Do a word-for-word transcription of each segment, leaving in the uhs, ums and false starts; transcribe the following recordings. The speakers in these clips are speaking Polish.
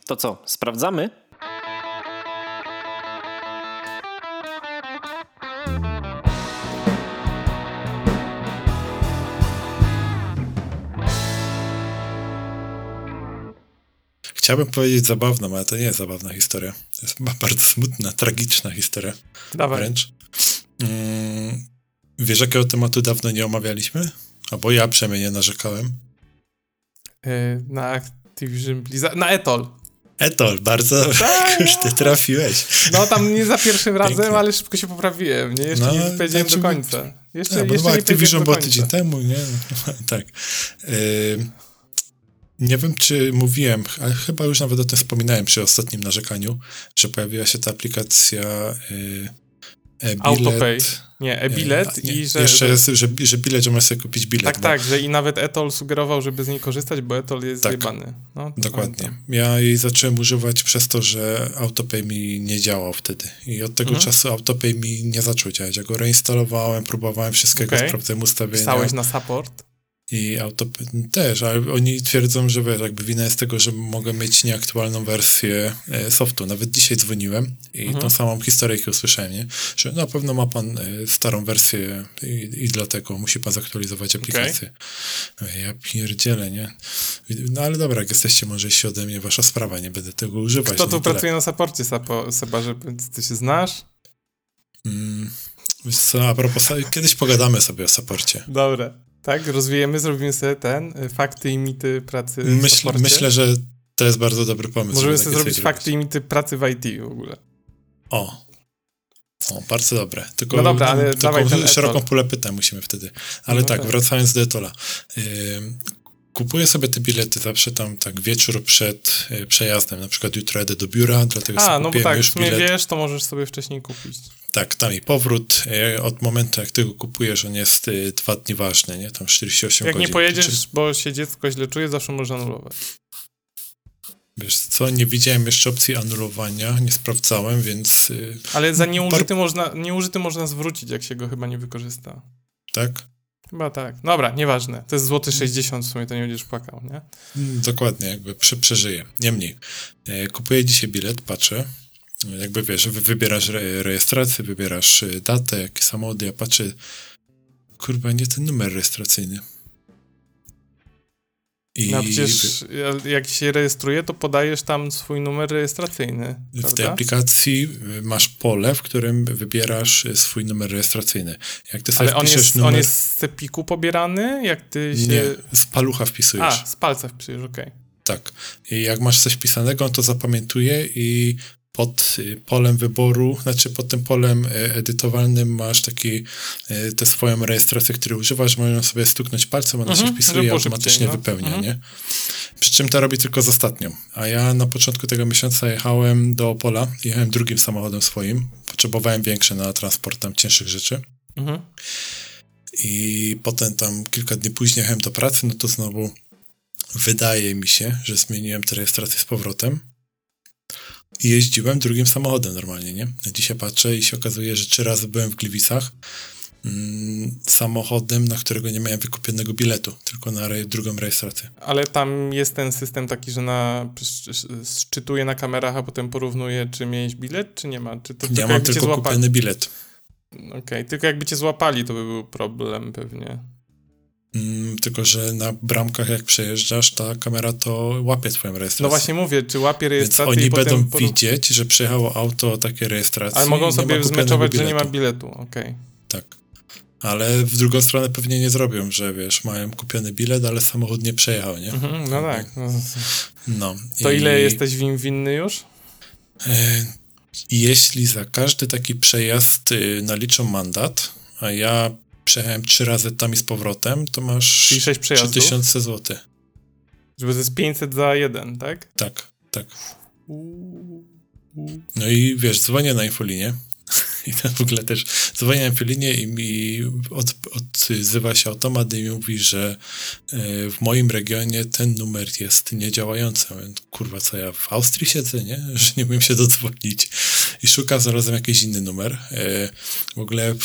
To co, sprawdzamy? Chciałbym powiedzieć zabawną, ale to nie jest zabawna historia. To jest bardzo smutna, tragiczna historia. Dawaj. Wręcz. Mm, wiesz, jakiego tematu dawno nie omawialiśmy? Albo ja przynajmniej nie narzekałem. Yy, na Activision Blizzard, na Etol. Etol, bardzo już ty trafiłeś. No tam nie za pierwszym razem, Pięknie. ale szybko się poprawiłem, nie? Jeszcze No, nie powiedziałem znaczy, do końca. Jeszcze, no, jeszcze bo nie Activision było do tydzień końca. temu, nie? Tak. Yy, nie wiem, czy mówiłem, ale chyba już nawet o tym wspominałem przy ostatnim narzekaniu, że pojawiła się ta aplikacja yy, e-bilet. Autopay. Nie, e-bilet E, nie, i że... Jeszcze że, jest, że, że bilet, że możesz sobie kupić bilet. tak, bo, tak, że i nawet Etol sugerował, żeby z niej korzystać, bo Etol jest Tak. zjebany. No, to Dokładnie. pamiętam. Ja jej zacząłem używać przez to, że Autopay mi nie działał wtedy. I od tego Mhm. czasu Autopay mi nie zaczął działać. Ja go reinstalowałem, próbowałem wszystkiego, Okej. sprawdzałem ustawienia. Pisałeś na support? I Autopay też, ale oni twierdzą, że wiesz, jakby wina jest tego, że mogę mieć nieaktualną wersję e, softu. Nawet dzisiaj dzwoniłem i Mhm. tą samą historyjkę usłyszałem, nie? Że na pewno ma pan e, starą wersję i, i dlatego musi pan zaktualizować aplikację. Okay. Ja pierdzielę, nie? No ale dobra, jak jesteście mądrzejsi ode mnie, wasza sprawa, nie będę tego używać. Kto tu nie tyle. pracuje na supporcie, Sapo, Seba, że ty się znasz? Mm, wiesz co, a propos, kiedyś pogadamy sobie o supporcie. Dobra. Tak, rozwijemy, zrobimy sobie ten, y, fakty i mity pracy w Myśl, supporcie. myślę, że to jest bardzo dobry pomysł. Możemy żeby sobie takie zrobić coś fakty i mity pracy w I T w ogóle. O. O, bardzo dobre. Tylko No dobra, ale taką dawaj ten szeroką Etol. pulę pytań musimy wtedy. Ale No tak, tak. wracając do Etola. Yy, kupuję sobie te bilety zawsze tam tak wieczór przed y, przejazdem. Na przykład jutro jedę do biura, dlatego A, sobie no bo kupiłem tak, w już sumie bilet. wiesz, to możesz sobie wcześniej kupić. Tak, tam i powrót. Y, od momentu, jak ty go kupujesz, on jest y, dwa dni ważny, nie? Tam czterdzieści osiem Jak godzin. nie pojedziesz, Czy, bo się dziecko źle czuje, zawsze możesz anulować. wiesz co, nie widziałem jeszcze opcji anulowania, nie sprawdzałem, więc... Y, Ale za nieużyty, można, nieużyty można zwrócić, jak się go chyba nie wykorzysta. tak? Chyba tak. Dobra, nieważne. To jest złoty sześćdziesiąt, w sumie to nie będziesz płakał, nie? Mm, Dokładnie, jakby prze, przeżyję. Niemniej, e, kupuję dzisiaj bilet, patrzę, jakby wiesz, wy, wybierasz re, rejestrację, wybierasz e, datę, jaki samochód, ja patrzę, kurwa, nie ten numer rejestracyjny. I No przecież jak się rejestruje, to podajesz tam swój numer rejestracyjny, w tej prawda? aplikacji y, masz pole, w którym wybierasz y, swój numer rejestracyjny. Jak ty sobie Ale on wpiszesz jest, numer... on jest z cepiku pobierany? Jak ty się... Nie, z palucha wpisujesz. A, z palca wpisujesz, okej. Okay. Tak. I jak masz coś pisanego, on to zapamiętuje i pod y, polem wyboru, znaczy pod tym polem y, edytowalnym masz taki y, tę swoją rejestrację, której używasz, możesz sobie stuknąć palcem, ona Mhm, się wpisuje żeby i było automatycznie szybciej, no. wypełnia, Mhm. nie? Przy czym to robi tylko z ostatnią. A ja na początku tego miesiąca jechałem do Opola, jechałem drugim samochodem swoim, potrzebowałem większe na transport tam cięższych rzeczy. Mhm. I potem tam kilka dni później jechałem do pracy, no to znowu wydaje mi się, że zmieniłem tę rejestrację z powrotem i jeździłem drugim samochodem normalnie, nie? Dzisiaj patrzę i się okazuje, że trzy razy byłem w Gliwicach mm, samochodem, na którego nie miałem wykupionego biletu, tylko na re- drugą rejestrację. Ale tam jest ten system taki, że na, szczytuje na kamerach, a potem porównuje, czy miałeś bilet, czy nie ma? Czy to Ja mam jakby cię tylko złapali? kupiony bilet. Okej, okay. Tylko jakby cię złapali, to by był problem pewnie. Mm, tylko, że na bramkach jak przejeżdżasz, ta kamera to łapie twoją rejestrację. No właśnie mówię, czy łapie Więc rejestrację oni i potem... będą poró- widzieć, że przejechało auto o takiej rejestracji. Ale mogą i nie sobie ma kupionego zmeczować, że nie ma biletu. biletu, okej. Okay. Tak. Ale w drugą stronę pewnie nie zrobią, że wiesz, mają kupiony bilet, ale samochód nie przejechał, nie? Mhm, no tak. No. No. To I, ile jesteś im winny już? E, jeśli za każdy taki przejazd y, naliczą mandat, a ja przejechałem trzy razy tam i z powrotem, to masz Czyli sześć trzy przejazdów? tysiące złotych. Żeby to jest pięćset za jeden, tak? Tak, tak. Uuu, uuu. No i wiesz, dzwonię na infolinię i to w ogóle też dzwonię na infolinię i mi od, odzywa się automat i mi mówi, że e, w moim regionie ten numer jest niedziałający. Ja mówię, kurwa, co ja w Austrii siedzę, nie? Że nie umiem się dodzwonić. I szukam zarazem jakiś inny numer. E, w ogóle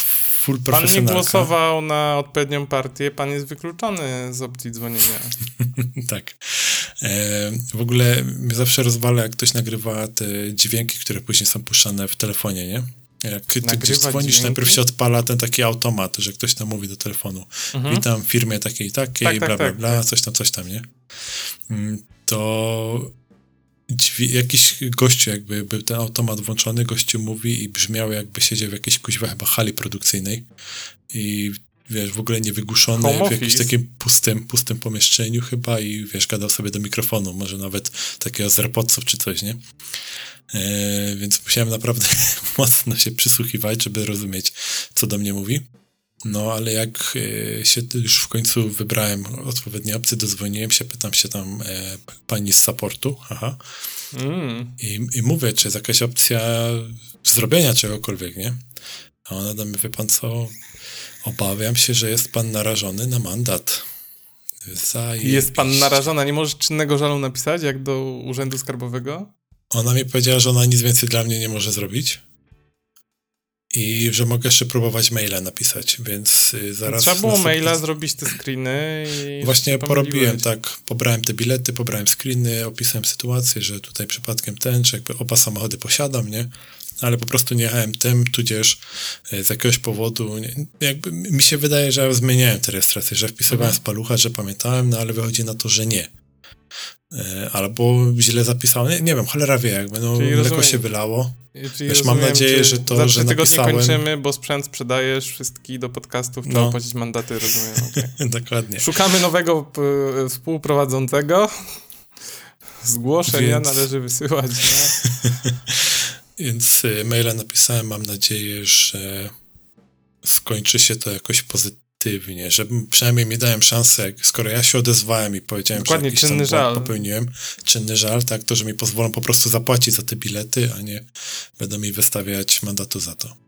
full Pan nie profesjonalka. głosował na odpowiednią partię, pan jest wykluczony z opcji dzwonienia. Tak. E, w ogóle mnie zawsze rozwala, jak ktoś nagrywa te dźwięki, które później są puszczane w telefonie, nie? Jak ty gdzieś dzwonisz, dźwięki? najpierw się odpala ten taki automat, że ktoś tam mówi do telefonu. Mhm. Witam w firmie takiej i takiej, Tak, tak, bla, bla, tak, bla, tak. coś tam, coś tam, nie? Mm, To dźwi- jakiś gościu, jakby był ten automat włączony, gościu mówi i brzmiał, jakby siedział w jakiejś kuźwa chyba hali produkcyjnej i wiesz, w ogóle niewygłuszony, Home w jakimś office. takim pustym, pustym pomieszczeniu chyba i wiesz, gadał sobie do mikrofonu, może nawet takiego z AirPodsów czy coś, nie? E, więc musiałem naprawdę mocno się przysłuchiwać, żeby rozumieć, co do mnie mówi. No, ale jak e, się już w końcu wybrałem odpowiednie opcje, dozwoniłem się, pytam się tam e, pani z supportu, aha, Mm. i, i mówię, czy jest jakaś opcja zrobienia czegokolwiek, nie? A ona do mnie, wie pan co, obawiam się, że jest pan narażony na mandat. Zajebiście. Jest pan narażona, nie możesz czynnego żalu napisać, jak do Urzędu Skarbowego? Ona mi powiedziała, że ona nic więcej dla mnie nie może zrobić i że mogę jeszcze próbować maila napisać, więc y, zaraz... Trzeba było następny- maila, zrobić te screeny i... Właśnie się porobiłem, pomyliłeś. tak, pobrałem te bilety, pobrałem screeny, opisałem sytuację, że tutaj przypadkiem ten, czy jakby oba samochody posiadam, nie? Ale po prostu nie jechałem tym, tudzież y, z jakiegoś powodu, nie, jakby mi się wydaje, że ja zmieniałem te rejestracje, że wpisywałem Mhm. z palucha, że pamiętałem, no ale wychodzi na to, że nie. Y, Albo źle zapisałem, nie, nie wiem, cholera wie, jakby, no Czyli mleko rozumiem. się wylało. Czyli Wiesz, mam rozumiem, nadzieję, że to, za że trzy tygodnie napisałem- kończymy, bo sprzęt sprzedajesz, wszystkich do podcastów, trzeba No. płacić mandaty, rozumiem. Okay. Dokładnie. Szukamy nowego p- współprowadzącego. Zgłoszenia Więc- należy wysyłać. Nie? Więc y, maila napisałem, mam nadzieję, że skończy się to jakoś pozytywnie, że przynajmniej mi dałem szansę, jak- skoro ja się odezwałem i powiedziałem, Dokładnie, że jakiś tam czynny błąd żal. popełniłem, czynny żal, tak, to, że mi pozwolą po prostu zapłacić za te bilety, a nie będą mi wystawiać mandatu za to.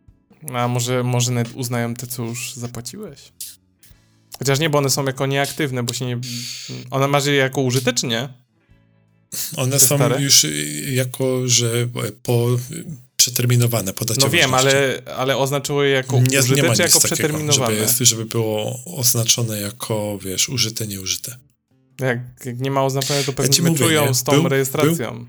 A może, może nawet uznają te, co już zapłaciłeś? Chociaż nie, bo one są jako nieaktywne, bo się nie... One masz je jako użyte, czy nie? One Te są stare? już y, jako, że po przeterminowane, po dacie No wiem, ważności. ale, ale oznaczyło je jako nie, użyte, nie ma czy nic jako takiego, przeterminowane? żeby, jest, żeby było oznaczone jako, wiesz, użyte, nieużyte. Jak, jak nie ma oznaczone, to pewnie ci mówię, wyczują nie? z tą Był- rejestracją.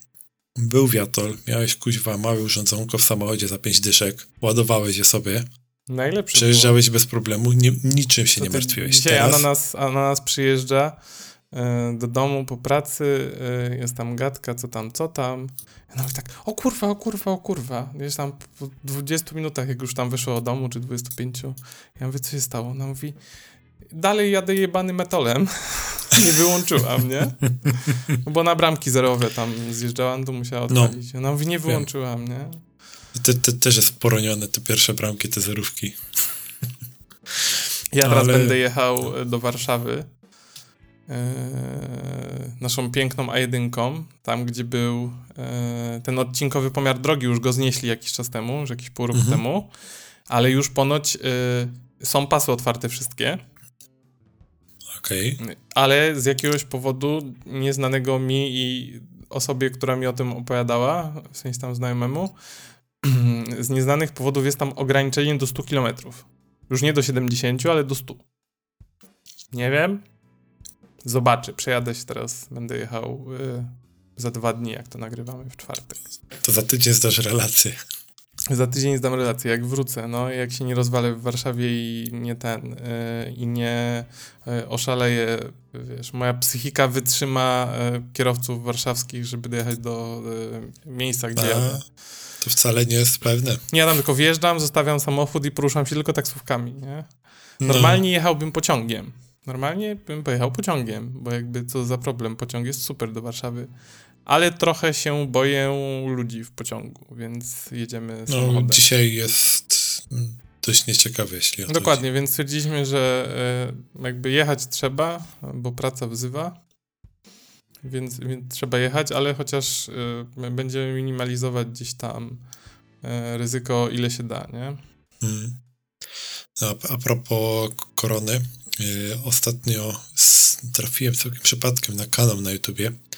Był wiatol, miałeś kuźwa małe urządzonko w samochodzie za pięć dyszek, ładowałeś je sobie, Najlepsze przejeżdżałeś bez problemu, nie, niczym się było. nie To ty- martwiłeś. Dzisiaj Teraz ananas, ananas przyjeżdża e, do domu po pracy, e, jest tam gadka, co tam, co tam. Ja mówię tak, o kurwa, o kurwa, o kurwa. Gdzieś tam po dwudziestu minutach, jak już tam wyszło do domu, czy dwudziestu pięciu, ja mówię, co się stało? Ona mówi, dalej jadę jebany metolem. Nie wyłączyłam, nie? Bo na bramki zerowe tam zjeżdżałam, to musiała No. odpalić. Ona mówi, nie wyłączyłam, nie? te, te, też jest poronione, te pierwsze bramki, te zerówki. Ja teraz Ale- będę jechał do Warszawy e, naszą piękną A jeden, tam gdzie był e, ten odcinkowy pomiar drogi, już go znieśli jakiś czas temu, już jakiś pół roku Mhm. temu, ale już ponoć e, są pasy otwarte wszystkie, Okej. ale z jakiegoś powodu nieznanego mi i osobie, która mi o tym opowiadała, w sensie tam znajomemu, z nieznanych powodów jest tam ograniczenie do stu kilometrów. Już nie do siedemdziesięciu, ale do stu. Nie wiem. Zobaczę. Przejadę się teraz. Będę jechał y, za dwa dni, jak to nagrywamy w czwartek. To za tydzień zdasz relację. Za tydzień zdam relację, jak wrócę. No, jak się nie rozwalę w Warszawie i nie ten, y, i nie y, oszaleję, wiesz, moja psychika wytrzyma y, kierowców warszawskich, żeby dojechać do y, miejsca, gdzie A, jadę. to wcale nie jest pewne. Nie, ja tam tylko wjeżdżam, zostawiam samochód i poruszam się tylko taksówkami, nie? No. Normalnie jechałbym pociągiem. Normalnie bym pojechał pociągiem, bo jakby co za problem, pociąg jest super do Warszawy. Ale trochę się boję ludzi w pociągu, więc jedziemy No, samochodem. dzisiaj jest mm, dość nieciekawe, jeśli o to Dokładnie, więc stwierdziliśmy, że e, jakby jechać trzeba, bo praca wzywa, więc, więc trzeba jechać, ale chociaż e, będziemy minimalizować gdzieś tam e, ryzyko, ile się da, nie? Mm. A, a propos k- korony, yy, ostatnio s- trafiłem całkiem przypadkiem na kanał na YouTubie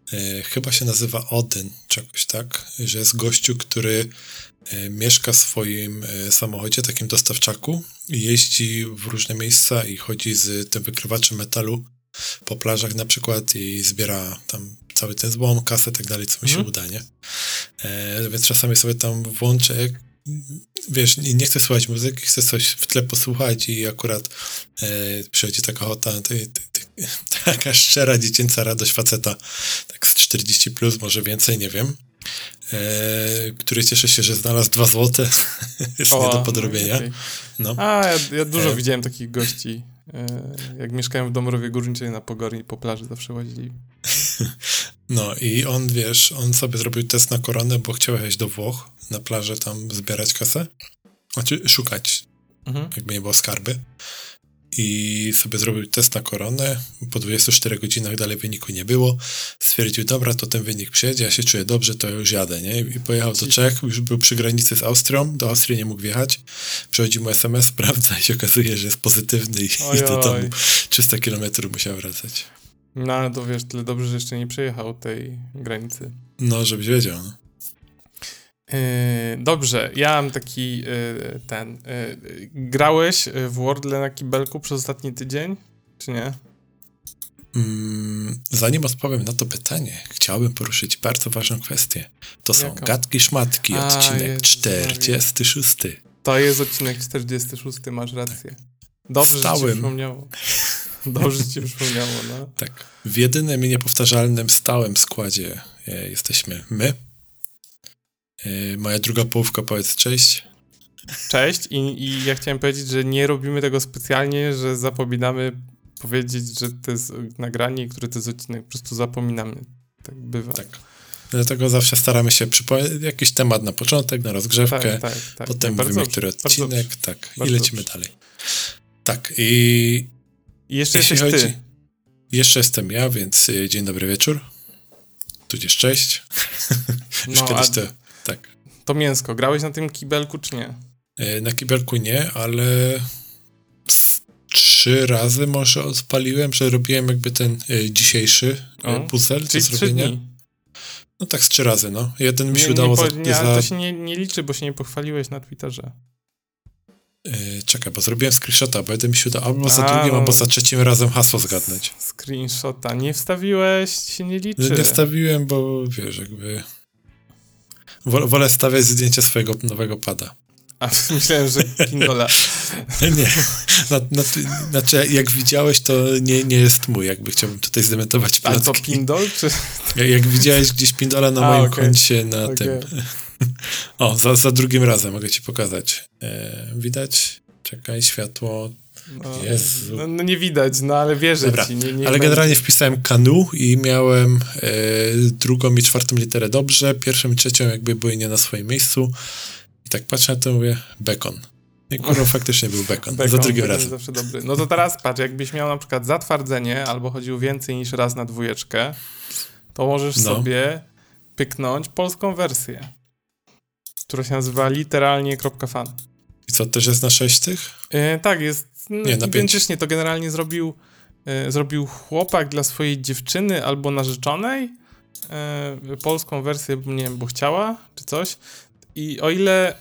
e, chyba się nazywa Odyn, czegoś tak, że jest gościu, który e, mieszka w swoim e, samochodzie, takim dostawczaku i jeździ w różne miejsca i chodzi z tym wykrywaczem metalu po plażach na przykład i zbiera tam cały ten złom, kasę i tak dalej, co mu się Mhm. uda, nie? E, więc czasami sobie tam włączę, jak, wiesz, nie nie chcę słuchać muzyki, chcę coś w tle posłuchać i akurat e, przychodzi taka ochota, ty, ty, ty, taka szczera, dziecięca radość faceta, tak z czterdzieści plus, może więcej, nie wiem, e, który cieszy się, że znalazł dwa złote, jest O, nie do no, podrobienia. okej. No. A, ja, ja dużo E. widziałem takich gości. E, jak mieszkałem w Dąbrowie Górniczej na Pogori, po plaży zawsze łazili. No i on, wiesz, on sobie zrobił test na koronę, bo chciał jechać do Włoch, na plażę tam zbierać kasę, znaczy szukać, Mhm. jakby nie było skarby. I sobie zrobił test na koronę, po dwudziestu czterech godzinach dalej wyniku nie było. Stwierdził, dobra, to ten wynik przyjedzie, ja się czuję dobrze, to już jadę, nie? I pojechał do Czech, już był przy granicy z Austrią, do Austrii nie mógł wjechać. Przychodzi mu es em es, sprawdza i się okazuje, że jest pozytywny i, i do domu trzysta kilometrów musiał wracać. No ale to wiesz, tyle dobrze, że jeszcze nie przejechał tej granicy. No, żebyś wiedział, no. Yy, dobrze, ja mam taki yy, ten. Yy, grałeś w Wordle na kibelku przez ostatni tydzień, czy nie? Mm, zanim odpowiem na to pytanie, chciałbym poruszyć bardzo ważną kwestię. To są Jaką? gadki szmatki, A, odcinek Jezus czterdziesty szósty. To jest odcinek czterdziesty szósty, masz rację. Dobrze, że ci Stałym. przypomniało. Dobrze, że ci przypomniało, no. Tak. W jedynym i niepowtarzalnym stałym składzie e, jesteśmy my. E, moja druga połówka, powiedz cześć. Cześć i, i ja chciałem powiedzieć, że nie robimy tego specjalnie, że zapominamy powiedzieć, że to jest nagranie, które to jest odcinek, po prostu zapominamy. Tak bywa. Tak. Dlatego zawsze staramy się przypomnieć jakiś temat na początek, na rozgrzewkę, Tak, tak, tak. potem Bardzo mówimy, dobrze, który bardzo odcinek, dobrze. tak, i Bardzo lecimy dobrze. dalej. Tak, i I jeszcze jeśli jesteś chodzi... ty. Jeszcze jestem ja, więc y, dzień dobry wieczór. Tudzież cześć. Już No, kiedyś a to, tak. to mięsko. Grałeś na tym kibelku, czy nie? Y, Na kibelku nie, ale z trzy razy może odpaliłem, że robiłem jakby ten y, dzisiejszy O, y, puzzle do Czyli trzy zrobienia. dni. No tak z trzy razy, no. Jeden mi się Nie, udało nie, po, za... nie, za ale to się nie, nie liczy, bo się nie pochwaliłeś na Twitterze. y, czekaj, bo zrobiłem screenshota, bo jeden mi się udało albo za A, drugim, no. albo za trzecim razem hasło zgadnąć. Screenshota. Nie wstawiłeś, się nie liczy. Nie wstawiłem, bo wiesz, jakby... Wol- Wolę stawiać zdjęcie swojego nowego pada. A myślałem, że Kindola. Nie, na, na, znaczy jak widziałeś, to nie, nie jest mój, jakby chciałbym tutaj zdementować A to plotki. Pindol, czy... Jak, jak widziałeś gdzieś Pindola na A, moim okej. koncie na Okej. tym. O, za, za drugim razem mogę ci pokazać. E, widać? Czekaj, światło. No, Jezu. no, no nie widać, no ale wierzę Dobra, ci. Nie, nie ale będzie. generalnie wpisałem kanu i miałem e, drugą i czwartą literę dobrze, pierwszą i trzecią jakby były nie na swoim miejscu. I tak patrzę na to i mówię, bekon. I kurwa faktycznie był bekon. Bekon, za drugim bekon razem. zawsze dobry. No to teraz patrz, jakbyś miał na przykład zatwardzenie albo chodził więcej niż raz na dwójeczkę, to możesz No. sobie pyknąć polską wersję, która się nazywa literalnie kropka fan. I co, też jest na sześć tych? Yy, tak, jest no, Nie, na pięć. identycznie. To generalnie zrobił, yy, zrobił chłopak dla swojej dziewczyny albo narzeczonej yy, polską wersję, nie wiem, bo chciała, czy coś. I o ile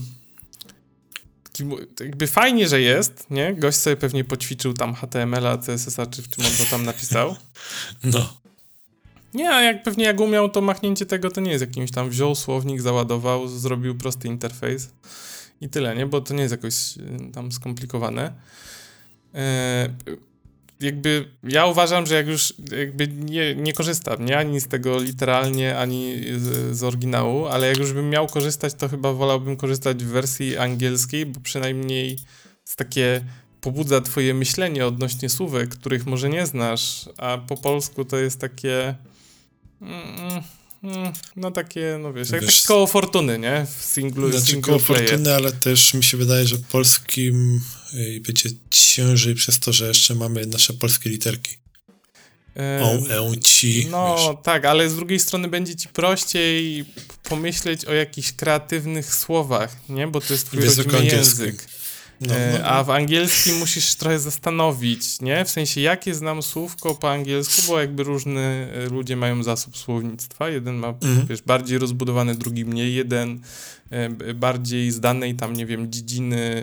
jakby fajnie, że jest, nie? Gość sobie pewnie poćwiczył tam H T M L a, C S S a, czy w czym on to tam napisał. No. Nie, a jak pewnie jak umiał, to machnięcie tego to nie jest jakimś tam wziął słownik, załadował, zrobił prosty interfejs i tyle, nie? Bo to nie jest jakoś y, tam skomplikowane. E, jakby ja uważam, że jak już jakby nie, nie korzystam, nie? Ani z tego literalnie, ani z, z oryginału, ale jak już bym miał korzystać, to chyba wolałbym korzystać w wersji angielskiej, bo przynajmniej jest takie pobudza twoje myślenie odnośnie słówek, których może nie znasz, a po polsku to jest takie mm, mm, no takie, no wiesz, jak Wiesz, takie koło fortuny, nie? W singlu, Znaczy single koło player. fortuny, ale też mi się wydaje, że polskim y, będzie ciężej przez to, że jeszcze mamy nasze polskie literki. E, O, e, ci, No wiesz. tak, ale z drugiej strony będzie ci prościej pomyśleć o jakichś kreatywnych słowach, nie? Bo to jest twój W języku rodzimy angielskim. język. No, no, no. A w angielskim musisz trochę zastanowić, nie? W sensie, jakie znam słówko po angielsku, bo jakby różne ludzie mają zasób słownictwa. Jeden ma, mhm. wiesz, bardziej rozbudowany, drugi mniej. Jeden e, bardziej z danej tam, nie wiem, dziedziny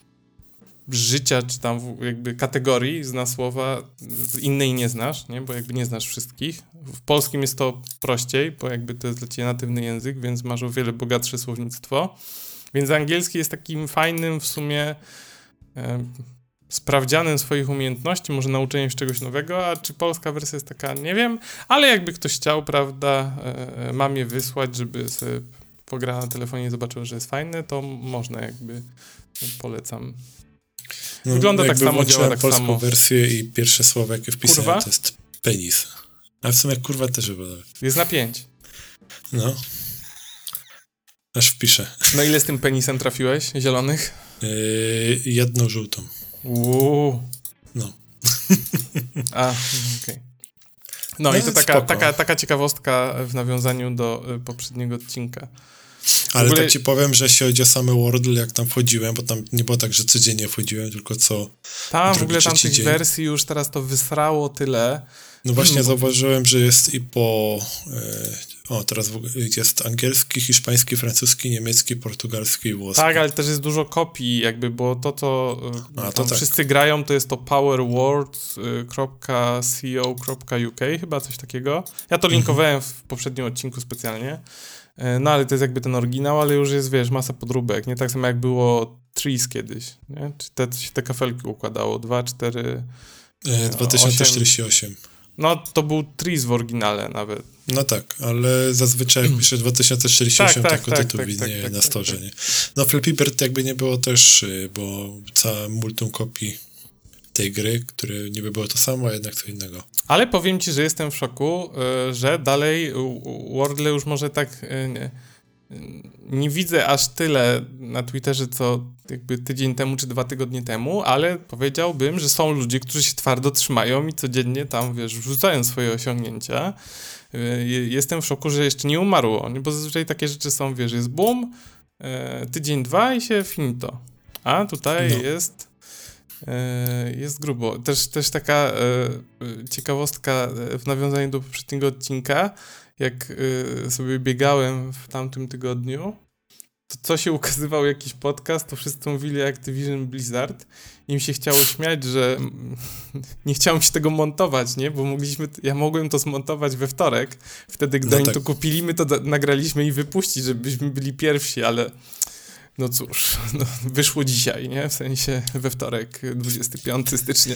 życia, czy tam jakby kategorii zna słowa, z innej nie znasz, nie? Bo jakby nie znasz wszystkich. W polskim jest to prościej, bo jakby to jest dla ciebie natywny język, więc masz o wiele bogatsze słownictwo. Więc angielski jest takim fajnym w sumie e, sprawdzianem swoich umiejętności, może nauczeniem się czegoś nowego, a czy polska wersja jest taka, nie wiem, ale jakby ktoś chciał, prawda, e, mamie wysłać, żeby sobie pograła na telefonie i zobaczyła, że jest fajne, to można jakby, polecam. No, wygląda tak samo, działa tak polską samo. wersję i pierwsze słowo, jakie wpisałem, Kurwa? to jest penis. A w sumie kurwa też chyba. Jest na pięć. No. Aż wpiszę. No ile z tym penisem trafiłeś? Zielonych? Yy, jedną żółtą. Uuu. No. A, okej. Okay. No, no i to taka, taka, taka ciekawostka w nawiązaniu do y, poprzedniego odcinka. Ale ogóle... tak ci powiem, że jeśli chodzi o same Wordle, jak tam wchodziłem, bo tam nie było tak, że codziennie wchodziłem, tylko co Tam w ogóle tam tych dzień. wersji już teraz to wysrało tyle. No właśnie hmm. zauważyłem, że jest i po... E, o, teraz w ogóle jest angielski, hiszpański, francuski, niemiecki, portugalski i włoski. Tak, ale też jest dużo kopii jakby, bo to, co A, to tak. wszyscy grają, to jest to powerwords kropka co kropka uk, chyba coś takiego. Ja to linkowałem mhm. w poprzednim odcinku specjalnie. No ale to jest jakby ten oryginał, ale już jest, wiesz, masa podróbek, nie? Tak samo jak było Trees kiedyś, nie? Czy te, te kafelki układało, dwa, cztery... dwa tysiące czterdzieści osiem. No, to był Trees w oryginale nawet. No tak, ale zazwyczaj jak pisze dwa tysiące czterdzieści osiem, tak, tak, tak, tak, tytuł tak, widnieje tak, tak, na storze, tak, tak. nie? No Flappy Bird jakby nie było też, bo cała multum kopii tej gry, które niby było to samo, a jednak co innego. Ale powiem ci, że jestem w szoku, że dalej Wordle już może tak... Nie, nie widzę aż tyle na Twitterze, co jakby tydzień temu czy dwa tygodnie temu, ale powiedziałbym, że są ludzie, którzy się twardo trzymają i codziennie tam, wiesz, wrzucają swoje osiągnięcia. Jestem w szoku, że jeszcze nie umarło, bo zazwyczaj takie rzeczy są, wiesz, jest boom, tydzień, dwa i się finito. A tutaj no. jest jest grubo. Też, też taka ciekawostka w nawiązaniu do poprzedniego odcinka, jak y, sobie biegałem w tamtym tygodniu, to co się ukazywał jakiś podcast, to wszyscy mówili Activision Blizzard. Im się chciało śmiać, że nie chciałem się tego montować, nie? Bo mogliśmy, ja mogłem to zmontować we wtorek. Wtedy, gdy no oni tak. to kupili, my to da- nagraliśmy i wypuścić, żebyśmy byli pierwsi, ale no cóż, no, wyszło dzisiaj, nie? W sensie we wtorek, dwudziestego piątego stycznia.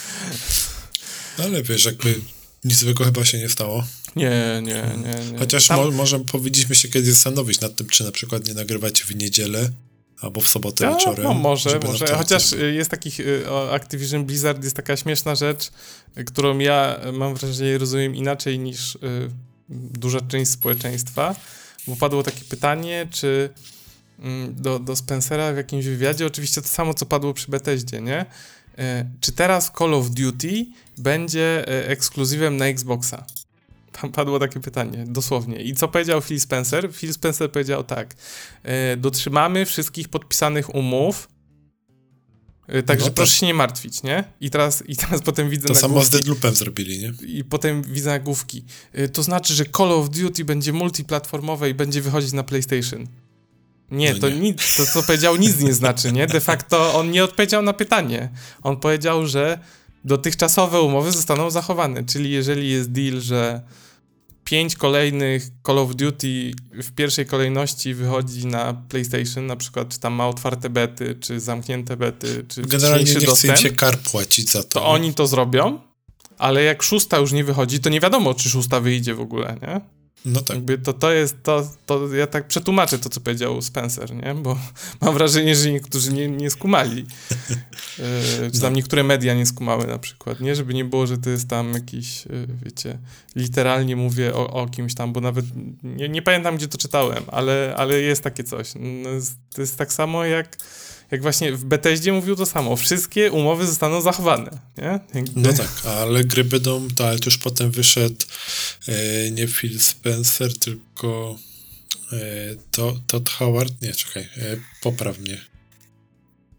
Ale wiesz, jakby nic złego chyba się nie stało. Nie, nie, nie. nie. Chociaż Tam... mo- może powinniśmy się kiedyś zastanowić nad tym, czy na przykład nie nagrywać w niedzielę albo w sobotę no, wieczorem. No może, może. Chociaż jest takich, o Activision Blizzard jest taka śmieszna rzecz, którą ja mam wrażenie rozumiem inaczej niż y, duża część społeczeństwa, bo padło takie pytanie, czy y, do, do Spencera w jakimś wywiadzie, oczywiście to samo, co padło przy Bethesdzie, nie? Y, czy teraz Call of Duty będzie y, ekskluzywem na Xboxa? Tam padło takie pytanie, dosłownie. I co powiedział Phil Spencer? Phil Spencer powiedział tak, y, dotrzymamy wszystkich podpisanych umów, y, także no proszę tak. się nie martwić, nie? I teraz, i teraz potem widzę To nagłówki, samo z Deadloopem zrobili, nie? I potem widzę nagłówki. Y, to znaczy, że Call of Duty będzie multiplatformowe i będzie wychodzić na PlayStation. Nie, no to, nie. Nic, to co powiedział nic nie znaczy, nie? De facto on nie odpowiedział na pytanie. On powiedział, że dotychczasowe umowy zostaną zachowane, czyli jeżeli jest deal, że pięć kolejnych Call of Duty w pierwszej kolejności wychodzi na PlayStation, na przykład, czy tam ma otwarte bety, czy zamknięte bety, czy generalnie nie dostęp, chce im się kar płacić za to. To oni to zrobią, ale jak szósta już nie wychodzi, to nie wiadomo, czy szósta wyjdzie w ogóle, nie? No tak. Jakby to, to jest, to, to ja tak przetłumaczę to, co powiedział Spencer, nie? Bo mam wrażenie, że niektórzy nie, nie skumali. Yy, czy tam niektóre media nie skumały na przykład, nie? Żeby nie było, że to jest tam jakiś, yy, wiecie, literalnie mówię o, o kimś tam, bo nawet nie, nie pamiętam, gdzie to czytałem, ale, ale jest takie coś. No, to jest tak samo jak Jak właśnie w Bethesdzie mówił to samo. Wszystkie umowy zostaną zachowane, nie? Jakby... No tak, ale gry będą, tak, ale to już potem wyszedł e, nie Phil Spencer, tylko e, to, Todd Howard, nie, czekaj, e, popraw mnie.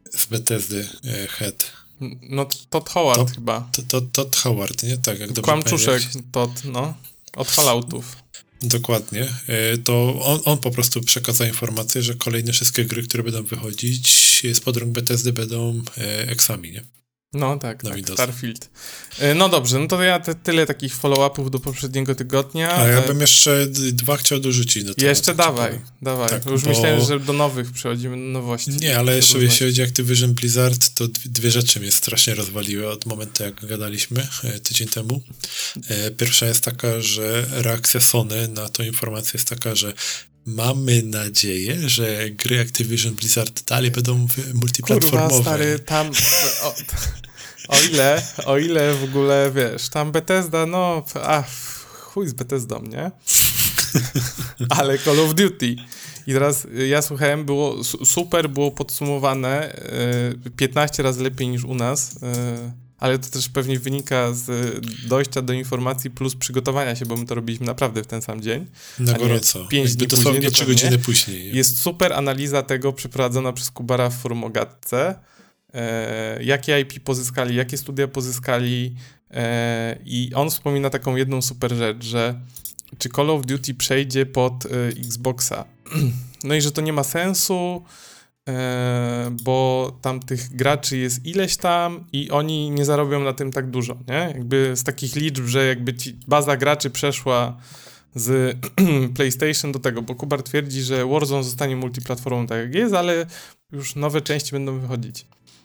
z Bethesdy e, head. No Todd Howard Todd, chyba. To, to, Todd Howard, nie? Tak, jak dobrze Kłamczuszek pamiętam. Todd, no. Od Falloutów. Dokładnie. E, to on, on po prostu przekazał informację, że kolejne wszystkie gry, które będą wychodzić z pod rąk Bethesdy będą e, eksami, nie? No tak, Na tak, Windows. Starfield. E, No dobrze, no to ja te, tyle takich follow-upów do poprzedniego tygodnia. A ja E, bym jeszcze d- dwa chciał dorzucić do tego. Jeszcze tak ci dawaj, powiem. dawaj. Tak, Już bo- myślałem, że do nowych przechodzimy, do nowości. Nie, ale jeszcze Różności. jeśli chodzi o Activision Blizzard, to d- dwie rzeczy mnie strasznie rozwaliły od momentu, jak gadaliśmy e, tydzień temu. E, Pierwsza jest taka, że reakcja Sony na tą informację jest taka, że mamy nadzieję, że gry Activision Blizzard dalej będą w- multiplatformowe. Kurwa, stary, tam... O, o ile, o ile w ogóle, wiesz, tam Bethesda, no, a, chuj z Bethesdą, nie? Ale Call of Duty. I teraz y, ja słuchałem, było su- super, było podsumowane y, piętnaście razy lepiej niż u nas, y, ale to też pewnie wynika z dojścia do informacji plus przygotowania się, bo my to robiliśmy naprawdę w ten sam dzień. Na a nie gorąco. pięć Jakby dni dosłownie później, trzy dokładnie. godziny później. Jest super analiza tego przeprowadzona przez Kubara w forum o Gatce. E, jakie I P pozyskali, jakie studia pozyskali e, i on wspomina taką jedną super rzecz, że czy Call of Duty przejdzie pod e, Xboxa. No i że to nie ma sensu, e, bo tam tych graczy jest ileś tam i oni nie zarobią na tym tak dużo, nie? Jakby z takich liczb, że jakby ci baza graczy przeszła z PlayStation do tego, bo Kubar twierdzi, że Warzone zostanie multiplatformą tak jak jest, ale już nowe części będą wychodzić.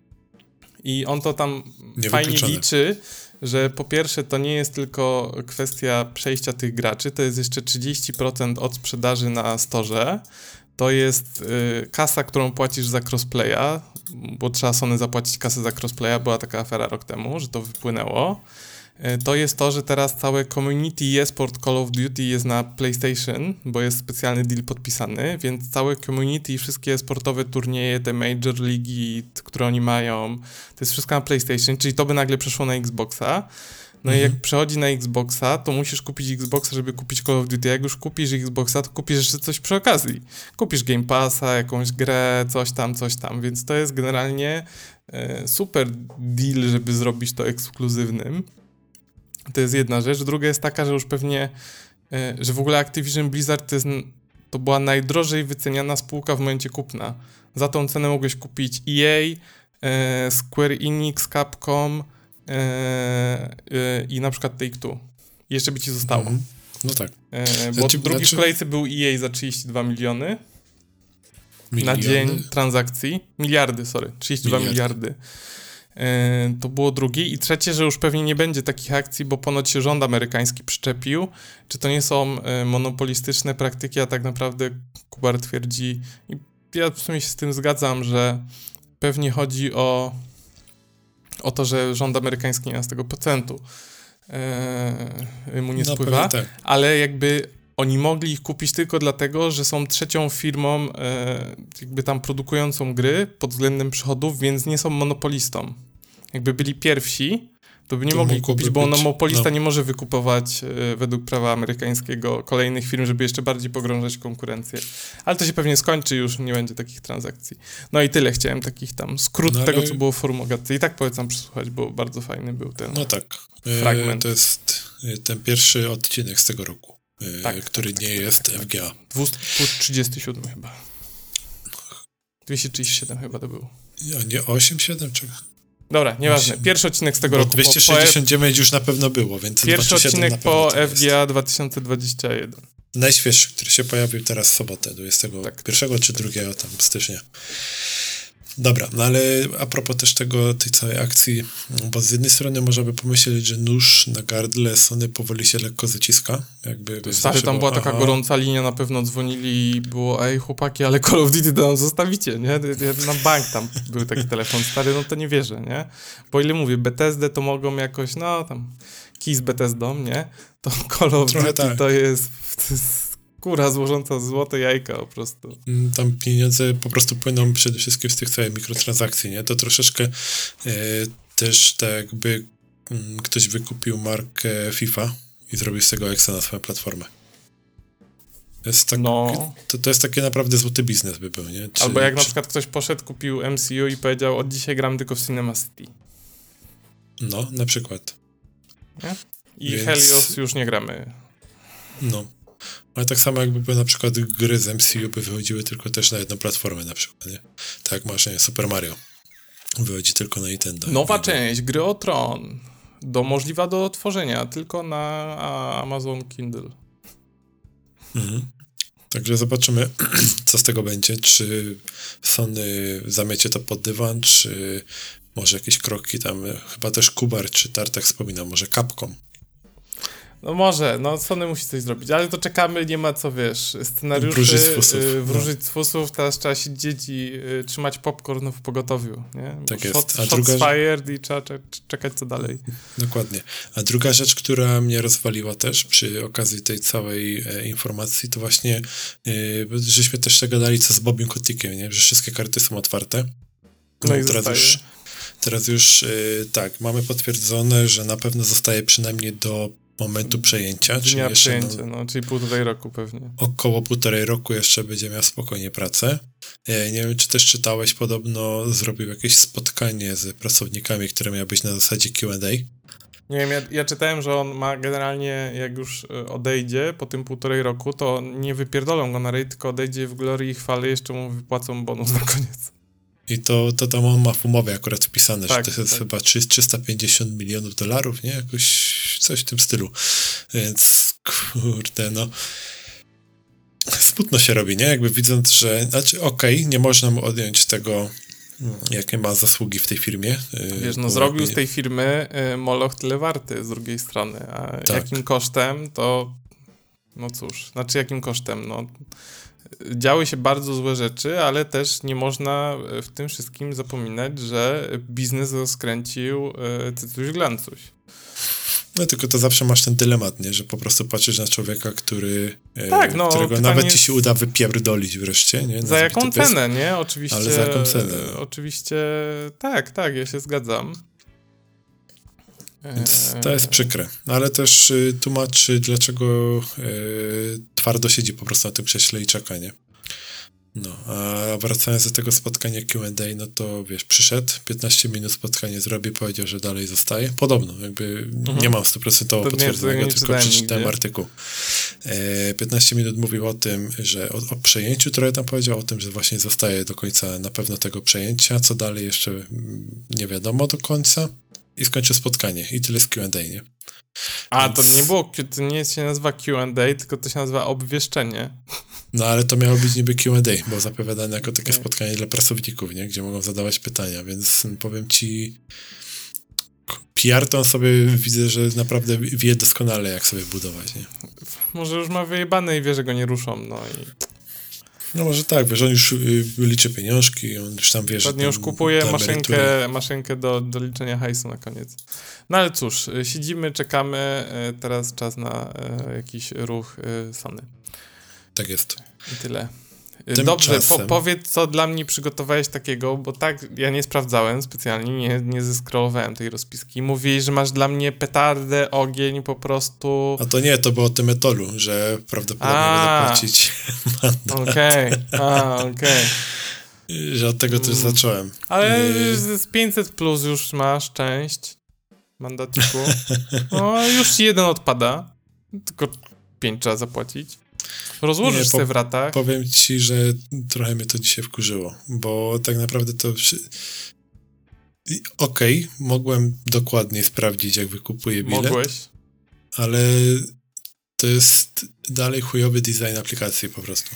I on to tam fajnie Niewykluczone. liczy, że po pierwsze to nie jest tylko kwestia przejścia tych graczy, to jest jeszcze trzydzieści procent od sprzedaży na storze, to jest y, kasa, którą płacisz za crossplaya, bo trzeba Sony zapłacić kasę za crossplaya, była taka afera rok temu, że to wypłynęło. Y, to jest to, że teraz całe community e-sport Call of Duty jest na PlayStation, bo jest specjalny deal podpisany, więc całe community i wszystkie sportowe turnieje, te major ligi, t- które oni mają, to jest wszystko na PlayStation, czyli to by nagle przeszło na Xboxa. No Mhm. i jak przechodzi na Xboxa, to musisz kupić Xboxa, żeby kupić Call of Duty. Jak już kupisz Xboxa, to kupisz jeszcze coś przy okazji. Kupisz Game Passa, jakąś grę, coś tam, coś tam, więc to jest generalnie e, super deal, żeby zrobić to ekskluzywnym. To jest jedna rzecz. Druga jest taka, że już pewnie, e, że w ogóle Activision Blizzard to, jest, n- to była najdrożej wyceniana spółka w momencie kupna. Za tą cenę mogłeś kupić E A, e, Square Enix, Capcom e, e, i na przykład Take-Two. I jeszcze by ci zostało. Mhm. No tak. E, bo Znaczy- drugi znaczy- w kolejce był E A za trzydzieści dwa miliony na Miliony. dzień transakcji. Miliardy, sorry. trzydzieści dwa Miliardy. miliardy. E, to było drugie. I trzecie, że już pewnie nie będzie takich akcji, bo ponoć się rząd amerykański przyczepił. Czy to nie są e, monopolistyczne praktyki, a tak naprawdę Kubar twierdzi, i ja w sumie się z tym zgadzam, że pewnie chodzi o, o to, że rząd amerykański nie ma z tego procentu. E, mu nie No, spływa, pewnie tak. ale jakby oni mogli ich kupić tylko dlatego, że są trzecią firmą e, jakby tam produkującą gry pod względem przychodów, więc nie są monopolistą. Jakby byli pierwsi, to by nie To mogli mogłoby kupić, bo być, monopolista no. nie może wykupować e, według prawa amerykańskiego kolejnych firm, żeby jeszcze bardziej pogrążać konkurencję. Ale to się pewnie skończy, już nie będzie takich transakcji. No i tyle, chciałem takich tam skrót No, ale- tego, co było w forum Ogatce. I tak polecam przesłuchać, bo bardzo fajny był ten No tak. E, fragment. To jest e, ten pierwszy odcinek z tego roku, e, Tak, który tak, nie tak, jest tak, tak. F G A. dwieście trzydzieści siedem chyba. dwieście trzydzieści siedem chyba to był. Ja, nie osiem, siedem, czy... Dobra, nieważne. Osiem. Pierwszy odcinek z tego Bo roku. dwieście sześćdziesiąt dziewięć już na pewno było, więc Pierwszy dwadzieścia siedem odcinek na pewno po to jest. F G A dwa tysiące dwudziesty jeden. Najświeższy, który się pojawił teraz w sobotę, dwudziestego pierwszego Tak. czy drugiego tam stycznia. Dobra, no ale a propos też tego, tej całej akcji, bo z jednej strony można by pomyśleć, że nóż na gardle Sony powoli się lekko zaciska. Jakby Stary, zaczęło, tam była taka aha, gorąca linia, na pewno dzwonili i było, ej chłopaki, ale Call of Duty to nam zostawicie, nie? Ja- Na bank tam był taki telefon, stary, no to nie wierzę, nie? Bo ile mówię, Bethesdę to mogą jakoś, no tam, kij z Bethesdą, nie? To Call of Trochę Duty tak. to jest, to jest kura złożąca złote jajka po prostu. Mm, Tam pieniądze po prostu płyną przede wszystkim z tych całych mikrotransakcji, nie? To troszeczkę e, też tak jakby mm, ktoś wykupił markę FIFA i zrobił z tego eksa na swoją platformę. Jest tak, no. to, to jest taki naprawdę złoty biznes by był, nie? Czy, Albo jak czy... na przykład ktoś poszedł, kupił M C U i powiedział, od dzisiaj gram tylko w Cinema City. No, na przykład. Nie? I Więc... Helios już nie gramy. No. Ale tak samo jakby były na przykład gry z M C U by wychodziły tylko też na jedną platformę na przykład, nie? Tak jak masz, nie, Super Mario. Wychodzi tylko na Nintendo. Nowa część, Gry o Tron. Do, możliwa do otworzenia, tylko na Amazon Kindle. Mhm. Także zobaczymy, co z tego będzie. Czy Sony zamiecie to pod dywan, czy może jakieś kroki tam, chyba też Kubar czy Tartak wspominał, może Capcom. No może, no Sony musi coś zrobić, ale to czekamy, nie ma co, wiesz, scenariuszy, wróżyć z fusów, y, wróżyć no. z fusów, teraz trzeba siedzieć i y, trzymać popcorn w pogotowiu, nie? Tak Shot, jest. A shots druga... fired i trzeba cze- czekać co dalej. Dokładnie. A druga rzecz, która mnie rozwaliła też przy okazji tej całej e, informacji, to właśnie e, żeśmy też tego dali co z Bobiem Kotikiem, nie? Że wszystkie karty są otwarte. No, no i teraz zostaje. już, teraz już e, tak, mamy potwierdzone, że na pewno zostaje przynajmniej do momentu przejęcia, czyli Dnia jeszcze przejęcia, no, czyli półtorej roku pewnie. około półtorej roku jeszcze będzie miał spokojnie pracę. E, nie wiem, czy też czytałeś, podobno zrobił jakieś spotkanie z pracownikami, które miało być na zasadzie Q and A. Nie wiem, ja, ja czytałem, że on ma generalnie, jak już odejdzie po tym półtorej roku, to nie wypierdolą go na rej, tylko odejdzie w glorii i chwale, jeszcze mu wypłacą bonus na koniec. I to, to tam on ma w umowie akurat wpisane, tak, że to jest tak. chyba trzysta pięćdziesiąt milionów dolarów, nie? Jakoś coś w tym stylu. Więc kurde, no smutno się robi, nie? Jakby widząc, że znaczy okej, okay, nie można mu odjąć tego, jakie ma zasługi w tej firmie. Wiesz, no zrobił jakby... z tej firmy y, moloch tyle warty z drugiej strony, a tak. Jakim kosztem, to no cóż, znaczy jakim kosztem, no działy się bardzo złe rzeczy, ale też nie można w tym wszystkim zapominać, że biznes rozkręcił y, cycuś glancuś. No tylko to zawsze masz ten dylemat, nie? Że po prostu patrzysz na człowieka, który tak, no, którego nawet ci się uda wypierdolić wreszcie, nie? Za jaką cenę, nie? Oczywiście. Ale za jaką cenę? No. Oczywiście, tak, tak, ja się zgadzam. Więc to jest przykre. Ale też y, tłumaczy, dlaczego y, twardo siedzi po prostu na tym krześle i czeka, nie? No, a wracając do tego spotkania Q and A, no to wiesz, przyszedł, piętnaście minut spotkanie zrobił, powiedział, że dalej zostaje. Podobno, jakby mhm. nie mam stuprocentowo potwierdzonego, tylko przeczytałem nigdzie. artykuł. E, piętnaście minut mówił o tym, że o, o przejęciu, trochę tam powiedział o tym, że właśnie zostaje do końca na pewno tego przejęcia, co dalej jeszcze nie wiadomo do końca i skończył spotkanie i tyle z Q and A, nie? A, Więc... to nie było, to nie się nazywa Q and A, tylko to się nazywa obwieszczenie. No, ale to miało być niby Q and A, bo zapowiadane jako takie spotkanie dla pracowników, nie? Gdzie mogą zadawać pytania, więc powiem ci, P R to on sobie widzę, że naprawdę wie doskonale, jak sobie budować, nie? Może już ma wyjebane i wie, że go nie ruszą, no i... No może tak, wiesz, on już y, liczy pieniążki, on już tam wie, że... Pewnie już kupuje maszynkę, maszynkę do, do liczenia hajsu na koniec. No ale cóż, siedzimy, czekamy, teraz czas na jakiś ruch Sony. Tak jest. I tyle. Tym Dobrze, czasem... po, powiedz, co dla mnie przygotowałeś takiego, bo tak, ja nie sprawdzałem specjalnie, nie, nie zeskrolowałem tej rozpiski. Mówiłeś, że masz dla mnie petardę, ogień, po prostu... A to nie, to było o tym etolu, że prawdopodobnie będę płacić mandat. Okej, a, okej. Okay. Że od tego też mm. zacząłem. Ale y... z pięćset plus już masz część mandatiku. No, już ci jeden odpada, tylko pięć trzeba zapłacić. Rozłożysz się w ratach. Powiem ci, że trochę mnie to dzisiaj wkurzyło, bo tak naprawdę to... Okej, okay, mogłem dokładnie sprawdzić, jak wykupuję bilet. Mogłeś. Ale to jest dalej chujowy design aplikacji po prostu.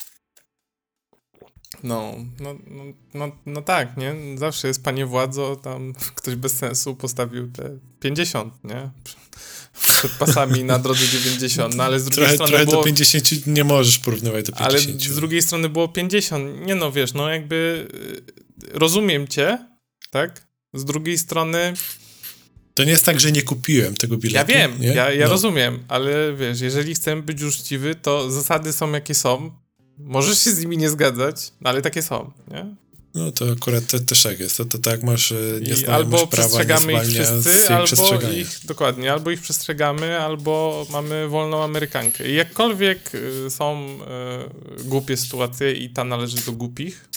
No, no, no, no, no tak, nie? Zawsze jest panie władzo, tam ktoś bez sensu postawił te pięćdziesiąt, nie? Przed pasami na drodze dziewięćdziesiąt, no ale z drugiej trochę, strony trochę było... do pięćdziesiąt nie możesz porównywać do pięćdziesiąt. Ale z drugiej strony było pięćdziesiąt. Nie no, wiesz, no jakby rozumiem cię, tak? Z drugiej strony... To nie jest tak, że nie kupiłem tego biletu. Ja wiem, nie? ja, ja no. rozumiem, ale wiesz, jeżeli chcemy być uczciwy, to zasady są jakie są. Możesz się z nimi nie zgadzać, no ale takie są, nie? No to akurat te, też tak jest. To, to tak masz nie I albo prawa, przestrzegamy ich wszyscy, albo ich, dokładnie, albo ich przestrzegamy, albo mamy wolną Amerykankę. I jakkolwiek y, są y, głupie sytuacje i ta należy do głupich,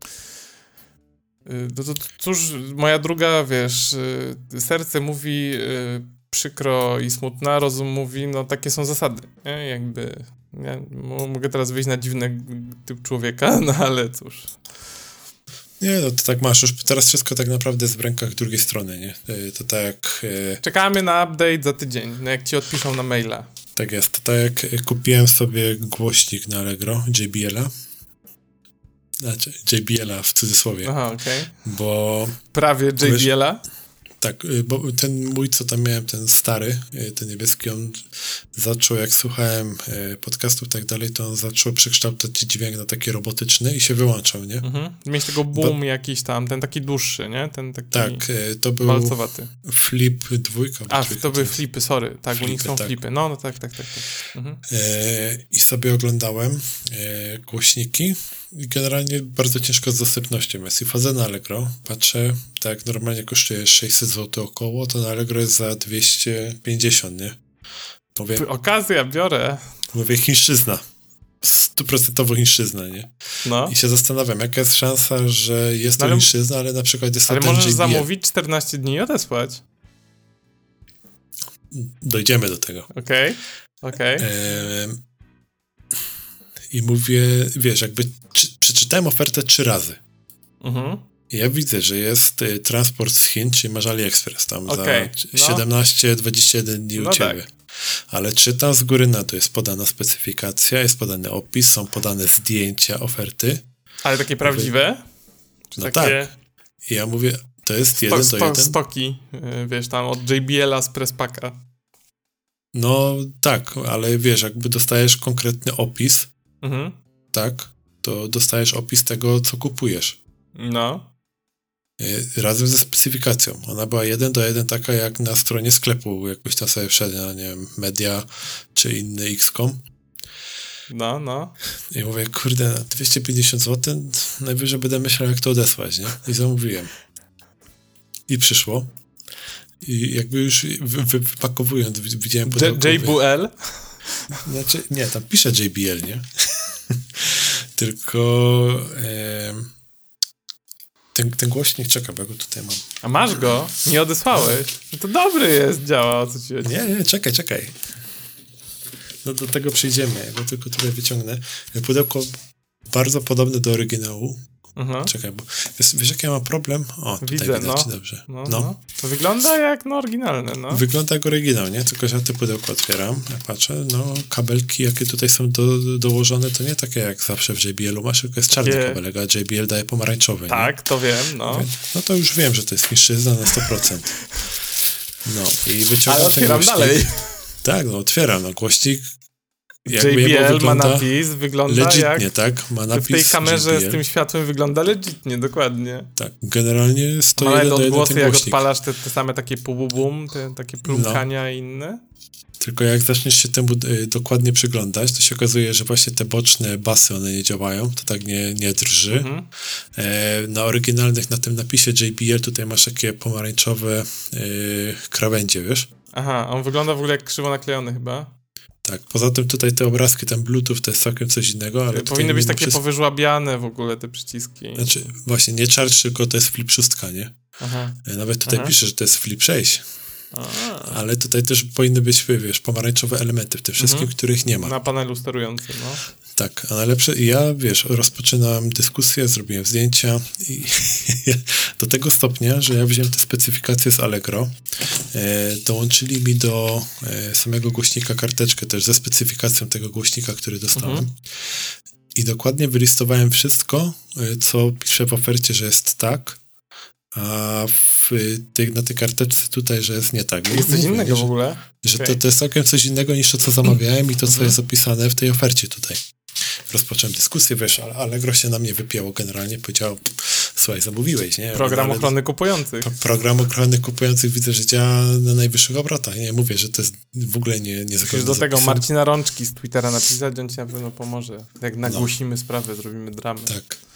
y, to, to cóż, moja druga, wiesz, y, serce mówi y, przykro i smutna, rozum mówi, no takie są zasady, nie? Jakby, nie? Mogę teraz wyjść na dziwny typ człowieka, no ale cóż. Nie, no to tak masz, już teraz wszystko tak naprawdę jest w rękach drugiej strony, nie? To tak jak... E... Czekamy na update za tydzień, no jak ci odpiszą na maila. Tak jest, to tak jak kupiłem sobie głośnik na Allegro, J B L-a, znaczy J B L-a w cudzysłowie. Aha, okej. Okay. Bo... Prawie J B L-a? Tak, bo ten mój, co tam miałem, ten stary, ten niebieski, on zaczął, jak słuchałem podcastów i tak dalej, to on zaczął przekształcać dźwięk na taki robotyczny i się wyłączał, nie? Mhm. Mieć tego boom bo... jakiś tam, ten taki dłuższy, nie? Ten taki tak, to był walcowaty. Flip dwójka. A, trójka, to były flipy, sorry. Tak, flipy, u nich są tak. flipy. No, no tak, tak, tak. tak. Mhm. E, I sobie oglądałem e, głośniki i generalnie bardzo ciężko z dostępnością jest. I wchodzę na Allegro, patrzę, tak normalnie kosztuje sześćset złotych około, to na Allegro jest za dwieście pięćdziesiąt, nie? Mówię, okazja, biorę. Mówię, chińszczyzna. Stuprocentowo chińszczyzna, nie? No. I się zastanawiam, jaka jest szansa, że jest to no, chińszczyzna, ale na przykład jest to ale ten możesz J B L. zamówić czternaście dni i odesłać. Dojdziemy do tego. Okej, okay. okej. Okay. I mówię, wiesz, jakby czy, przeczytałem ofertę trzy razy. Mhm. I ja widzę, że jest y, transport z Chin, czyli masz AliExpress tam okay. za siedemnaście dwadzieścia jeden dni no u ciebie. Tak. Ale czytam z góry na to, jest podana specyfikacja, jest podany opis, są podane zdjęcia oferty. Ale takie prawdziwe? Czy no takie... tak. I ja mówię, to jest sto, jeden sto, do jeden. Stoki, wiesz, tam od J B L-a z Presspaka. No tak, ale wiesz, jakby dostajesz konkretny opis, mhm. tak, to dostajesz opis tego, co kupujesz. No. Razem ze specyfikacją. Ona była jeden do jeden taka jak na stronie sklepu, jakbyś tam sobie wszedł na, nie wiem, Media czy inny X kropka com. No, no. I mówię, kurde, na dwieście pięćdziesiąt złotych najwyżej będę myślał, jak to odesłać, nie? I zamówiłem. I przyszło. I jakby już wy, wy, wypakowując, widziałem pudełko. J B L? Znaczy, nie, tam pisze J B L, nie? Tylko e, ten, ten głośnik, czeka, bo ja go tutaj mam. A masz go? Nie odesłałeś? No to dobry jest, działa, o co ci chodzi. Nie, nie, czekaj, czekaj. No do tego przyjdziemy, ja go tylko tutaj wyciągnę. Pudełko bardzo podobne do oryginału. Uh-huh. Czekaj, bo wiesz, wiesz jaki ja mam problem? O, tutaj widzę, widać no. dobrze. No, no. no. To wygląda jak no oryginalne, no. Wygląda jak oryginał, nie? Tylko że ja te pudełko otwieram, ja patrzę, no kabelki, jakie tutaj są do, dołożone, to nie takie jak zawsze w J B L-u masz, tylko jest czarny takie... kabelek, a J B L daje pomarańczowy. Tak, nie? To wiem, no. Więc, no to już wiem, że to jest chińszczyzna na sto procent. No i wyciągam ale otwieram dalej. Tak, no otwieram, no głośnik J B L ma napis, wygląda legitnie, jak... tak? Ma napis w tej kamerze J B L. Z tym światłem wygląda legitnie, dokładnie. Tak, generalnie jest to ma jeden do jeden odgłosy, ten jak głośnik. odpalasz te, te same takie pum-bum, te takie plumkania no. I inne. Tylko jak zaczniesz się temu y, dokładnie przyglądać, to się okazuje, że właśnie te boczne basy, one nie działają, to tak nie, nie drży. Mhm. E, na oryginalnych, na tym napisie J B L tutaj masz takie pomarańczowe y, krawędzie, wiesz? Aha, on wygląda w ogóle jak krzywo naklejony chyba. Tak, poza tym tutaj te obrazki, ten Bluetooth to jest całkiem coś innego, ale powinny być takie przez... powyżłabiane w ogóle te przyciski. Znaczy, właśnie nie charge, tylko to jest flip sześć, nie? Aha. Nawet tutaj Aha. pisze, że to jest flip sześć. A. Ale tutaj też powinny być, wiesz, pomarańczowe elementy w tym wszystkim, mhm. których nie ma. Na panelu sterującym, no. Tak, a najlepsze, i ja, wiesz, rozpoczynałem dyskusję, zrobiłem zdjęcia i do tego stopnia, że ja wziąłem te specyfikacje z Allegro, e, dołączyli mi do e, samego głośnika karteczkę też ze specyfikacją tego głośnika, który dostałem mhm. i dokładnie wylistowałem wszystko, e, co pisze w ofercie, że jest tak, a w tej, na tej karteczce tutaj, że jest nie tak. Jest coś innego że, w ogóle? Że okay. to, to jest całkiem coś innego niż to, co zamawiałem i to, co mhm. jest opisane w tej ofercie tutaj. Rozpocząłem dyskusję, wiesz, ale Allegro się na mnie wypięło generalnie, powiedział, słuchaj, zamówiłeś, nie? Program ale, ochrony kupujących. Program ochrony kupujących widzę, że działa na najwyższych obrotach. Nie mówię, że to jest w ogóle nie, nie Musisz do tego Marcina Rączki z Twittera napisać, on ci na pewno pomoże. Jak nagłosimy no. sprawę, zrobimy dramę. Tak.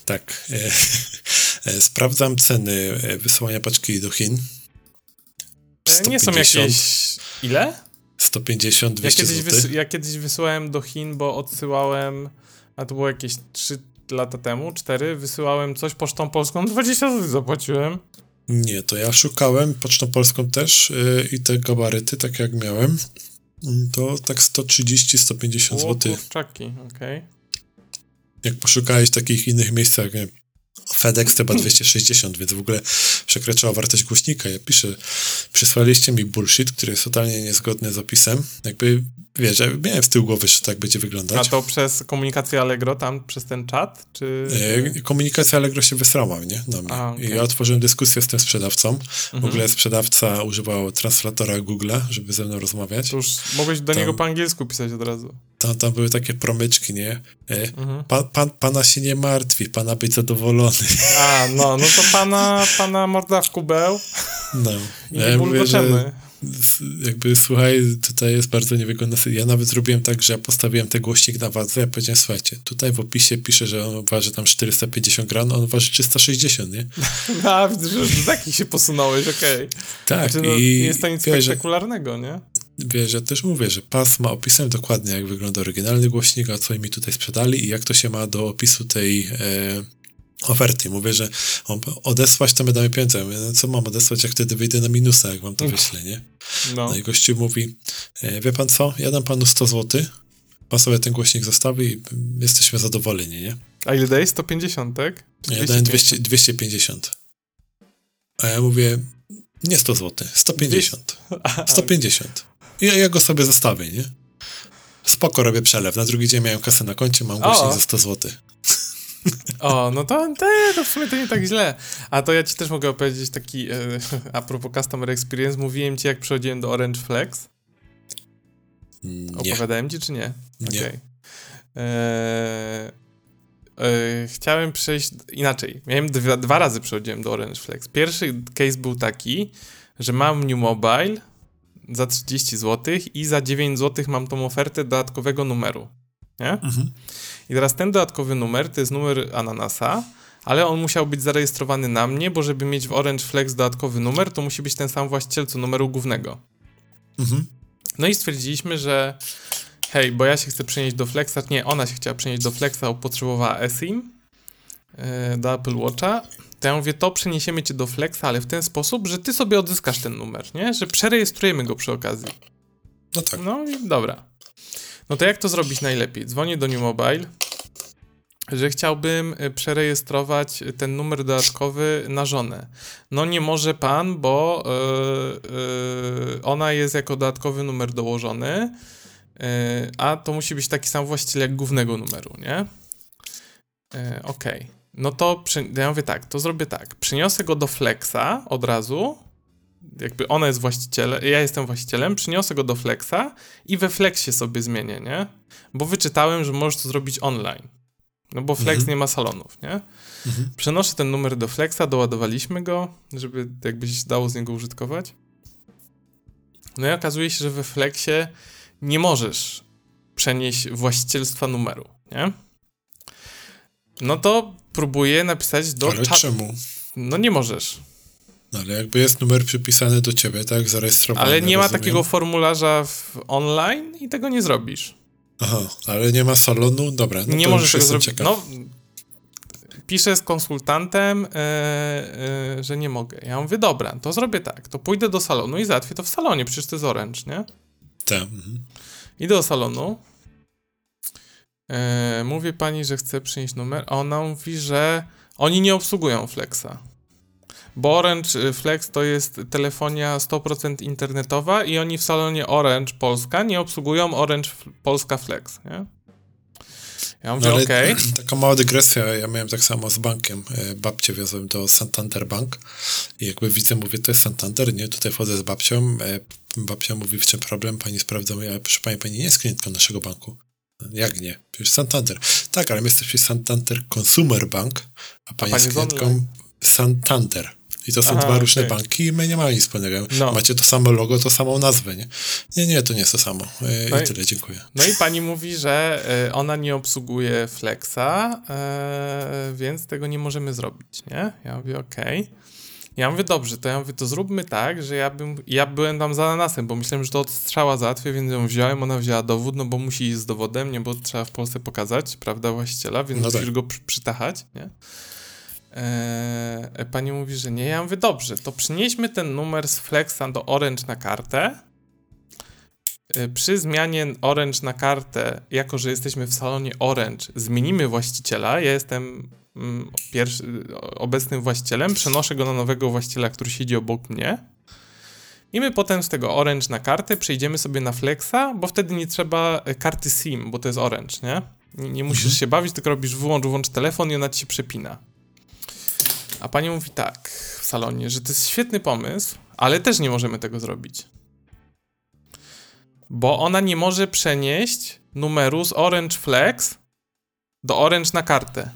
Tak. E, e, sprawdzam ceny wysyłania paczki do Chin. sto pięćdziesiąt Nie są jakieś... Ile? sto pięćdziesiąt, dwieście ja kiedyś, złotych. Wys- ja kiedyś wysyłałem do Chin, bo odsyłałem, a to było jakieś trzy lata temu, cztery, wysyłałem coś pocztą polską, dwadzieścia złotych zapłaciłem. Nie, to ja szukałem pocztą polską też yy, i te gabaryty, tak jak miałem, to tak sto trzydzieści do stu pięćdziesięciu złotych. Kurczaki, okej. Okay. Jak poszukałeś w takich innych miejscach, nie? FedEx chyba dwieście sześćdziesiąt, więc w ogóle przekraczała wartość głośnika. Ja piszę, przysłaliście mi bullshit, który jest totalnie niezgodny z opisem. Jakby, wiesz, ja miałem z tyłu głowy, że tak będzie wyglądać. A to przez komunikację Allegro, tam przez ten czat, czy... E, komunikacja Allegro się wysrała, nie? Na mnie. A, okay. I ja otworzyłem dyskusję z tym sprzedawcą. Mhm. W ogóle sprzedawca używał translatora Google'a, żeby ze mną rozmawiać. To już mogłeś do tam, niego po angielsku pisać od razu. Tam, tam były takie promyczki, nie? E, mhm. pa, pan, pana się nie martwi, pana być zadowolony. A, no, no to pana, pana morda w kubeł. No. I ja mówię, że jakby, słuchaj, tutaj jest bardzo niewygodna sytuacja. Ja nawet zrobiłem tak, że ja postawiłem ten głośnik na wadze, ja powiedziałem, słuchajcie, tutaj w opisie pisze, że on waży tam czterysta pięćdziesiąt gram, on waży trzysta sześćdziesiąt, nie? A, widzę, że do takich się posunąłeś, okej. Okay. Tak. Znaczy, no, i nie jest to nic wiesz, spektakularnego, nie? Wiesz, ja też mówię, że pas ma opisem dokładnie, jak wygląda oryginalny głośnik, a co mi tutaj sprzedali i jak to się ma do opisu tej e, oferty. Mówię, że on odesłać to my damy pieniądze. Ja mówię, no co mam odesłać, jak wtedy wyjdę na minusa, jak wam to wyślę, nie? No. No i gościu mówi, e, wie pan co, ja dam panu sto złotych, pan sobie ten głośnik zostawi i jesteśmy zadowoleni, nie? A ile daje? sto pięćdziesiąt, tak? Ja dałem dwieście, dwieście pięćdziesiąt. A ja mówię, nie sto złotych, sto pięćdziesiąt. sto pięćdziesiąt. I ja, ja go sobie zostawię, nie? Spoko, robię przelew. Na drugi dzień miałem kasę na koncie, mam głośnik za sto złotych. O, no to, to, to w sumie to nie tak źle. A to ja ci też mogę opowiedzieć taki, e, a propos Customer Experience, mówiłem ci, jak przychodziłem do Orange Flex? Nie. Opowiadałem ci, czy nie? Nie. Okay. E, e, chciałem przejść inaczej. Miałem dwa, dwa razy przychodziłem do Orange Flex. Pierwszy case był taki, że mam New Mobile za trzydzieści złotych i za dziewięć złotych mam tą ofertę dodatkowego numeru. Nie? Mhm. I teraz ten dodatkowy numer to jest numer Ananasa, ale on musiał być zarejestrowany na mnie, bo żeby mieć w Orange Flex dodatkowy numer, to musi być ten sam właściciel co numeru głównego. Mhm. No i stwierdziliśmy, że hej, bo ja się chcę przenieść do Flexa, nie, ona się chciała przenieść do Flexa, bo potrzebowała eSIM yy, do Apple Watcha. To ja mówię, to przeniesiemy cię do Flexa, ale w ten sposób, że ty sobie odzyskasz ten numer, nie? Że przerejestrujemy go przy okazji. No tak. No i dobra. No to jak to zrobić najlepiej? Dzwonię do New Mobile, że chciałbym przerejestrować ten numer dodatkowy na żonę. No nie może pan, bo yy, yy, ona jest jako dodatkowy numer dołożony, yy, a to musi być taki sam właściciel jak głównego numeru, nie? Yy, Okej. Okay. No to przy, ja mówię tak, to zrobię tak. Przyniosę go do Flexa od razu, jakby ona jest właścicielem, ja jestem właścicielem, przyniosę go do Flexa i we Flexie sobie zmienię, nie? Bo wyczytałem, że możesz to zrobić online. No bo Flex mhm. nie ma salonów, nie? Mhm. Przenoszę ten numer do Flexa, doładowaliśmy go, żeby jakby się dało z niego użytkować. No i okazuje się, że we Flexie nie możesz przenieść właścicielstwa numeru, nie? No to próbuję napisać do Ale czatu. Czemu? No nie możesz. No ale jakby jest numer przypisany do ciebie, tak? Zarejestrowany. Ale nie ma rozumiem. takiego formularza w online i tego nie zrobisz. Aha, ale nie ma salonu? Dobra, no nie to możesz już tego jestem zrobić. ciekaw. No, piszę z konsultantem, yy, yy, że nie mogę. Ja mówię, dobra, to zrobię tak, to pójdę do salonu i załatwię to w salonie, przecież to jest Orange, nie? Tak. Mhm. Idę do salonu, yy, mówię pani, że chce przynieść numer, a ona mówi, że oni nie obsługują Flexa. Bo Orange Flex to jest telefonia sto procent internetowa i oni w salonie Orange Polska nie obsługują Orange Polska Flex, nie? Ja mówię, no, okej. Okay. Taka mała dygresja, ja miałem tak samo z bankiem. Babcię wiozłem do Santander Bank i jakby widzę, mówię, to jest Santander, nie? Tutaj wchodzę z babcią, babcia mówi, w czym problem, pani sprawdza, ja proszę pani, pani nie jest klientką naszego banku. Jak nie? Przecież Santander. Tak, ale my jesteśmy Santander Consumer Bank, a pani, a pani jest klientką Santander. I to są Aha, dwa różne okay. banki i my nie mamy nic wspólnego. No. Macie to samo logo, to samą nazwę, nie? Nie, nie, to nie jest to samo. I, no i tyle, dziękuję. No i pani mówi, że ona nie obsługuje Flexa, e, więc tego nie możemy zrobić, nie? Ja mówię, okej. Okay. Ja mówię, dobrze, to ja mówię, to zróbmy tak, że ja bym, ja byłem tam za ananasem, bo myślałem, że to od strzała załatwię, więc ją wziąłem, ona wzięła dowód, no bo musi iść z dowodem, nie, bo trzeba w Polsce pokazać, prawda, właściciela, więc no musisz tak. go przy, przytachać, nie? Eee, pani mówi, że nie, ja mówię, dobrze, to przynieśmy ten numer z Flexa do Orange na kartę. Eee, przy zmianie Orange na kartę, jako że jesteśmy w salonie Orange, zmienimy właściciela, ja jestem mm, pierwszy, obecnym właścicielem, przenoszę go na nowego właściciela, który siedzi obok mnie i my potem z tego Orange na kartę przejdziemy sobie na Flexa, bo wtedy nie trzeba karty SIM, bo to jest Orange, nie? Nie, nie musisz mhm. się bawić, tylko robisz wyłącz, włącz telefon i ona ci się przepina. A pani mówi tak w salonie, że to jest świetny pomysł, ale też nie możemy tego zrobić. Bo ona nie może przenieść numeru z Orange Flex do Orange na kartę.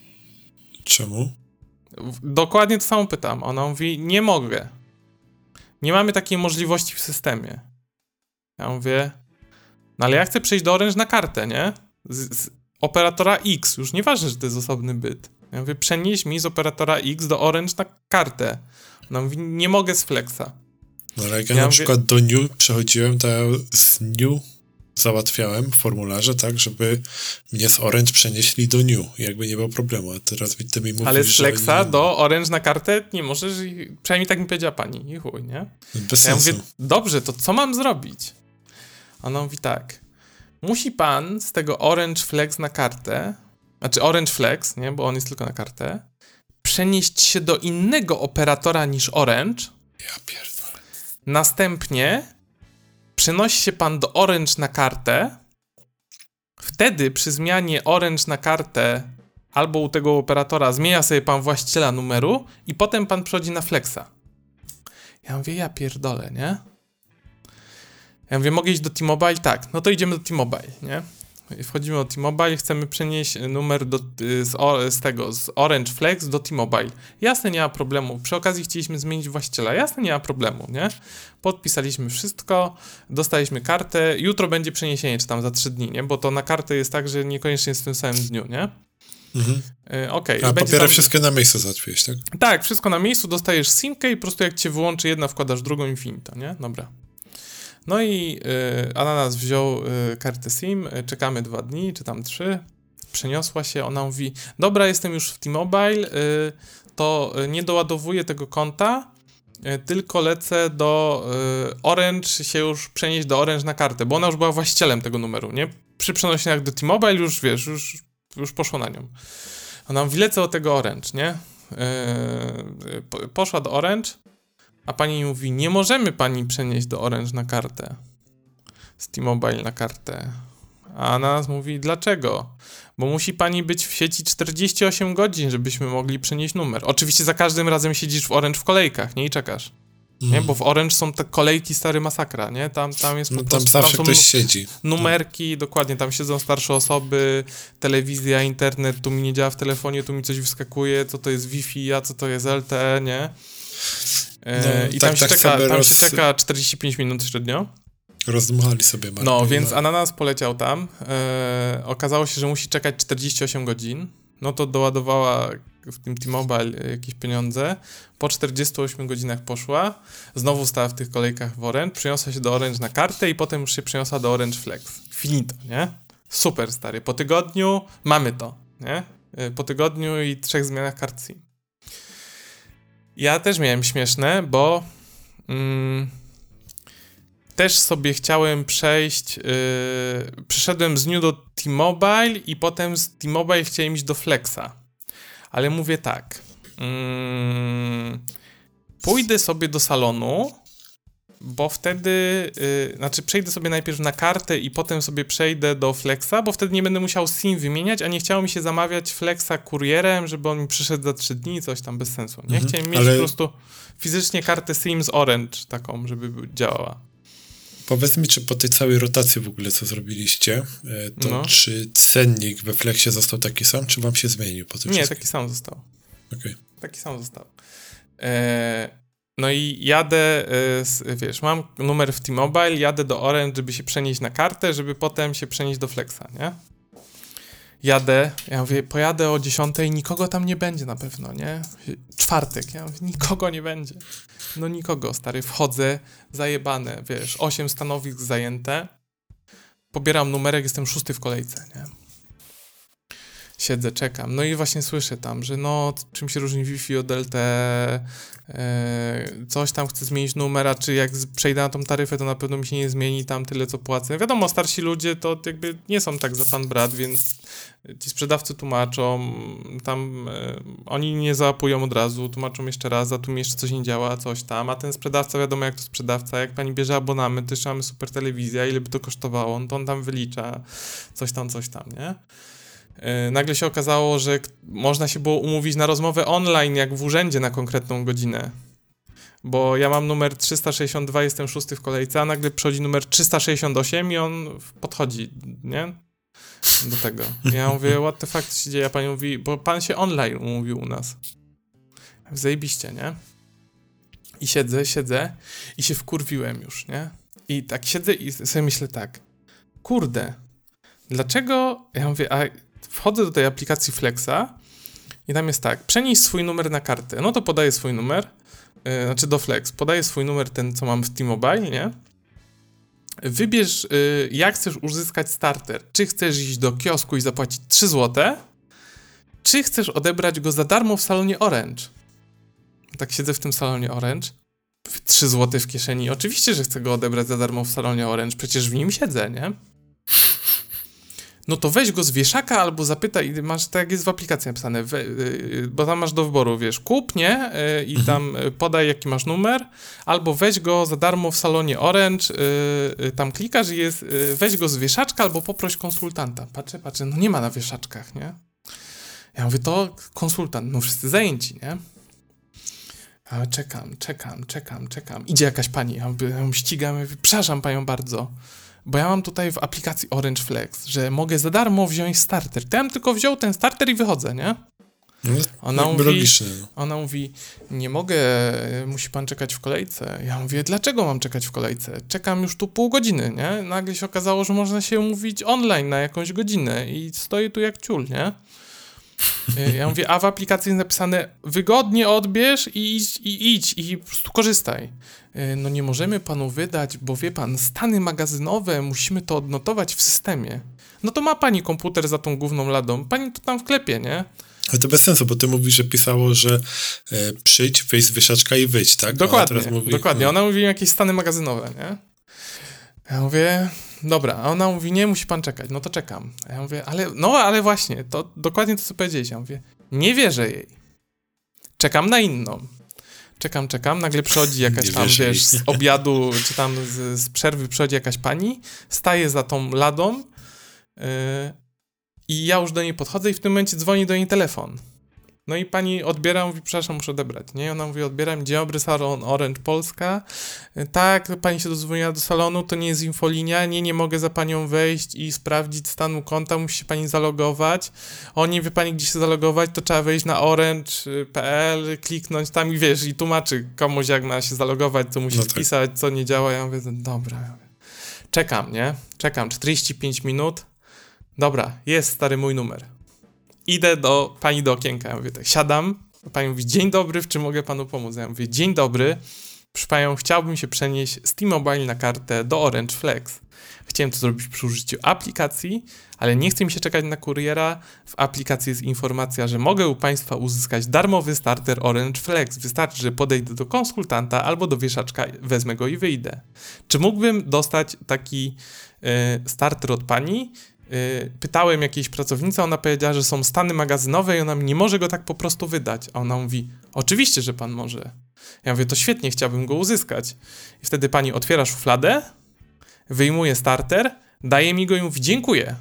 Czemu? Dokładnie to samo pytam. Ona mówi, nie mogę. Nie mamy takiej możliwości w systemie. Ja mówię, no ale ja chcę przejść do Orange na kartę, nie? Z, z operatora X, już nieważne, że to jest osobny byt. Ja mówię, przenieś mi z operatora X do Orange na kartę. No mówi, nie mogę z Flexa. No ale jak ja, ja na mówię, przykład do New przechodziłem, to ja z New załatwiałem formularze tak, żeby mnie z Orange przenieśli do New. Jakby nie było problemu. A teraz ty mi mówisz, ale z Flexa że nie... do Orange na kartę nie możesz, przynajmniej tak mi powiedziała pani. I chuj, nie? Bez ja sensu. mówię, dobrze, to co mam zrobić? Ona mówi tak. Musi pan z tego Orange Flex na kartę, znaczy Orange Flex, nie, bo on jest tylko na kartę, przenieść się do innego operatora niż Orange. Ja pierdolę. Następnie przenosi się pan do Orange na kartę. Wtedy przy zmianie Orange na kartę albo u tego operatora zmienia sobie pan właściciela numeru i potem pan przechodzi na Flexa. Ja mówię, ja pierdolę, nie? Ja mówię, mogę iść do T-Mobile? Tak, no to idziemy do T-Mobile, nie? Wchodzimy do T-Mobile, chcemy przenieść numer do, z, z tego, z Orange Flex do T-Mobile. Jasne, nie ma problemu. Przy okazji chcieliśmy zmienić właściciela. Jasne, nie ma problemu, nie? Podpisaliśmy wszystko, dostaliśmy kartę. Jutro będzie przeniesienie, czy tam za trzy dni, nie? Bo to na kartę jest tak, że niekoniecznie jest w tym samym dniu, nie? Mhm. Y, okay. A papiery tam... wszystkie na miejscu załatwiłeś, tak? Tak, wszystko na miejscu, dostajesz simkę i po prostu jak cię wyłączy jedna, wkładasz drugą i finito, nie? Dobra. No i y, Ananas wziął y, kartę SIM, y, czekamy dwa dni, czy tam trzy, przeniosła się, ona mówi, dobra, jestem już w T-Mobile, y, to y, nie doładowuję tego konta, y, tylko lecę do y, Orange, się już przenieść do Orange na kartę, bo ona już była właścicielem tego numeru, nie? Przy przenośniach do T-Mobile już, wiesz, już, już poszło na nią. Ona mówi, lecę do tego Orange, nie? Y, y, po, poszła do Orange, a pani mówi, nie możemy pani przenieść do Orange na kartę. Z T-Mobile na kartę. A nas mówi, dlaczego? Bo musi pani być w sieci czterdzieści osiem godzin, żebyśmy mogli przenieść numer. Oczywiście za każdym razem siedzisz w Orange w kolejkach, nie? I czekasz. Mm. Nie? Bo w Orange są te kolejki stary masakra, nie? Tam, tam jest po no, prostu... Tam zawsze tam ktoś siedzi. Numerki, dokładnie, tam siedzą starsze osoby, telewizja, internet, tu mi nie działa w telefonie, tu mi coś wyskakuje, co to jest Wi-Fi, a co to jest L T E, nie? No, I tak, tam, się, tak czeka, tam roz... się czeka czterdzieści pięć minut średnio. Rozdmuchali sobie markę. No, więc Ananas poleciał tam. E, okazało się, że musi czekać czterdzieści osiem godzin. No to doładowała w tym T-Mobile jakieś pieniądze. Po czterdziestu ośmiu godzinach poszła. Znowu stała w tych kolejkach w Orange. Przyniosła się do Orange na kartę i potem już się przyniosła do Orange Flex. Finito, nie? Super, stary. Po tygodniu mamy to, nie? Po tygodniu i trzech zmianach kart SIM. Ja też miałem śmieszne, bo mm, też sobie chciałem przejść, yy, przyszedłem z New do T-Mobile i potem z T-Mobile chciałem iść do Flexa. Ale mówię tak, yy, pójdę sobie do salonu, bo wtedy, yy, znaczy przejdę sobie najpierw na kartę i potem sobie przejdę do Flexa, bo wtedy nie będę musiał SIM wymieniać, a nie chciało mi się zamawiać Flexa kurierem, żeby on mi przyszedł za trzy dni, coś tam bez sensu. Nie? Chciałem mieć ale... po prostu fizycznie kartę SIM z Orange taką, żeby działała. Powiedz mi, czy po tej całej rotacji w ogóle, co zrobiliście, to no. czy cennik we Flexie został taki sam, czy wam się zmienił po tym Nie, wszystkim? taki sam został. Okay. Taki sam został. E, no i jadę, e, wiesz, mam numer w T-Mobile, jadę do Orange, żeby się przenieść na kartę, żeby potem się przenieść do Flexa, nie? Jadę, ja mówię, pojadę o dziesiątej, nikogo tam nie będzie na pewno, nie? Czwartek, ja mówię, nikogo nie będzie. No nikogo, stary, wchodzę, zajebane, wiesz, osiem stanowisk zajęte, pobieram numerek, jestem szósty w kolejce, nie? Siedzę, czekam, no i właśnie słyszę tam, że no, czym się różni Wi-Fi od L T E, yy, coś tam chcę zmienić numer, a czy jak przejdę na tą taryfę, to na pewno mi się nie zmieni tam tyle, co płacę. Wiadomo, starsi ludzie to jakby nie są tak za pan brat, więc ci sprzedawcy tłumaczą, tam yy, oni nie załapują od razu, tłumaczą jeszcze raz, a tu mi jeszcze coś nie działa, coś tam, a ten sprzedawca, wiadomo jak to sprzedawca, jak pani bierze abonament, to jeszcze mamy super telewizja, ile by to kosztowało, no to on tam wylicza, coś tam, coś tam, nie? Nagle się okazało, że można się było umówić na rozmowę online, jak w urzędzie na konkretną godzinę. Bo ja mam numer trzysta sześćdziesiąt dwa, jestem szósty w kolejce, a nagle przychodzi numer trzysta sześćdziesiąt osiem i on podchodzi, nie? Do tego. Ja mówię, what the fuck się dzieje? A pani mówi, bo pan się online umówił u nas. Zajebiście, nie? I siedzę, siedzę i się wkurwiłem już, nie? I tak siedzę i sobie myślę tak, kurde, dlaczego, ja mówię, a wchodzę do tej aplikacji Flexa i tam jest tak, przenieś swój numer na kartę. No to podaję swój numer, yy, znaczy do Flex, podaję swój numer, ten co mam w T-Mobile, nie? Wybierz, yy, jak chcesz uzyskać starter. Czy chcesz iść do kiosku i zapłacić trzy złote, czy chcesz odebrać go za darmo w salonie Orange. Tak siedzę w tym salonie Orange, trzy złote w kieszeni. Oczywiście, że chcę go odebrać za darmo w salonie Orange, przecież w nim siedzę, nie? No to weź go z wieszaka albo zapytaj, masz tak jak jest w aplikacji napisane, we, yy, bo tam masz do wyboru, wiesz, kup, nie? Yy, I tam yy, podaj jaki masz numer, albo weź go za darmo w salonie Orange, yy, yy, tam klikasz i jest, yy, weź go z wieszaczka albo poproś konsultanta. Patrzę, patrzę, no nie ma na wieszaczkach, nie? Ja mówię, to konsultant, no wszyscy zajęci, nie? Ale czekam, czekam, czekam, czekam. Idzie jakaś pani, ja mówię, ja ją ścigam, ja mówię, przepraszam panią bardzo, bo ja mam tutaj w aplikacji Orange Flex, że mogę za darmo wziąć starter. To ja bym tylko wziął ten starter i wychodzę, nie? Ona mówi, logiczne. ona mówi, nie mogę, musi pan czekać w kolejce. Ja mówię, dlaczego mam czekać w kolejce? Czekam już tu pół godziny, nie? Nagle się okazało, że można się umówić online na jakąś godzinę i stoję tu jak ciul, nie? Ja mówię, a w aplikacji jest napisane wygodnie odbierz i idź, i idź, i po prostu korzystaj. No nie możemy panu wydać, bo wie pan, stany magazynowe, musimy to odnotować w systemie. No to ma pani komputer za tą główną ladą, pani to tam wklepie, nie? Ale to bez sensu, bo ty mówisz, że pisało, że e, przyjdź, wyjść z wieszaczka i wyjdź, tak? Dokładnie, teraz mówi, dokładnie. No. Ona mówi jakieś stany magazynowe, nie? Ja mówię, dobra, a ona mówi, nie, musi pan czekać, no to czekam. A ja mówię, ale, no ale właśnie, to dokładnie to, co powiedziałeś. Ja mówię, nie wierzę jej. Czekam na inną. Czekam, czekam, nagle przychodzi jakaś nie tam, wiesz, jej. z obiadu, czy tam z, z przerwy przychodzi jakaś pani, staje za tą ladą yy, i ja już do niej podchodzę i w tym momencie dzwoni do niej telefon. No i pani odbiera, mówi, przepraszam, muszę odebrać, nie? I ona mówi, odbieram, dzień dobry, salon Orange Polska. Tak, pani się dozwoniła do salonu, to nie jest infolinia, nie, nie mogę za panią wejść i sprawdzić stanu konta, musi się pani zalogować. O, nie wie pani, gdzie się zalogować, to trzeba wejść na orange kropka p l, kliknąć tam i wiesz, i tłumaczy komuś, jak ma się zalogować, co musi no tak. wpisać, co nie działa. Ja mówię, dobra, czekam, nie? Czekam, czterdzieści pięć minut. Dobra, jest stary mój numer. Idę do pani do okienka, ja mówię tak, siadam, pani mówi, dzień dobry, w czym mogę panu pomóc? Ja mówię, dzień dobry, proszę panią, chciałbym się przenieść z T-Mobile na kartę do Orange Flex. Chciałem to zrobić przy użyciu aplikacji, ale nie chce mi się czekać na kuriera. W aplikacji jest informacja, że mogę u państwa uzyskać darmowy starter Orange Flex. Wystarczy, że podejdę do konsultanta albo do wieszaczka, wezmę go i wyjdę. Czy mógłbym dostać taki y, starter od pani? Pytałem jakiejś pracownicy, ona powiedziała, że są stany magazynowe i ona nie może go tak po prostu wydać. A ona mówi, oczywiście, że pan może. Ja mówię, to świetnie, chciałbym go uzyskać. I wtedy pani otwiera szufladę, wyjmuje starter, daje mi go i mówi, dziękuję.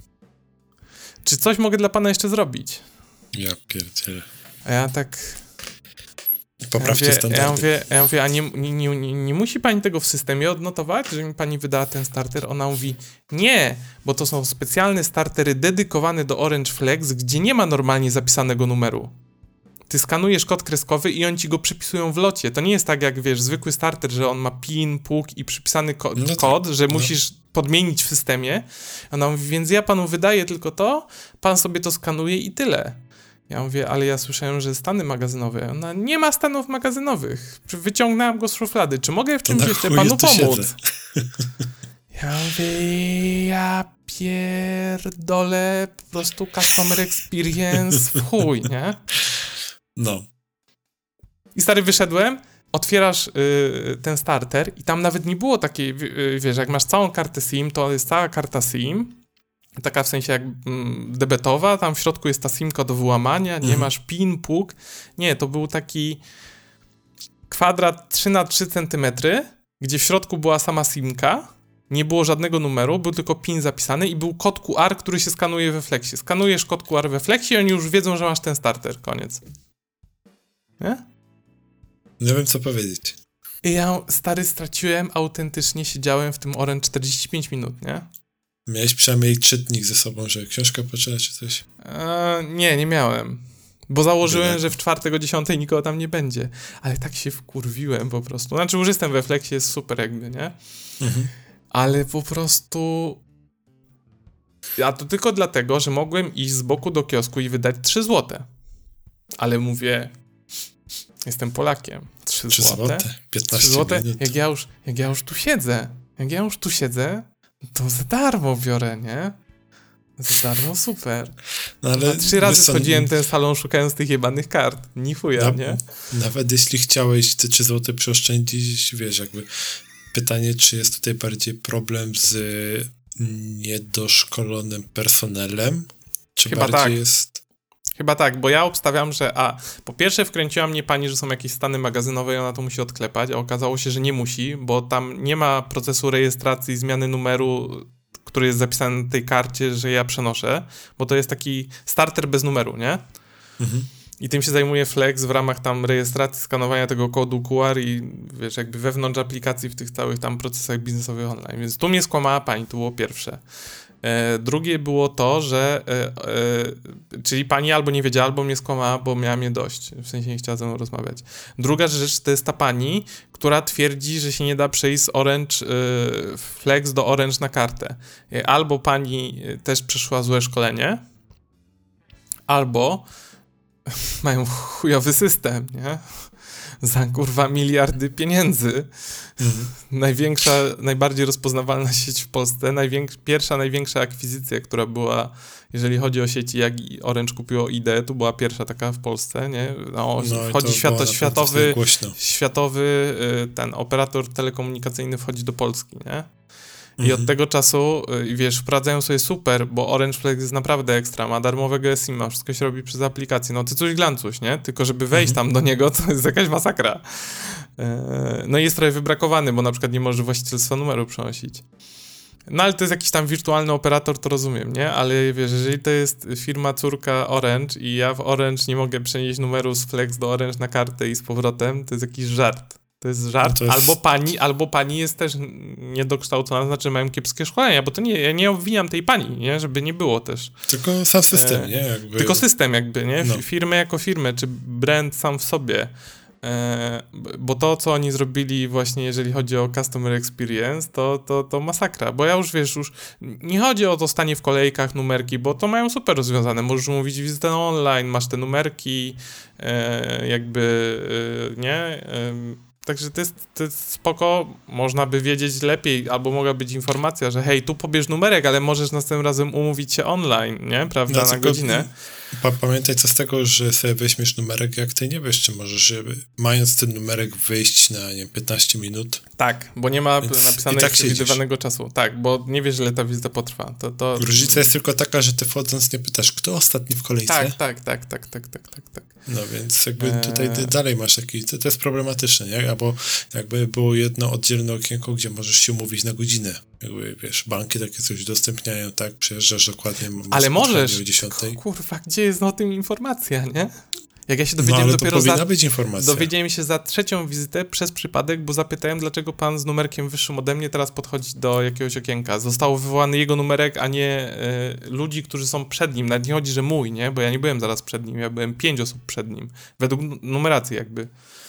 Czy coś mogę dla pana jeszcze zrobić? Ja pierdzielę. A ja tak... Poprawcie ja mówię, standardy. Ja mówię, ja mówię a nie, nie, nie, nie, nie musi pani tego w systemie odnotować, że mi pani wydała ten starter? Ona mówi, nie, bo to są specjalne startery dedykowane do Orange Flex, gdzie nie ma normalnie zapisanego numeru. ty skanujesz kod kreskowy i oni ci go przypisują w locie. To nie jest tak jak, wiesz, zwykły starter, że on ma PIN, puk i przypisany ko- no tak, kod, że no. musisz podmienić w systemie. Ona mówi, więc ja panu wydaję tylko to, pan sobie to skanuje i tyle. Ja mówię, ale ja słyszałem, że stany magazynowe. Ona, nie ma stanów magazynowych. Wyciągnęłam go z szuflady. Czy mogę w czymś jeszcze panu pomóc? Ja mówię, ja pierdolę, po prostu customer experience w chuj, nie? No. I stary, wyszedłem, otwierasz y, ten starter i tam nawet nie było takiej, y, wiesz, jak masz całą kartę SIM, to jest cała karta SIM, taka w sensie jak mm, debetowa, tam w środku jest ta SIMka do wyłamania, nie mhm. masz PIN, puk. Nie, to był taki kwadrat trzy na trzy centymetry, gdzie w środku była sama SIMka, nie było żadnego numeru, był tylko PIN zapisany i był kod Q R, który się skanuje we Flexie. Skanujesz kod Q R we Flexie i oni już wiedzą, że masz ten starter. Koniec. Nie? Nie wiem, co powiedzieć. I ja, stary, straciłem, autentycznie siedziałem w tym Orange czterdzieści pięć minut, nie? Miałeś przynajmniej czytnik ze sobą, że książkę poczytać czy coś? Eee, nie, nie miałem. Bo założyłem, Byle. że w czwartek o dziesiątej nikogo tam nie będzie. Ale tak się wkurwiłem po prostu. Znaczy, już jestem we Flexie, jest super jakby, nie? Mhm. Ale po prostu... A to tylko dlatego, że mogłem iść z boku do kiosku i wydać trzy złote. Ale mówię... Jestem Polakiem. trzy złote? piętnaście minut. Jak ja, już, jak ja już tu siedzę, jak ja już tu siedzę, to za darmo biorę, nie? Za darmo, super. No ale trzy razy są... schodziłem ten salon szukając tych jebanych kart. Ni chuja, Na, nie? Nawet jeśli chciałeś te trzy złote przeoszczędzić, wiesz, jakby pytanie, czy jest tutaj bardziej problem z niedoszkolonym personelem, czy Chyba bardziej tak. jest... Chyba tak, bo ja obstawiam, że a, po pierwsze wkręciła mnie pani, że są jakieś stany magazynowe i ona to musi odklepać, a okazało się, że nie musi, bo tam nie ma procesu rejestracji, zmiany numeru, który jest zapisany na tej karcie, że ja przenoszę, bo to jest taki starter bez numeru, nie? Mhm. I tym się zajmuje Flex w ramach tam rejestracji, skanowania tego kodu Q R i wiesz, jakby wewnątrz aplikacji w tych całych tam procesach biznesowych online. Więc tu mnie skłamała pani, to było pierwsze. E, drugie było to, że e, e, czyli pani albo nie wiedziała, albo mnie skłamała, bo miała mnie dość. W sensie nie chciała ze mną rozmawiać. Druga rzecz to jest ta pani, która twierdzi, że się nie da przejść z Orange e, Flex do Orange na kartę. E, albo pani też przeszła złe szkolenie, albo mają chujowy system, nie? Za kurwa miliardy pieniędzy. Mhm. Największa, najbardziej rozpoznawalna sieć w Polsce, najwięks- pierwsza, największa akwizycja, która była, jeżeli chodzi o sieci, jak Orange kupiło I D, to była pierwsza taka w Polsce, nie? No, no wchodzi świato, światowy, światowy ten operator telekomunikacyjny wchodzi do Polski, nie? I mhm. od tego czasu, wiesz, wprowadzają sobie super, bo Orange Flex jest naprawdę ekstra, ma darmowego SIM-a, wszystko się robi przez aplikację, no ty coś glancuś, nie? Tylko żeby wejść mhm. tam do niego, to jest jakaś masakra. No i jest trochę wybrakowany, bo na przykład nie może właścicielstwa numeru przenosić. No ale to jest jakiś tam wirtualny operator, to rozumiem, nie? Ale wiesz, jeżeli to jest firma córka Orange i ja w Orange nie mogę przenieść numeru z Flex do Orange na kartę i z powrotem, to jest jakiś żart. To jest żart, no to jest... albo pani, albo pani jest też niedokształcona, znaczy mają kiepskie szkolenia, bo to nie, ja nie obwiniam tej pani, nie, żeby nie było też. Tylko sam system, e, nie? Jakby... Tylko system jakby, nie? No. Firmy jako firmy, czy brand sam w sobie. E, bo to, co oni zrobili właśnie, jeżeli chodzi o customer experience, to, to, to masakra, bo ja już, wiesz, już nie chodzi o to stanie w kolejkach, numerki, bo to mają super rozwiązane, możesz mówić wizytę online, masz te numerki, e, jakby, e, nie? E, Także to jest, to jest spoko, można by wiedzieć lepiej, albo mogła być informacja, że hej, tu pobierz numerek, ale możesz następnym razem umówić się online, nie? Prawda, no, na godzinę. Pa- pamiętaj co z tego, że sobie weźmiesz numerek, jak ty nie wiesz, czy możesz, mając ten numerek, wyjść na, nie wiem, piętnaście minut. Tak, bo nie ma Więc napisanego tak przewidywanego czasu. Tak, bo nie wiesz, ile ta wizyta potrwa. To, to... Różnica jest tylko taka, że ty wchodząc nie pytasz, kto ostatni w kolejce. Tak, tak, tak, tak, tak, tak, tak, tak. No więc jakby tutaj ty dalej masz taki, to, to jest problematyczne, nie? Albo jakby było jedno oddzielne okienko, gdzie możesz się umówić na godzinę. Jakby, wiesz, banki takie coś udostępniają, tak? Przyjeżdżasz dokładnie. Ale możesz. O dziesiątej. Kurwa, gdzie jest o tym informacja, nie? Jak ja się No dowiedziałem ale to dopiero powinna za... być informacja. Dowiedziałem się za trzecią wizytę przez przypadek, bo zapytałem, dlaczego pan z numerkiem wyższym ode mnie teraz podchodzi do jakiegoś okienka. Został wywołany jego numerek, a nie y, ludzi, którzy są przed nim. Nawet nie chodzi, że mój, nie? Bo ja nie byłem zaraz przed nim, ja byłem pięć osób przed nim. Według n- numeracji jakby. Y,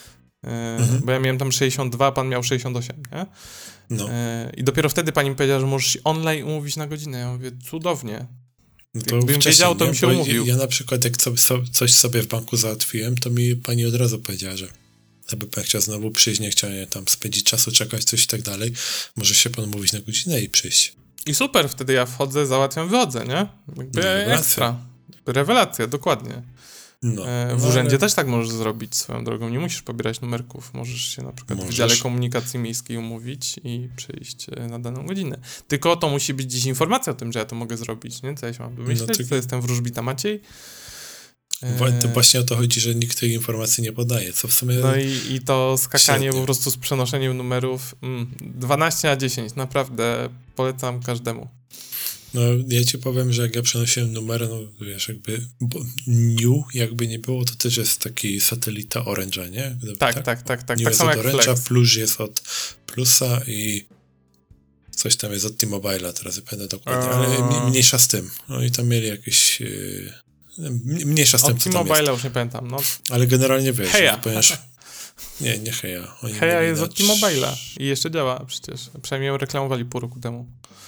Mhm. Bo ja miałem tam sześćdziesiąt dwa, pan miał sześćdziesiąt osiem, nie? No. Y, I dopiero wtedy pani mi powiedziała, że możesz się online umówić na godzinę. Ja mówię, cudownie. No to Jakbym wcześniej, wiedział, to nie? bym się Bo umówił. Ja na przykład jak co, so, coś sobie w banku załatwiłem, to mi pani od razu powiedziała, że jakby pan chciał znowu przyjść, nie chciał nie, tam spędzić czasu, czekać, coś i tak dalej, może się pan umówić na godzinę i przyjść. I super, wtedy ja wchodzę, załatwiam, wychodzę, nie? Jakby No, rewelacja. ekstra. Rewelacja, dokładnie. No, E, w no, urzędzie ale- też tak możesz zrobić swoją drogą. Nie musisz pobierać numerków. Możesz się na przykład w Możesz. Wydziale Komunikacji Miejskiej umówić i przyjść e, na daną godzinę. Tylko to musi być gdzieś informacja o tym, że ja to mogę zrobić, nie? Co ja się mam domyśleć? No, ty- To jestem wróżbita Maciej. E, Wa- To właśnie o to chodzi, że nikt tej informacji nie podaje, co w sumie... No i, i to skakanie Świetnie. po prostu z przenoszeniem numerów. Mm, dwanaście na dziesięć, naprawdę polecam każdemu. No, ja ci powiem, że jak ja przenosiłem numer, no wiesz, jakby bo New, jakby nie było, to też jest taki satelita Orange'a, nie? Gdyby Tak, tak, tak, tak. Tak, New jest samo od jak Orange'a, Flex. Plus jest od Plusa i coś tam jest od T-Mobile'a, teraz nie pamiętam dokładnie, ale Eee. mniej- mniejsza z tym. No i tam mieli jakieś... Yy, m- mniejsza z tym, Od co tam jest. T-Mobile'a już nie pamiętam, no. Ale generalnie wiesz, Heja. jak powiesz... Nie, nie Heja. Oni Heja mieli jest na od T-Mobile'a i jeszcze działa przecież. Przynajmniej ją reklamowali pół roku temu.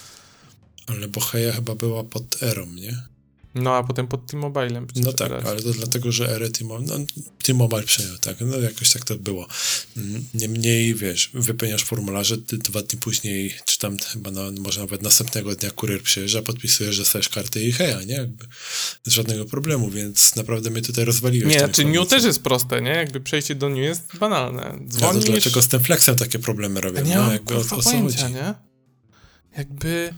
Ale bo Heja chyba była pod Erą, nie? No, a potem pod T-Mobilem. przecież No tak, teraz. ale to dlatego, że Erę T-Mobile, no, T-Mobile przejął, tak, no jakoś tak to było. Mm, Niemniej, wiesz, wypełniasz formularze, ty, dwa dni później, czy tam chyba na, może nawet następnego dnia kurier przyjeżdża, podpisujesz, że dostajesz kartę i heja, nie? Jakby bez żadnego problemu, więc naprawdę mnie tutaj rozwaliłeś. Nie, tą znaczy New informacją. też jest proste, nie? Jakby przejście do New jest banalne. Ja to Dzwonisz... dlaczego z tym flexem takie problemy robią? A nie no, mam jakby o, kurwa o co pojęcia, chodzi? nie? Jakby...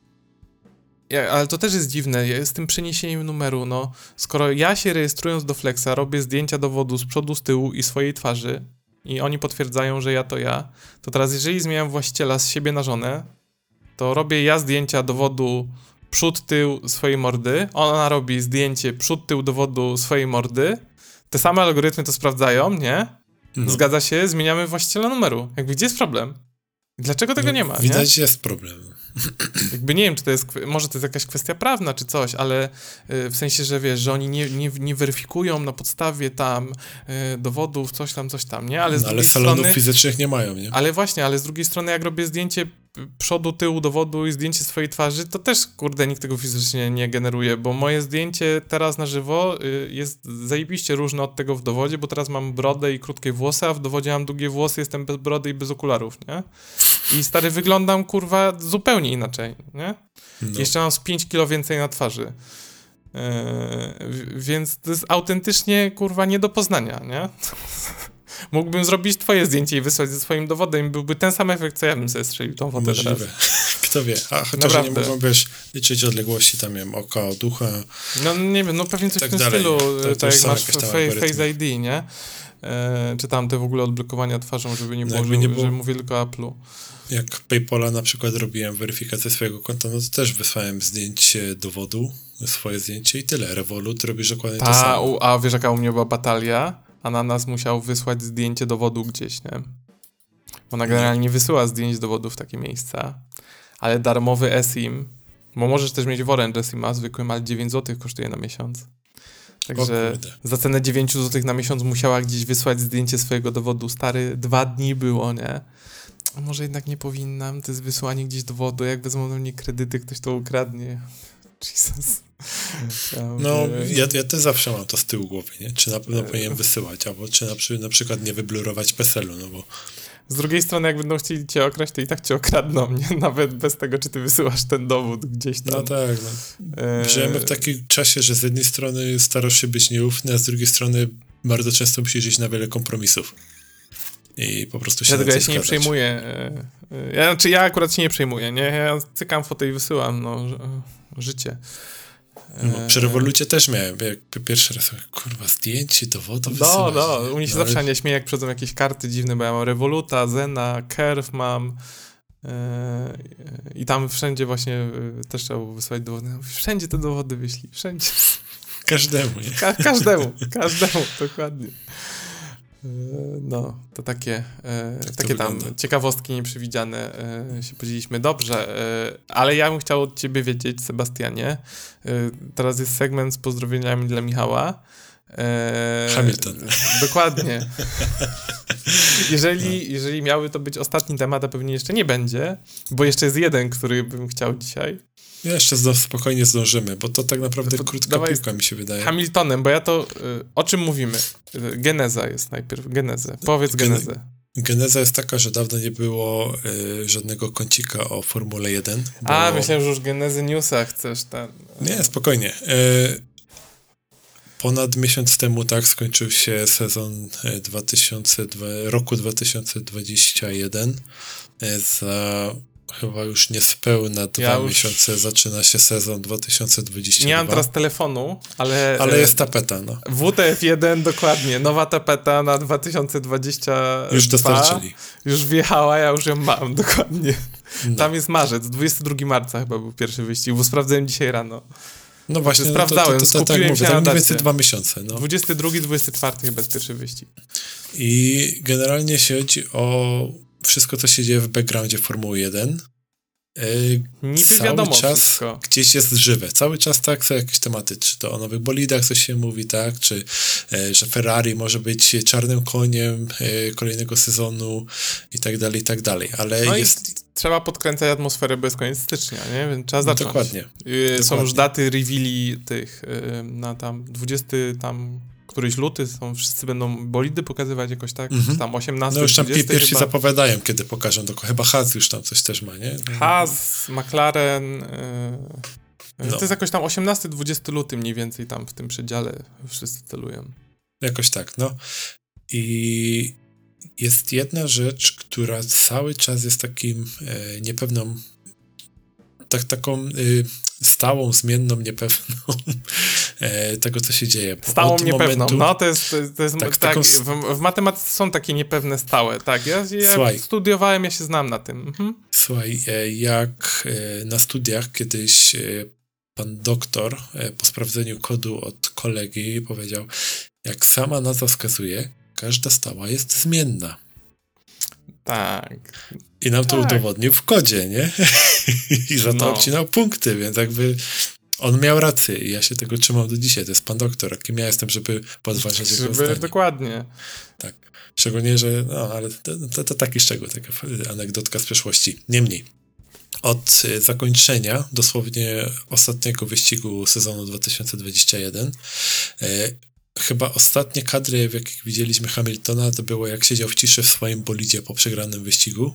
Ja, ale to też jest dziwne, ja- z tym przeniesieniem numeru, no. Skoro ja się rejestrując do Flexa robię zdjęcia dowodu z przodu, z tyłu i swojej twarzy i oni potwierdzają, że ja to ja, to teraz jeżeli zmieniam właściciela z siebie na żonę, to robię ja zdjęcia dowodu przód, tył swojej mordy, ona robi zdjęcie przód, tył dowodu swojej mordy, te same algorytmy to sprawdzają, nie? No. Zgadza się, zmieniamy właściciela numeru. Jakby gdzie jest problem? Dlaczego tego No, nie ma, nie? Widać, jest problem. Jakby nie wiem, czy to jest, kwe- może to jest jakaś kwestia prawna, czy coś, ale y, w sensie, że wiesz, że oni nie, nie, nie weryfikują na podstawie tam y, dowodów, coś tam, coś tam, nie? Ale z No, ale drugiej salonów strony... fizycznych nie mają, nie? Ale właśnie, ale z drugiej strony jak robię zdjęcie p- przodu, tyłu dowodu i zdjęcie swojej twarzy, to też, kurde, nikt tego fizycznie nie generuje, bo moje zdjęcie teraz na żywo y, jest zajebiście różne od tego w dowodzie, bo teraz mam brodę i krótkie włosy, a w dowodzie mam długie włosy, jestem bez brody i bez okularów, nie? I stary, wyglądam, kurwa, zupełnie inaczej, nie? No. Jeszcze mam z pięć kilo więcej na twarzy. Yy, w- więc to jest autentycznie, kurwa, nie do poznania, nie? Mógłbym zrobić twoje zdjęcie i wysłać ze swoim dowodem i byłby ten sam efekt, co ja bym sobie strzelił tą fotę teraz. Możliwe. Kto wie. A chociaż Naprawdę. nie mogą, wiesz, liczyć odległości, tam wiem, oka od ucha. No nie wiem, no pewnie coś Tak w tym dalej. stylu, To- to tak już jak są masz jakieś tam fa- algorytmy. Face I D, nie? E, czy tam te w ogóle odblokowania twarzą, żeby nie No było, jakby że, nie było- że mówię tylko o Apple'u. Jak PayPala na przykład robiłem weryfikację swojego konta, no to też wysłałem zdjęcie dowodu, swoje zdjęcie i tyle. Revolut robisz dokładnie to Ta, samo. u, a wiesz jaka u mnie była batalia? Ananas musiał wysłać zdjęcie dowodu gdzieś, nie? Ona generalnie nie wysyła zdjęć dowodu w takie miejsca, ale darmowy eSIM, bo możesz też mieć w Orange eSIM-a zwykłym, ale dziewięć złotych kosztuje na miesiąc. Także kurde. za cenę dziewięć złotych na miesiąc musiała gdzieś wysłać zdjęcie swojego dowodu. Stary, dwa dni było, nie? A może jednak nie powinnam, to jest wysłanie gdzieś dowodu, jak wezmą do mnie kredyty, ktoś to ukradnie. Jesus. Ja No, mówię- ja, ja też zawsze mam to z tyłu głowy, nie? Czy na pewno powinienem wysyłać, albo czy na, przy, na przykład nie wyblurować PESEL-u, no bo Z drugiej strony, jak będą chcieli cię okraść, to i tak cię okradną, nie? Nawet bez tego, czy ty wysyłasz ten dowód gdzieś tam. no tak, no. Eee, Żyjemy w takim czasie, że z jednej strony starasz się być nieufny, a z drugiej strony bardzo często musisz iść na wiele kompromisów. I po prostu się Dlatego na ja coś się nie zgadzać. przejmuję. e, e, Ja, znaczy ja akurat się nie przejmuję, nie? Ja cykam fotę i wysyłam, no, ży- życie. No, przy Eee, rewolucie też miałem, jak p- pierwszy raz, kurwa, zdjęcie, dowody No, wysyłać, no, nie? u mnie się No, zawsze ale- nie śmieje, jak przychodzą jakieś karty dziwne, bo ja mam Revoluta, Zena, Curve mam e, i tam wszędzie właśnie e, też trzeba było wysłać dowody. Ja mówię, wszędzie te dowody wyślij, wszędzie. Każdemu, nie? Ka- każdemu, każdemu, dokładnie. No, to takie, tak takie tam wygląda. Ciekawostki nieprzewidziane e, się podzieliliśmy. Dobrze, e, ale ja bym chciał od ciebie wiedzieć, Sebastianie. E, teraz jest segment z pozdrowieniami dla Michała. E, Hamilton. Dokładnie. Jeżeli, no. jeżeli miały to być ostatni temat, a pewnie jeszcze nie będzie, bo jeszcze jest jeden, który bym chciał dzisiaj. Jeszcze zdo, spokojnie zdążymy, bo to tak naprawdę to krótka piłka mi się wydaje. Hamiltonem, bo ja to... Y, o czym mówimy? Y, geneza jest najpierw. Genezę. Powiedz Gen- genezę. Geneza jest taka, że dawno nie było y, żadnego kącika o Formule jeden. Bo... A, myślałem, że już genezy newsa chcesz. Ten... Nie, spokojnie. Y, ponad miesiąc temu tak skończył się sezon dwa tysiące, roku dwa tysiące dwudziesty pierwszy. Y, za... Chyba już niespełna dwa ja miesiące już... zaczyna się sezon dwa tysiące dwudziesty drugi. Nie mam teraz telefonu, ale... Ale jest tapeta, no. W T F jeden, dokładnie. Nowa tapeta na dwa tysiące dwudziesty drugi. Już dostarczyli. Już wjechała, ja już ją mam, dokładnie. No. Tam jest marzec, dwudziestego drugiego marca chyba był pierwszy wyścig, bo sprawdzałem dzisiaj rano. No właśnie, znaczy, sprawdzałem, to, to, to, to, skupiłem tak się mówię, na mniej więcej dwa miesiące. No. dwudziesty drugi, dwudziesty czwarty chyba jest pierwszy wyścig. I generalnie chodzi o wszystko, co się dzieje w backgroundzie Formuły jeden. Yy, Niby cały wiadomo czas wszystko. Gdzieś jest żywe. Cały czas tak są jakieś tematy, czy to o nowych bolidach coś się mówi, tak, czy e, że Ferrari może być czarnym koniem e, kolejnego sezonu i tak dalej, i tak dalej, ale no jest... I trzeba podkręcać atmosferę, bo jest koniec stycznia, nie? Więc trzeba zacząć. Dokładnie. Yy, Dokładnie. Są już daty reveali tych yy, na tam dwudziesty tam któryś luty, są, wszyscy będą bolidy pokazywać jakoś tak, mm-hmm. tam osiemnasty, no już tam dwudziesty pierwsi chyba. zapowiadają, kiedy pokażą, to chyba Haas już tam coś też ma, nie? Haas, McLaren, yy, no. To jest jakoś tam osiemnasty dwudziesty luty mniej więcej tam w tym przedziale wszyscy celują. Jakoś tak, no. I jest jedna rzecz, która cały czas jest takim e, niepewną, tak, taką y, stałą, zmienną, niepewną e, tego, co się dzieje. Stałą, Od niepewną, momentu, no to jest, to jest tak, tak taką... w, w matematyce są takie niepewne stałe, tak, ja, ja Słuchaj, studiowałem, ja się znam na tym. Mhm. Słuchaj, e, jak e, na studiach kiedyś e, pan doktor e, po sprawdzeniu kodu od kolegi powiedział, jak sama nazwa wskazuje, każda stała jest zmienna. Tak. I nam to tak. udowodnił w kodzie, nie? I za to no. obcinał punkty, więc jakby on miał rację i ja się tego trzymam do dzisiaj. To jest pan doktor, a kim ja jestem, żeby podważać żeby, jego zdanie. Dokładnie. Tak. Szczególnie, że no, ale to, to, to taki szczegół, taka anegdotka z przeszłości. Niemniej, od zakończenia dosłownie ostatniego wyścigu sezonu dwa tysiące dwudziestego pierwszego e, chyba ostatnie kadry, w jakich widzieliśmy Hamiltona, to było jak siedział w ciszy w swoim bolidzie po przegranym wyścigu.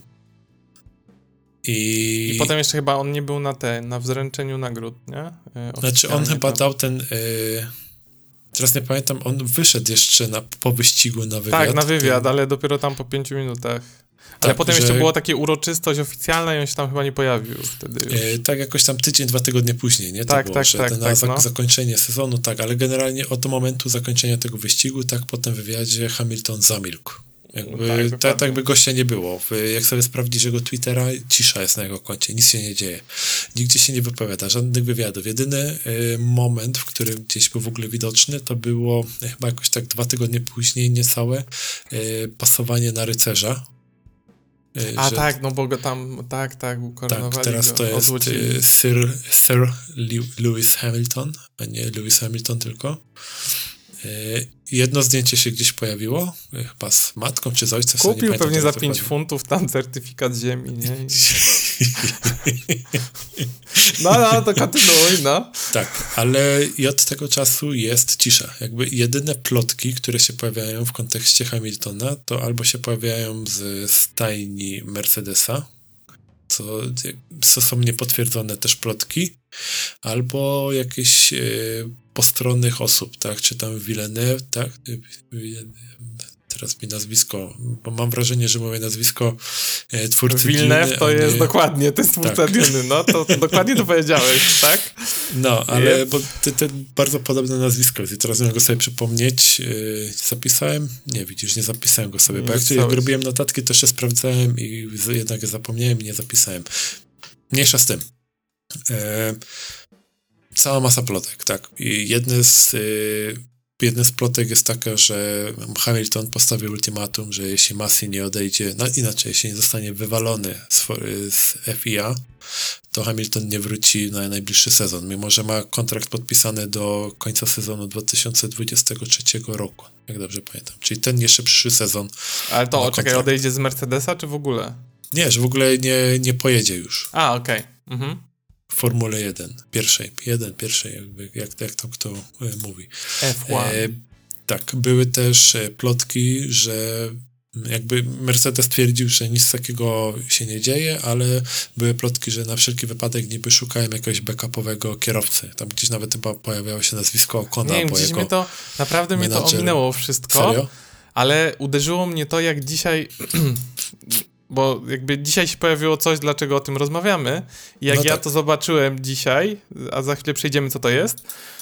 I, I potem jeszcze chyba on nie był na te, na wzręczeniu nagród, nie? Yy, znaczy on chyba tam. dał ten, yy, teraz nie pamiętam, on wyszedł jeszcze na, po wyścigu na wywiad. Tak, na wywiad, ten... ale dopiero tam po pięciu minutach. Ale tak, potem że... jeszcze była taka uroczystość oficjalna i on się tam chyba nie pojawił wtedy już. Yy, tak, jakoś tam tydzień, dwa tygodnie później, nie? To tak, było, tak, że tak, na tak, zak- no. zakończenie sezonu, tak, ale generalnie od momentu zakończenia tego wyścigu, tak po tym wywiadzie Hamilton zamilkł. Jakby, tak, tak, tak by gościa nie było. Jak sobie sprawdzisz jego Twittera, cisza jest na jego koncie, nic się nie dzieje. Nigdzie się nie wypowiada, żadnych wywiadów. Jedyny y, moment, w którym gdzieś był w ogóle widoczny, to było y, chyba jakoś tak dwa tygodnie później, niecałe, y, pasowanie na rycerza. Y, A że, tak, no bo go tam, tak, tak, ukoronowali tak, teraz go, to jest y, Sir, Sir Lewis Hamilton, a nie Lewis Hamilton tylko. Jedno zdjęcie się gdzieś pojawiło, chyba z matką czy z ojcem. Kupił pewnie za pięć funtów tam certyfikat ziemi, nie? No, no, to kontynuuj, no. Tak, ale i od tego czasu jest cisza. Jakby jedyne plotki, które się pojawiają w kontekście Hamiltona, to albo się pojawiają z stajni Mercedesa, co, co są niepotwierdzone też plotki, albo jakieś e, postronnych osób, tak, czy tam Villeneuve, tak, teraz mi nazwisko, bo mam wrażenie, że mówię nazwisko e, twórcy Villeneuve Dune, to jest nie... dokładnie, to jest twórca tak. Duny, no, to, to dokładnie to powiedziałeś, tak? No, ale yep. bo te, te bardzo podobne nazwisko, i teraz mogę sobie przypomnieć, yy, zapisałem? Nie, widzisz, nie zapisałem go sobie, nie bo jak, jak robiłem notatki, to jeszcze sprawdzałem i jednak je zapomniałem i nie zapisałem. Mniejsza z tym. E, Cała masa plotek, tak. I jedne z, y, jedne z plotek jest taka, że Hamilton postawił ultimatum, że jeśli Masi nie odejdzie, no inaczej, jeśli nie zostanie wywalony z, z F I A, to Hamilton nie wróci na najbliższy sezon, mimo że ma kontrakt podpisany do końca sezonu dwa tysiące dwudziestego trzeciego roku, jak dobrze pamiętam. Czyli ten jeszcze przyszły sezon. Ale to, czekaj, odejdzie z Mercedesa, czy w ogóle? Nie, że w ogóle nie, nie pojedzie już. A, okej. Okay. Mhm. W Formule jeden, pierwszej, jeden, pierwszej, jakby, jak, jak to kto e, mówi. F jeden. E, tak, były też e, plotki, że jakby Mercedes twierdził, że nic takiego się nie dzieje, ale były plotki, że na wszelki wypadek niby szukałem jakiegoś backupowego kierowcy. Tam gdzieś nawet chyba pojawiało się nazwisko Ocona. Nie wiem, gdzieś mnie to, naprawdę menadżer. mnie to ominęło wszystko. Serio? Ale uderzyło mnie to, jak dzisiaj... Bo jakby dzisiaj się pojawiło coś, dlaczego o tym rozmawiamy. I jak no ja tak. to zobaczyłem dzisiaj, a za chwilę przejdziemy, co to jest,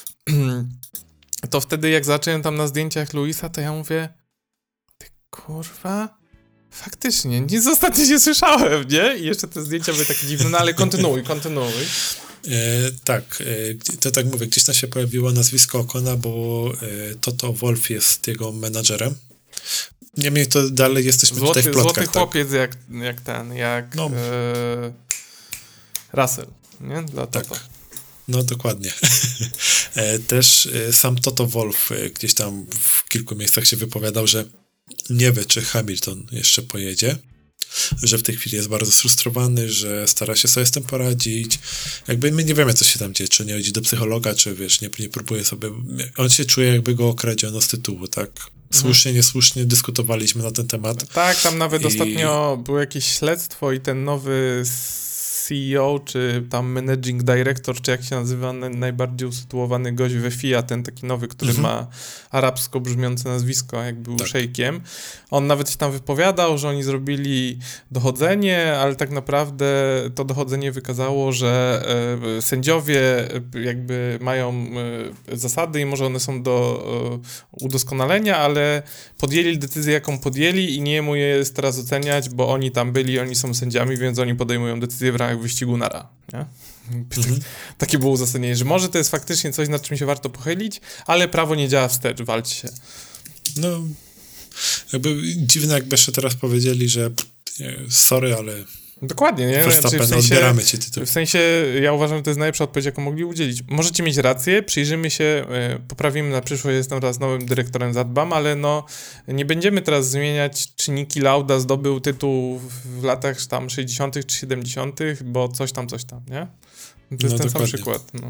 to wtedy jak zacząłem tam na zdjęciach Luisa, to ja mówię, ty kurwa, faktycznie, nic ostatnio nie słyszałem, nie? I jeszcze te zdjęcia były takie dziwne, no ale kontynuuj, kontynuuj. E, tak, e, to tak mówię, gdzieś tam się pojawiło nazwisko Ocona, bo e, Toto Wolff jest jego menadżerem. Niemniej to dalej jesteśmy złoty, tutaj w plotkach. Złoty tak? chłopiec jak, jak ten, jak no. e, Russell, nie? Dla Toto. Tak. No dokładnie. Też sam Toto Wolff gdzieś tam w kilku miejscach się wypowiadał, że nie wie, czy Hamilton jeszcze pojedzie, że w tej chwili jest bardzo sfrustrowany, że stara się sobie z tym poradzić. Jakby my nie wiemy, co się tam dzieje, czy nie chodzi do psychologa, czy wiesz, nie, nie próbuje sobie... On się czuje, jakby go okradziono z tytułu, tak? Słusznie, niesłusznie dyskutowaliśmy na ten temat. Tak, tam nawet I... ostatnio było jakieś śledztwo i ten nowy C E O, czy tam Managing Director, czy jak się nazywa, najbardziej usytuowany gość we F I A, ten taki nowy, który mhm. ma arabsko brzmiące nazwisko, jak był tak. szejkiem. On nawet się tam wypowiadał, że oni zrobili dochodzenie, ale tak naprawdę to dochodzenie wykazało, że e, sędziowie jakby mają e, zasady i może one są do e, udoskonalenia, ale podjęli decyzję, jaką podjęli i nie mu je jest teraz oceniać, bo oni tam byli, oni są sędziami, więc oni podejmują decyzję w ramach wyścigu nara, nie? Mhm. Takie było uzasadnienie, że może to jest faktycznie coś, nad czym się warto pochylić, ale prawo nie działa wstecz, walcz się. No, jakby dziwne, jakby jeszcze teraz powiedzieli, że nie, sorry, ale dokładnie, nie? Znaczy, w sensie, odbieramy ci tytuł. W sensie, ja uważam, że to jest najlepsza odpowiedź, jaką mogli udzielić. Możecie mieć rację, przyjrzymy się, poprawimy na przyszłość, jestem teraz nowym dyrektorem, zadbam, ale no, nie będziemy teraz zmieniać, czy Niki Lauda zdobył tytuł w latach tam sześćdziesiątych czy siedemdziesiątych, bo coś tam, coś tam, nie? To jest no, ten dokładnie. sam przykład, no.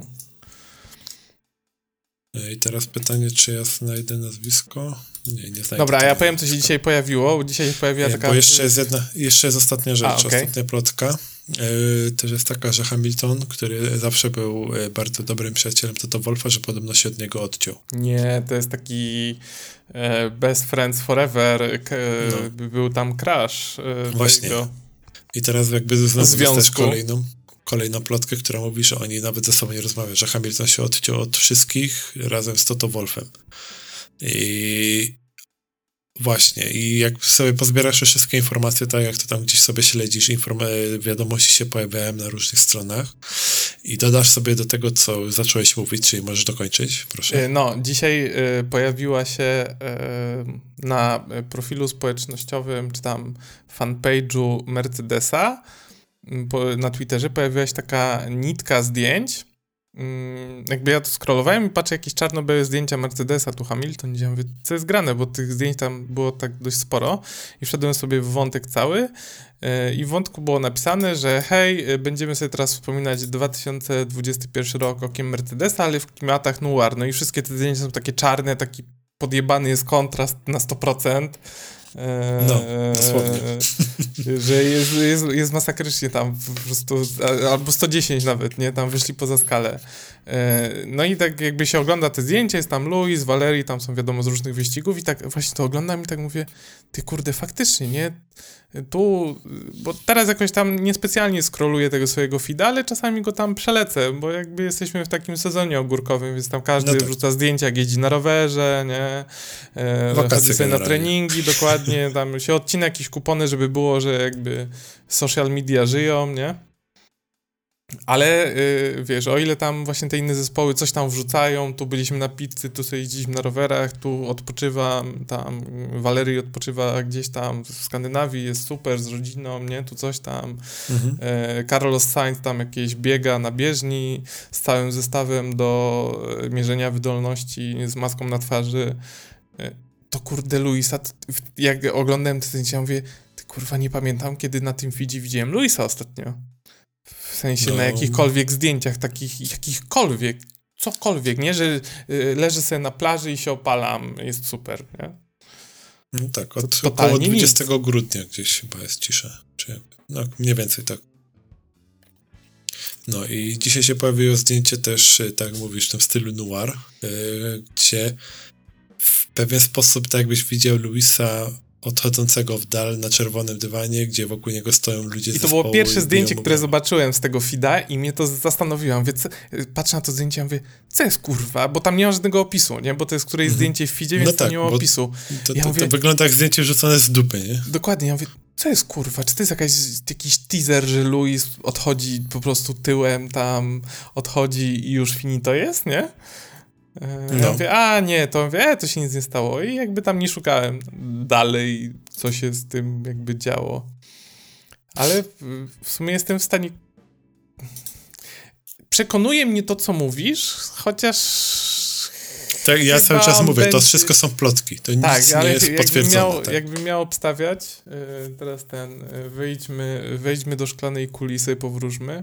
I teraz pytanie, czy ja znajdę nazwisko? Nie, nie znajdę. Dobra, ja powiem, co się dzisiaj pojawiło. Dzisiaj się pojawiła nie, taka... Bo jeszcze jest jedna, jeszcze jest ostatnia rzecz, A, okay. ostatnia plotka. Yy, też jest taka, że Hamilton, który zawsze był bardzo dobrym przyjacielem Toto Wolffa, że podobno się od niego odciął. Nie, to jest taki e, best friends forever. K, no. Był tam crash. E, Właśnie. Tego... I teraz jakby znowu Związku. dostajesz kolejną, kolejną plotkę, która mówi, że oni nawet ze sobą nie rozmawiają, że Hamilton się odciął od wszystkich razem z Toto Wolffem. I właśnie, i jak sobie pozbierasz już wszystkie informacje, tak jak to tam gdzieś sobie śledzisz, inform- wiadomości się pojawiają na różnych stronach i dodasz sobie do tego, co zacząłeś mówić, czyli możesz dokończyć, proszę. No, dzisiaj y, pojawiła się y, na profilu społecznościowym, czy tam fanpage'u Mercedesa, po, na Twitterze pojawiła się taka nitka zdjęć. Jakby ja to scrollowałem i patrzę jakieś czarno-białe zdjęcia Mercedesa, tu Hamilton, gdzie ja mówię, co jest grane, bo tych zdjęć tam było tak dość sporo i wszedłem sobie w wątek cały yy, i w wątku było napisane, że hej, będziemy sobie teraz wspominać dwa tysiące dwudziesty pierwszy rok okiem Mercedesa, ale w klimatach noir, no i wszystkie te zdjęcia są takie czarne, taki podjebany jest kontrast na sto procent. No, dosłownie. Że jest, jest, jest masakrycznie tam po prostu, albo sto dziesięć nawet, nie? Tam wyszli poza skalę. No i tak jakby się ogląda te zdjęcia, jest tam Louis, Valerii, tam są wiadomo z różnych wyścigów i tak właśnie to oglądam i tak mówię, ty kurde, faktycznie, nie? Tu, bo teraz jakoś tam niespecjalnie scrolluję tego swojego feeda, ale czasami go tam przelecę, bo jakby jesteśmy w takim sezonie ogórkowym, więc tam każdy no tak. wrzuca zdjęcia, jak jeździ na rowerze, nie? E, chodzi sobie na treningi, dokładnie, tam się odcina jakieś kupony, żeby było, że jakby social media żyją, nie? Ale yy, wiesz, o ile tam właśnie te inne zespoły coś tam wrzucają, tu byliśmy na pizzy, tu sobie jeździliśmy na rowerach, tu odpoczywam, tam Valerii odpoczywa gdzieś tam w Skandynawii, jest super z rodziną, nie, tu coś tam. Mhm. Yy, Carlos Sainz tam jakieś biega na bieżni z całym zestawem do mierzenia wydolności z maską na twarzy. Yy, to kurde Luisa, to, jak oglądałem te zdjęcia, mówię, ty kurwa nie pamiętam, kiedy na tym feedzie widziałem Luisa ostatnio. W sensie no. na jakichkolwiek zdjęciach, takich jakichkolwiek, cokolwiek, nie? Że y, leżę sobie na plaży i się opalam, jest super, nie? No tak, od to, około dwudziestego nic. grudnia gdzieś chyba jest cisza. Czy, no mniej więcej tak. No i dzisiaj się pojawiło zdjęcie też, tak jak mówisz, w tym stylu noir, yy, gdzie w pewien sposób tak jakbyś widział Luisa odchodzącego w dal na czerwonym dywanie, gdzie wokół niego stoją ludzie z I to było pierwsze zdjęcie, które zobaczyłem z tego feeda i mnie to zastanowiło. Mówię, co, patrzę na to zdjęcie i mówię, co jest kurwa? Bo tam nie ma żadnego opisu, nie? Bo to jest któreś mm-hmm. zdjęcie w feedzie, więc no tak, tam nie ma opisu. To, ja to, mówię, to wygląda jak zdjęcie rzucone z dupy, nie? Dokładnie. Ja mówię, co jest kurwa? Czy to jest jakaś, jakiś teaser, że Luis odchodzi po prostu tyłem tam, odchodzi i już finito jest, nie? No. Ja mówię, a nie, to mówię, e, to się nic nie stało i jakby tam nie szukałem dalej, co się z tym jakby działo. Ale w, w sumie jestem w stanie... Przekonuje mnie to, co mówisz, chociaż... Tak, ja cały czas mówię, będzie... to wszystko są plotki, to tak, nic nie jest potwierdzone. Miał, tak. Jakbym miał obstawiać, yy, teraz ten, yy, wyjdźmy, wejdźmy do szklanej kuli, sobie powróżmy.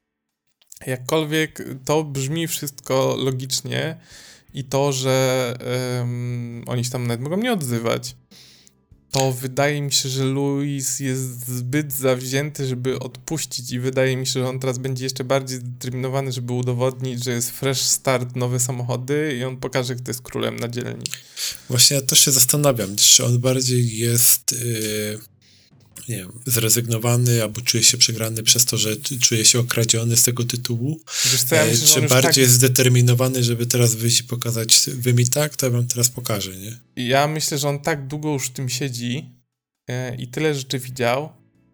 Jakkolwiek to brzmi wszystko logicznie i to, że um, oni się tam nawet mogą nie odzywać, to wydaje mi się, że Luis jest zbyt zawzięty, żeby odpuścić i wydaje mi się, że on teraz będzie jeszcze bardziej zdeterminowany, żeby udowodnić, że jest fresh start, nowe samochody i on pokaże, kto jest królem na dzielni. Właśnie ja też się zastanawiam, czy on bardziej jest... Yy... nie wiem, zrezygnowany albo czuje się przegrany przez to, że czuje się okradziony z tego tytułu, Wiesz co, ja myślę, czy bardziej tak... zdeterminowany, żeby teraz wyjść i pokazać, wy mi tak, to ja wam teraz pokażę, nie? Ja myślę, że on tak długo już w tym siedzi yy, i tyle rzeczy widział,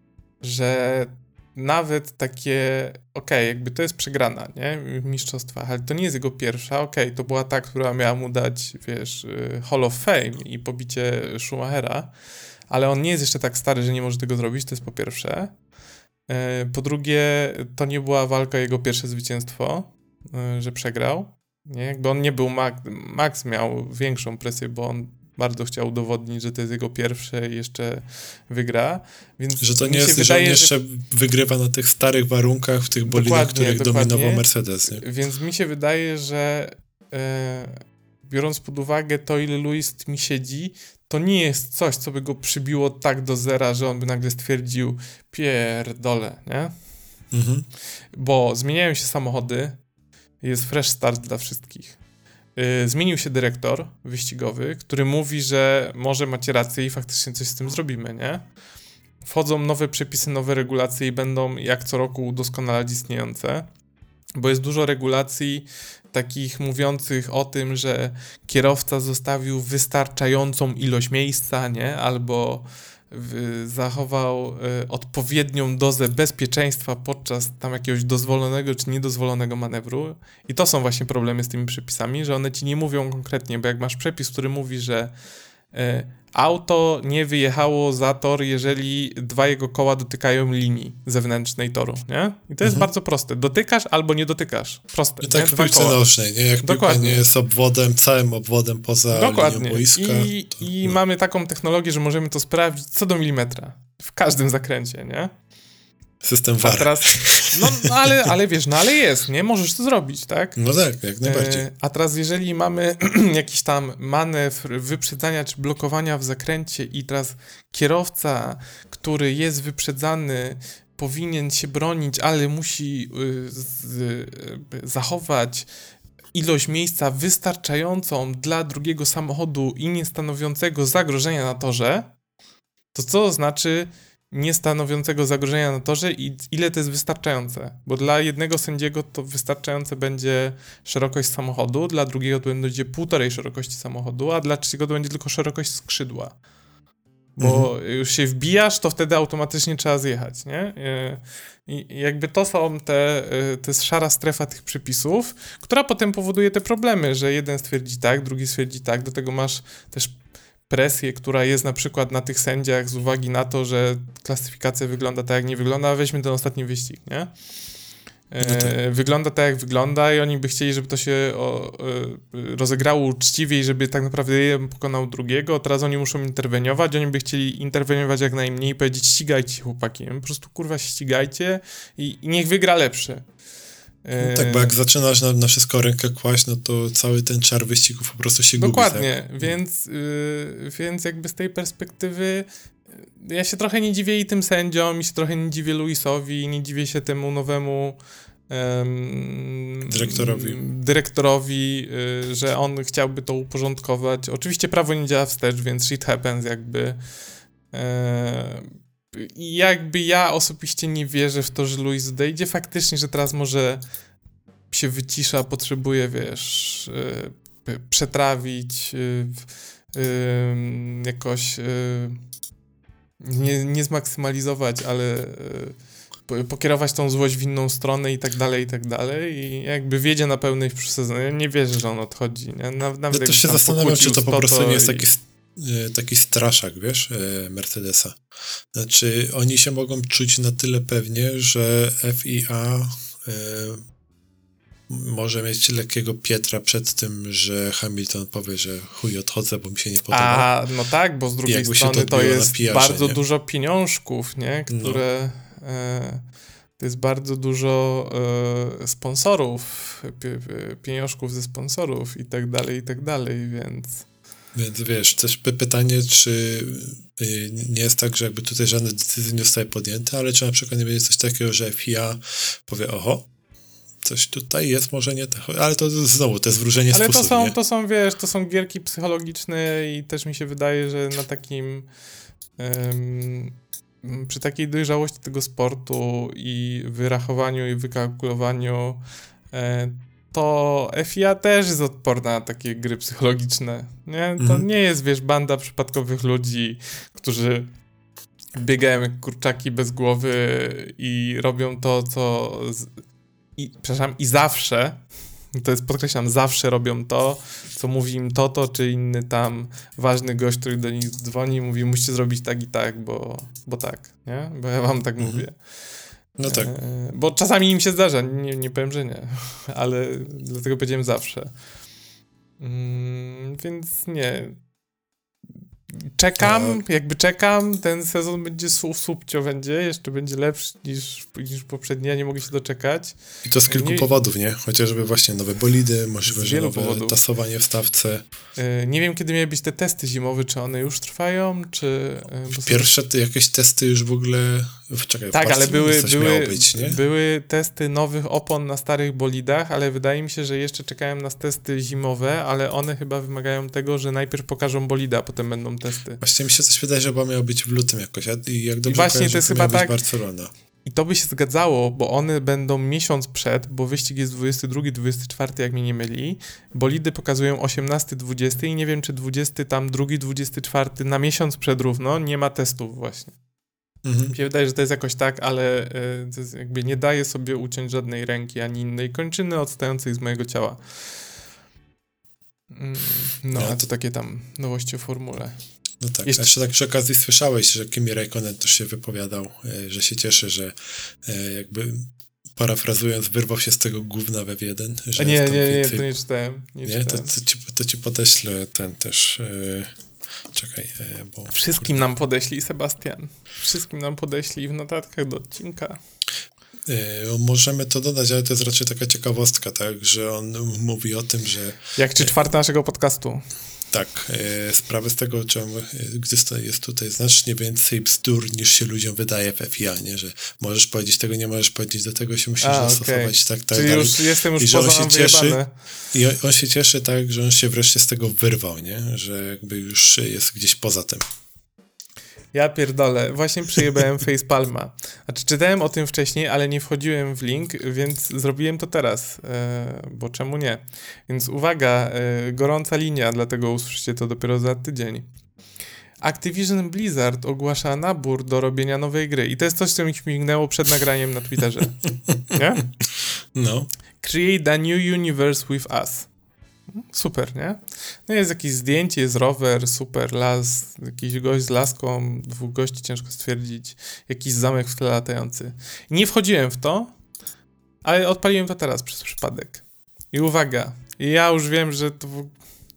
że nawet takie, okej, okay, jakby to jest przegrana, nie? W mistrzostwach, ale to nie jest jego pierwsza, okej, okay, to była ta, która miała mu dać, wiesz, yy, Hall of Fame i pobicie Schumachera, ale on nie jest jeszcze tak stary, że nie może tego zrobić, to jest po pierwsze. Po drugie, to nie była walka, jego pierwsze zwycięstwo, że przegrał. Nie? Jakby on nie był Max, Max miał większą presję, bo on bardzo chciał udowodnić, że to jest jego pierwsze i jeszcze wygra. Więc że to nie jest, wydaje, że on jeszcze że... wygrywa na tych starych warunkach, w tych bolidach, których dokładnie. dominował Mercedes. Nie? Więc mi się wydaje, że e, biorąc pod uwagę to, ile Luis mi siedzi, to nie jest coś, co by go przybiło tak do zera, że on by nagle stwierdził pierdolę, nie? Mhm. Bo zmieniają się samochody, jest fresh start dla wszystkich. Yy, zmienił się dyrektor wyścigowy, który mówi, że może macie rację i faktycznie coś z tym zrobimy, nie? Wchodzą nowe przepisy, nowe regulacje i będą jak co roku udoskonalać istniejące, bo jest dużo regulacji takich mówiących o tym, że kierowca zostawił wystarczającą ilość miejsca, nie? Albo w, zachował y, odpowiednią dozę bezpieczeństwa podczas tam jakiegoś dozwolonego czy niedozwolonego manewru. I to są właśnie problemy z tymi przepisami, że one ci nie mówią konkretnie, bo jak masz przepis, który mówi, że y, auto nie wyjechało za tor, jeżeli dwa jego koła dotykają linii zewnętrznej toru, nie? I to jest mhm. bardzo proste. Dotykasz albo nie dotykasz. Proste. I tak w piłce nożnej, nie? Jak piłka nie jest obwodem, całym obwodem poza Dokładnie. linią boiska. I, to, i no. mamy taką technologię, że możemy to sprawdzić co do milimetra. W każdym zakręcie, nie? System V A R. A teraz, no, no ale, ale wiesz, no ale jest, nie? Możesz to zrobić, tak? No tak, jak najbardziej. E, a teraz jeżeli mamy jakiś tam manewr wyprzedzania czy blokowania w zakręcie i teraz kierowca, który jest wyprzedzany, powinien się bronić, ale musi y, z, y, zachować ilość miejsca wystarczającą dla drugiego samochodu i nie stanowiącego zagrożenia na torze, to co znaczy nie stanowiącego zagrożenia na torze i ile to jest wystarczające. Bo dla jednego sędziego to wystarczające będzie szerokość samochodu, dla drugiego to będzie półtorej szerokości samochodu, a dla trzeciego to będzie tylko szerokość skrzydła. bo mhm. już się wbijasz, to wtedy automatycznie trzeba zjechać, nie? I, i jakby to są te, to jest szara strefa tych przepisów, która potem powoduje te problemy, że jeden stwierdzi tak, drugi stwierdzi tak, do tego masz też presję, która jest na przykład na tych sędziach z uwagi na to, że klasyfikacja wygląda tak, jak nie wygląda. Weźmy ten ostatni wyścig, nie? No tak. E, wygląda tak, jak wygląda i oni by chcieli, żeby to się o, e, rozegrało uczciwie i żeby tak naprawdę jeden pokonał drugiego. Teraz oni muszą interweniować, oni by chcieli interweniować jak najmniej i powiedzieć: ścigajcie, chłopaki, po prostu kurwa się ścigajcie i, i niech wygra lepszy. No tak, bo jak zaczynasz na, na wszystko rękę kłaść, no to cały ten czar wyścigów po prostu się Dokładnie, gubi. Tak? więc, yy, więc jakby z tej perspektywy ja się trochę nie dziwię i tym sędziom, i się trochę nie dziwię Luisowi, nie dziwię się temu nowemu um, dyrektorowi, dyrektorowi yy, że on chciałby to uporządkować. Oczywiście prawo nie działa wstecz, więc shit happens jakby. Yy, jakby ja osobiście nie wierzę w to, że Luis odejdzie. Faktycznie, że teraz może się wycisza, potrzebuje, wiesz, yy, przetrawić, yy, yy, jakoś yy, nie, nie zmaksymalizować, ale yy, pokierować tą złość w inną stronę i tak dalej, i tak dalej. I jakby wiedzie na pełnej przesadzeniu. Ja nie wierzę, że on odchodzi. Nie? Nawet ja też się zastanawiam, czy to po prostu nie jest i... taki, taki straszak, wiesz, Mercedesa. Znaczy, oni się mogą czuć na tyle pewnie, że F I A y, może mieć lekkiego Pietra przed tym, że Hamilton powie, że chuj, odchodzę, bo mi się nie podoba. A, no tak, bo z drugiej Jakby strony to, to jest P R-ze, bardzo nie? dużo pieniążków, nie? Które... No. E, to jest bardzo dużo e, sponsorów, pie, pieniążków ze sponsorów i tak dalej, i tak dalej, więc... Więc wiesz, też pytanie, czy nie jest tak, że jakby tutaj żadne decyzje nie zostały podjęte, ale czy na przykład nie będzie coś takiego, że F I A powie: oho, coś tutaj jest, może nie tak, ale to znowu, to jest wróżenie z Ale fusów, to są, nie? to są, wiesz, to są gierki psychologiczne i też mi się wydaje, że na takim um, przy takiej dojrzałości tego sportu i wyrachowaniu i wykalkulowaniu e, to F I A też jest odporna na takie gry psychologiczne, nie? To Mhm. nie jest, wiesz, banda przypadkowych ludzi, którzy biegają jak kurczaki bez głowy i robią to, co... Z... I, przepraszam, i zawsze, to jest, podkreślam, zawsze robią to, co mówi im Toto, czy inny tam ważny gość, który do nich dzwoni i mówi: musicie zrobić tak i tak, bo, bo tak, nie? Bo ja wam tak mówię. No tak. E, bo czasami im się zdarza, nie, nie powiem, że nie, ale dlatego powiedziałem zawsze. Mm, więc nie. Czekam, no. jakby czekam, ten sezon będzie subcio będzie, jeszcze będzie lepszy niż, niż poprzedni, ja nie mogę się doczekać. I to z kilku nie, powodów, nie? Chociażby właśnie nowe bolidy, możliwe, że nowe powodów. tasowanie w stawce. Yy, nie wiem, kiedy miały być te testy zimowe, czy one już trwają, czy... Yy, Pierwsze te jakieś testy już w ogóle... Czekaj, tak, ale były, były, być, nie? były testy nowych opon na starych bolidach, ale wydaje mi się, że jeszcze czekają nas testy zimowe, ale one chyba wymagają tego, że najpierw pokażą bolida, a potem będą testy. Właśnie mi się coś wydaje, że chyba miało być w lutym jakoś, i jak dobrze I właśnie kojarzę, to jest to chyba być tak, Barcelona. I to by się zgadzało, bo one będą miesiąc przed, bo wyścig jest dwudziesty drugi, dwudziesty czwarty, jak mnie nie myli. Bolidy pokazują osiemnasty, dwudziesty i nie wiem, czy dwudziesty tam drugi, dwudziesty czwarty na miesiąc przed równo nie ma testów właśnie. Mhm. Mi się wydaje, że to jest jakoś tak, ale y, to jest jakby nie daje sobie uciąć żadnej ręki ani innej kończyny odstającej z mojego ciała. Mm, no, no, a to takie tam nowości o formule. No tak, jeszcze... jeszcze tak przy okazji słyszałeś, że Kimi Räikkönen też się wypowiadał, że się cieszy, że jakby parafrazując, wyrwał się z tego gówna w F jeden. Że nie, nie, nie, więcej... to nie czytałem. Nie, nie? czytałem. To, to, ci, to ci podeślę ten też... Czekaj, bo... Wszystkim nam podeślij, Sebastian. Wszystkim nam podeślij w notatkach do odcinka. Yy, możemy to dodać, ale to jest raczej taka ciekawostka, tak, że on mówi o tym, że... Jak trzy czwarte naszego podcastu. Tak, yy, sprawę z tego, czemu, gdy jest tutaj znacznie więcej bzdur, niż się ludziom wydaje w F I A, nie, że możesz powiedzieć tego, nie możesz powiedzieć, do tego się musisz A, zastosować, okay. tak, tak Czyli dalej. już jestem już I że poza on się cieszy, wyjebane. I on, on się cieszy tak, że on się wreszcie z tego wyrwał, nie, że jakby już jest gdzieś poza tym. Ja pierdolę, właśnie przyjebałem facepalma. Znaczy czytałem o tym wcześniej, ale nie wchodziłem w link, więc zrobiłem to teraz, e, bo czemu nie? Więc uwaga, e, gorąca linia, dlatego usłyszycie to dopiero za tydzień. Activision Blizzard ogłasza nabór do robienia nowej gry. I to jest coś, co mi śmignęło przed nagraniem na Twitterze. Nie? No. Create a new universe with us. Super, nie? No jest jakieś zdjęcie, jest rower, super, las, jakiś gość z laską, dwóch gości, ciężko stwierdzić, jakiś zamek w tle latający. Nie wchodziłem w to, ale odpaliłem to teraz przez przypadek. I uwaga, ja już wiem, że to... W...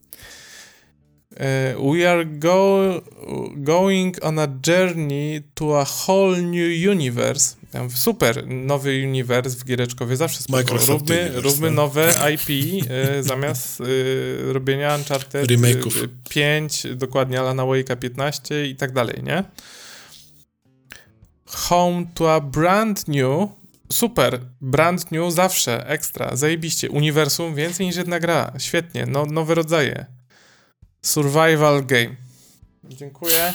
We are go, going on a journey to a whole new universe. Super, nowy uniwers w giereczkowie, zawsze spoko. Róbmy, róbmy nowe I P y, zamiast y, robienia Uncharted remake'ów. y, pięć, dokładnie Alana Wake'a piętnaście i tak dalej, nie? Home to a brand new. Super, brand new zawsze, ekstra, zajebiście. Uniwersum, więcej niż jedna gra, świetnie, no, nowe rodzaje. Survival game. Dziękuję.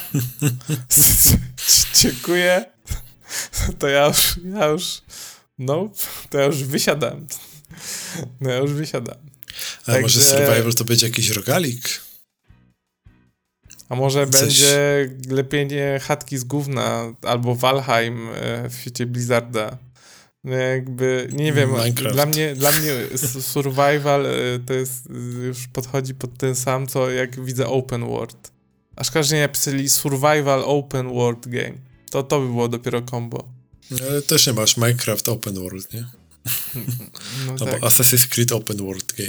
Dziękuję. To ja już, ja już, no, to ja już wysiadam. No ja już wysiadam. A tak, może że... Survival to będzie jakiś rogalik? A może Coś... będzie lepienie chatki z gówna albo Valheim w świecie Blizzarda. No jakby, nie wiem, Minecraft. dla mnie, dla mnie survival to jest, już podchodzi pod ten sam, co jak widzę open world. Aż każdy nie napisali survival open world game. To to by było dopiero combo. Ale też nie masz Minecraft open world, nie? No albo tak. Assassin's Creed open world game.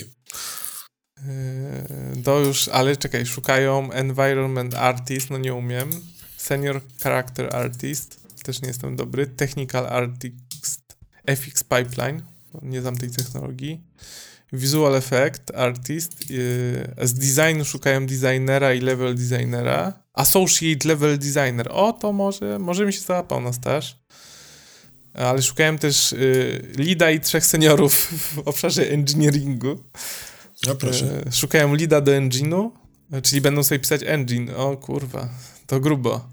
Yy, to już, ale czekaj, szukają environment artist, no nie umiem. Senior character artist, też nie jestem dobry. Technical artist, F X pipeline, nie znam tej technologii. Visual effect artist, yy, z designu szukają designera i level designera. Associate level designer, o to może, może mi się załapał na staż. Ale szukałem też yy, leada i trzech seniorów w obszarze engineeringu. No proszę. Yy, szukają leada do engine'u, czyli będą sobie pisać engine. O kurwa, to grubo.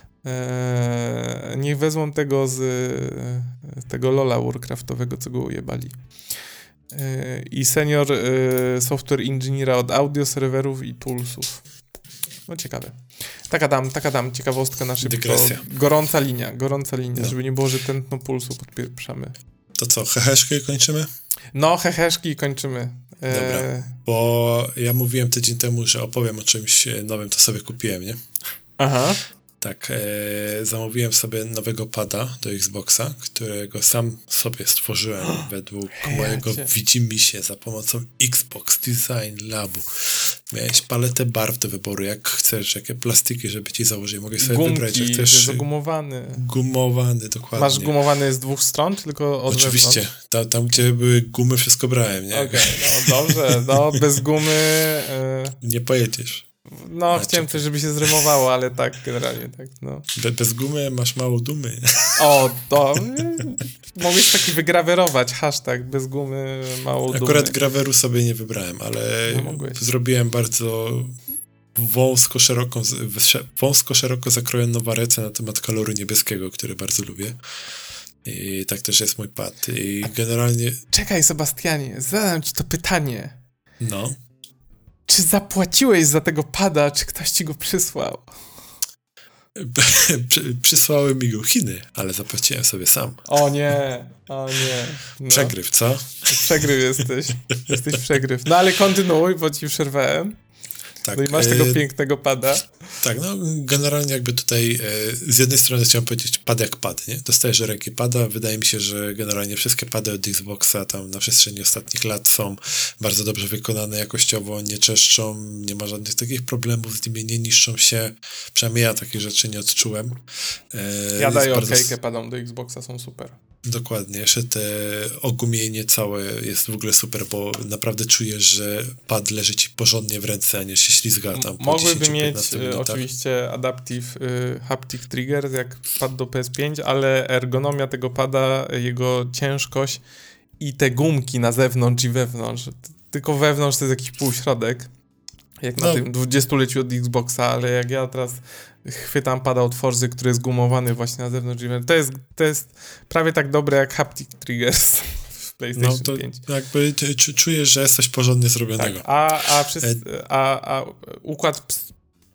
Yy, niech wezmą tego z, z tego Lola Warcraftowego, co go ujebali. Yy, I senior yy, software engineera od audio, serwerów i toolsów. No ciekawe. Taka dam, taka dam, ciekawostka na szybko. Dygresja. Gorąca linia, gorąca linia, No. żeby nie było, że tętno pulsu podpieprzamy. To co, heheszkę kończymy? No, heheszki i kończymy. Dobra, E... bo ja mówiłem tydzień temu, że opowiem o czymś nowym, to sobie kupiłem, nie? Aha. Tak, e, zamówiłem sobie nowego pada do Xboxa, którego sam sobie stworzyłem według Hej, mojego cię. widzimisię za pomocą Xbox Design Labu. Miałeś paletę barw do wyboru, jak chcesz, jakie plastiki, żeby ci założyć. Mogę sobie Gumki, wybrać, jak że też zagumowany. gumowany, dokładnie. Masz gumowany z dwóch stron, czy tylko od Oczywiście, wewnątrz? tam, tam gdzie były gumy, wszystko brałem, nie? Okej, okay, no dobrze, no bez gumy... E... Nie pojedziesz. No, A, chciałem czekaj. coś, żeby się zrymowało, ale tak, generalnie tak, no. Be, bez gumy masz mało dumy. O, to... Mogłeś taki wygrawerować, hashtag, bez gumy, mało dumy. Akurat graweru sobie nie wybrałem, ale No mogłeś. zrobiłem bardzo wąsko, szeroko, wąsko, szeroko zakrojoną warecę na temat koloru niebieskiego, który bardzo lubię. I tak też jest mój pad. I generalnie... Czekaj, Sebastianie, zadam ci to pytanie. No. Czy zapłaciłeś za tego pada, czy ktoś ci go przysłał? Przy, przysłały mi go Chiny, ale zapłaciłem sobie sam. O nie, o nie. No. Przegryw, co? Przegryw jesteś. Jesteś przegryw. No ale kontynuuj, bo ci przerwałem. Tak, No i masz tego e, pięknego pada. Tak, no generalnie jakby tutaj e, z jednej strony chciałem powiedzieć pad jak pad, nie? Dostajesz do ręki pada, wydaje mi się, że generalnie wszystkie pady od Xboxa tam na przestrzeni ostatnich lat są bardzo dobrze wykonane jakościowo, nie czeszczą, nie ma żadnych takich problemów z nimi, nie niszczą się, przynajmniej ja takich rzeczy nie odczułem. E, Ja daję bardzo... okejkę padom do Xboxa, są super. Dokładnie, jeszcze te ogumienie całe jest w ogóle super, bo naprawdę czujesz, że pad leży ci porządnie w ręce, a nie się ślizga tam po Mogłyby mieć minutach. oczywiście Adaptive y, Haptic Trigger, jak pad do P S pięć, ale ergonomia tego pada, jego ciężkość i te gumki na zewnątrz i wewnątrz, tylko wewnątrz to jest jakiś półśrodek, jak na No. tym dwudziestoleciu od Xboxa, ale jak ja teraz chwytam pada od Forzy, który jest gumowany właśnie na zewnątrz i wewnątrz, to jest, to jest prawie tak dobre jak Haptic Triggers w PlayStation No to pięć. jakby ty, czu- czujesz, że jest coś porządnie zrobionego. Tak, a, a, przez, E- a, a układ ps-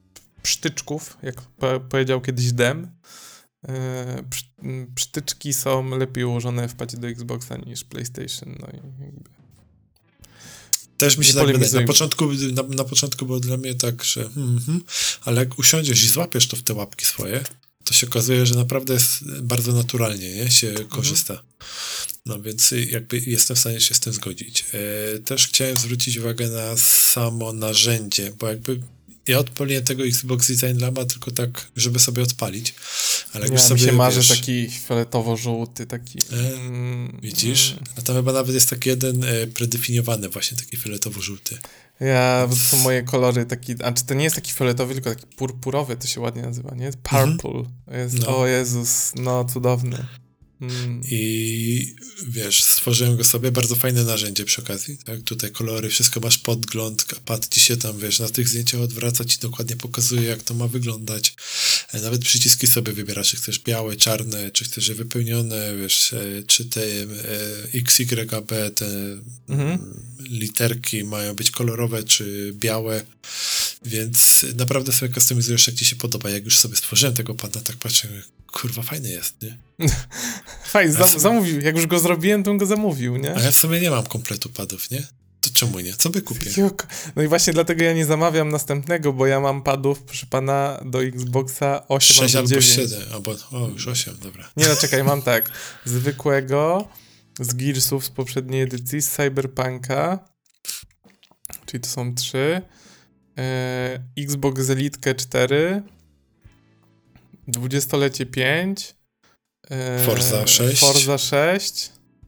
psztyczków, jak po- powiedział kiedyś Dem. E, psz, psztyczki są lepiej ułożone w padzie do Xboxa niż PlayStation, no i jakby... Też mi się Nie tak wydaje. Na polemizujmy. początku, na, na początku było dla mnie tak, że hmm, hmm, ale jak usiądziesz i złapiesz to w te łapki swoje, to się okazuje, że naprawdę jest bardzo naturalnie, nie? Się Mhm. korzysta. No więc jakby jestem w stanie się z tym zgodzić. E, też chciałem zwrócić uwagę na samo narzędzie, bo jakby ja odpaliłem tego Xbox Design Laba tylko tak, żeby sobie odpalić, ale jak Ja już mi sobie, się marzy wiesz, taki fioletowo-żółty, taki... E, mm, widzisz? mm. A tam chyba nawet jest taki jeden e, predefiniowany właśnie, taki fioletowo-żółty. Ja, bo to Więc- są moje kolory, taki, a czy to nie jest taki fioletowy, tylko taki purpurowy, to się ładnie nazywa, nie? Purple. Jest, No. O Jezus, no cudowny. Mm. I wiesz, stworzyłem go sobie, bardzo fajne narzędzie przy okazji, tak, tutaj kolory, wszystko masz podgląd, pad ci się tam, wiesz, na tych zdjęciach odwraca, ci dokładnie pokazuje, jak to ma wyglądać, e, nawet przyciski sobie wybierasz, czy chcesz białe, czarne, czy chcesz je wypełnione, wiesz, e, czy te e, X, Y, A, B, te Mhm. mm, literki mają być kolorowe, czy białe, więc naprawdę sobie customizujesz, jak ci się podoba. Jak już sobie stworzyłem tego pada, tak patrzę, kurwa, fajny jest, nie? Fajnie, A zam, sobie- zamówił. Jak już go zrobiłem, to on go zamówił, nie? A ja w sumie nie mam kompletu padów, nie? To czemu nie? Co by kupię? Takiego- No i właśnie dlatego ja nie zamawiam następnego, bo ja mam padów, proszę pana, do Xboxa osiem sześć albo albo dziewięć. siedem, albo o, już osiem, dobra. Nie no, czekaj, mam tak. Zwykłego, z Gearsów z poprzedniej edycji, z Cyberpunka, czyli to są trzy, e, Xbox Elite cztery, dwudziestolecie pięć, e, Forza sześć. Forza sześć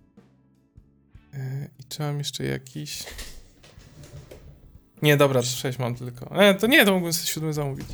e, i czy mam jeszcze jakiś... Nie, dobra, to sześć mam tylko. E, to nie, to mógłbym sobie siódmy zamówić.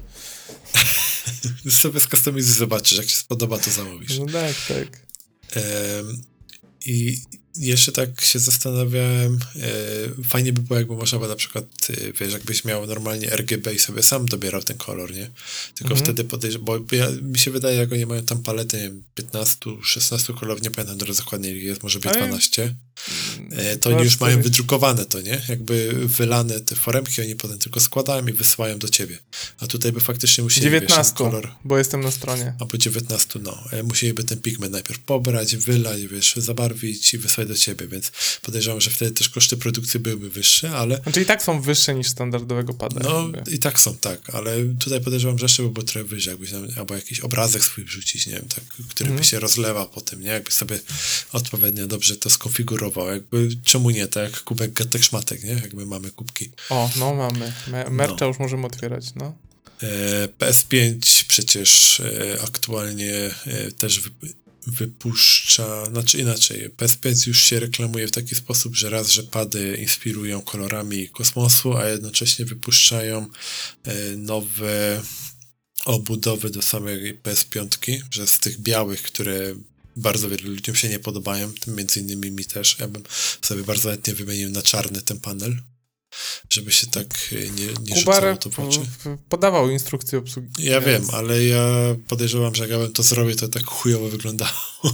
Sobie skustomizuj, zobaczysz, jak się spodoba, to zamówisz. No tak, tak. Em, I jeszcze tak się zastanawiałem, e, fajnie by było, jakby można było na przykład, e, wiesz, jakbyś miał normalnie R G B i sobie sam dobierał ten kolor, nie? Tylko Mhm. wtedy podejrzewam, bo ja, mi się wydaje, jak oni mają tam paletę, nie wiem, piętnaście, szesnaście kolorów, nie pamiętam teraz dokładnie, ile jest, może być Ale- dwanaście. E, to Dwa, oni już mają cztery. wydrukowane to, nie? Jakby wylane te foremki, oni potem tylko składają i wysyłają do ciebie. A tutaj by faktycznie musieli, wiesz, ten dziewiętnaście, kolor... bo jestem na stronie. Albo dziewiętnaście, no. E, Musieliby ten pigment najpierw pobrać, wylać, wiesz, zabarwić i wysłać do ciebie, więc podejrzewam, że wtedy też koszty produkcji byłyby wyższe, ale Znaczy i tak są wyższe niż standardowego pada. no jakby. i tak są, tak, ale tutaj podejrzewam, że jeszcze by było trochę wyżej, jakbyś tam, albo jakiś obrazek swój wrzucić, nie wiem, tak, który Mhm. by się rozlewał po tym, nie? Jakbyś sobie odpowiednio dobrze to skonfigurował, jakby czemu nie, tak jak kubek gatek szmatek, nie? Jakby mamy kubki. O, no mamy. Me- mercha już możemy otwierać, no. E, P S pięć przecież e, aktualnie e, też wy, wypuszcza, znaczy inaczej, P S pięć już się reklamuje w taki sposób, że raz, że pady inspirują kolorami kosmosu, a jednocześnie wypuszczają e, nowe obudowy do samej P S pięć, że z tych białych, które bardzo wielu ludziom się nie podobają, tym między innymi mi też, ja bym sobie bardzo chętnie wymienił na czarny ten panel, żeby się tak e, nie, nie rzucało Kubar to w oczy. p- podawał instrukcję obsługi. Ja wiem, więc ale ja podejrzewam, że jak ja bym to zrobił, to tak chujowo wyglądało,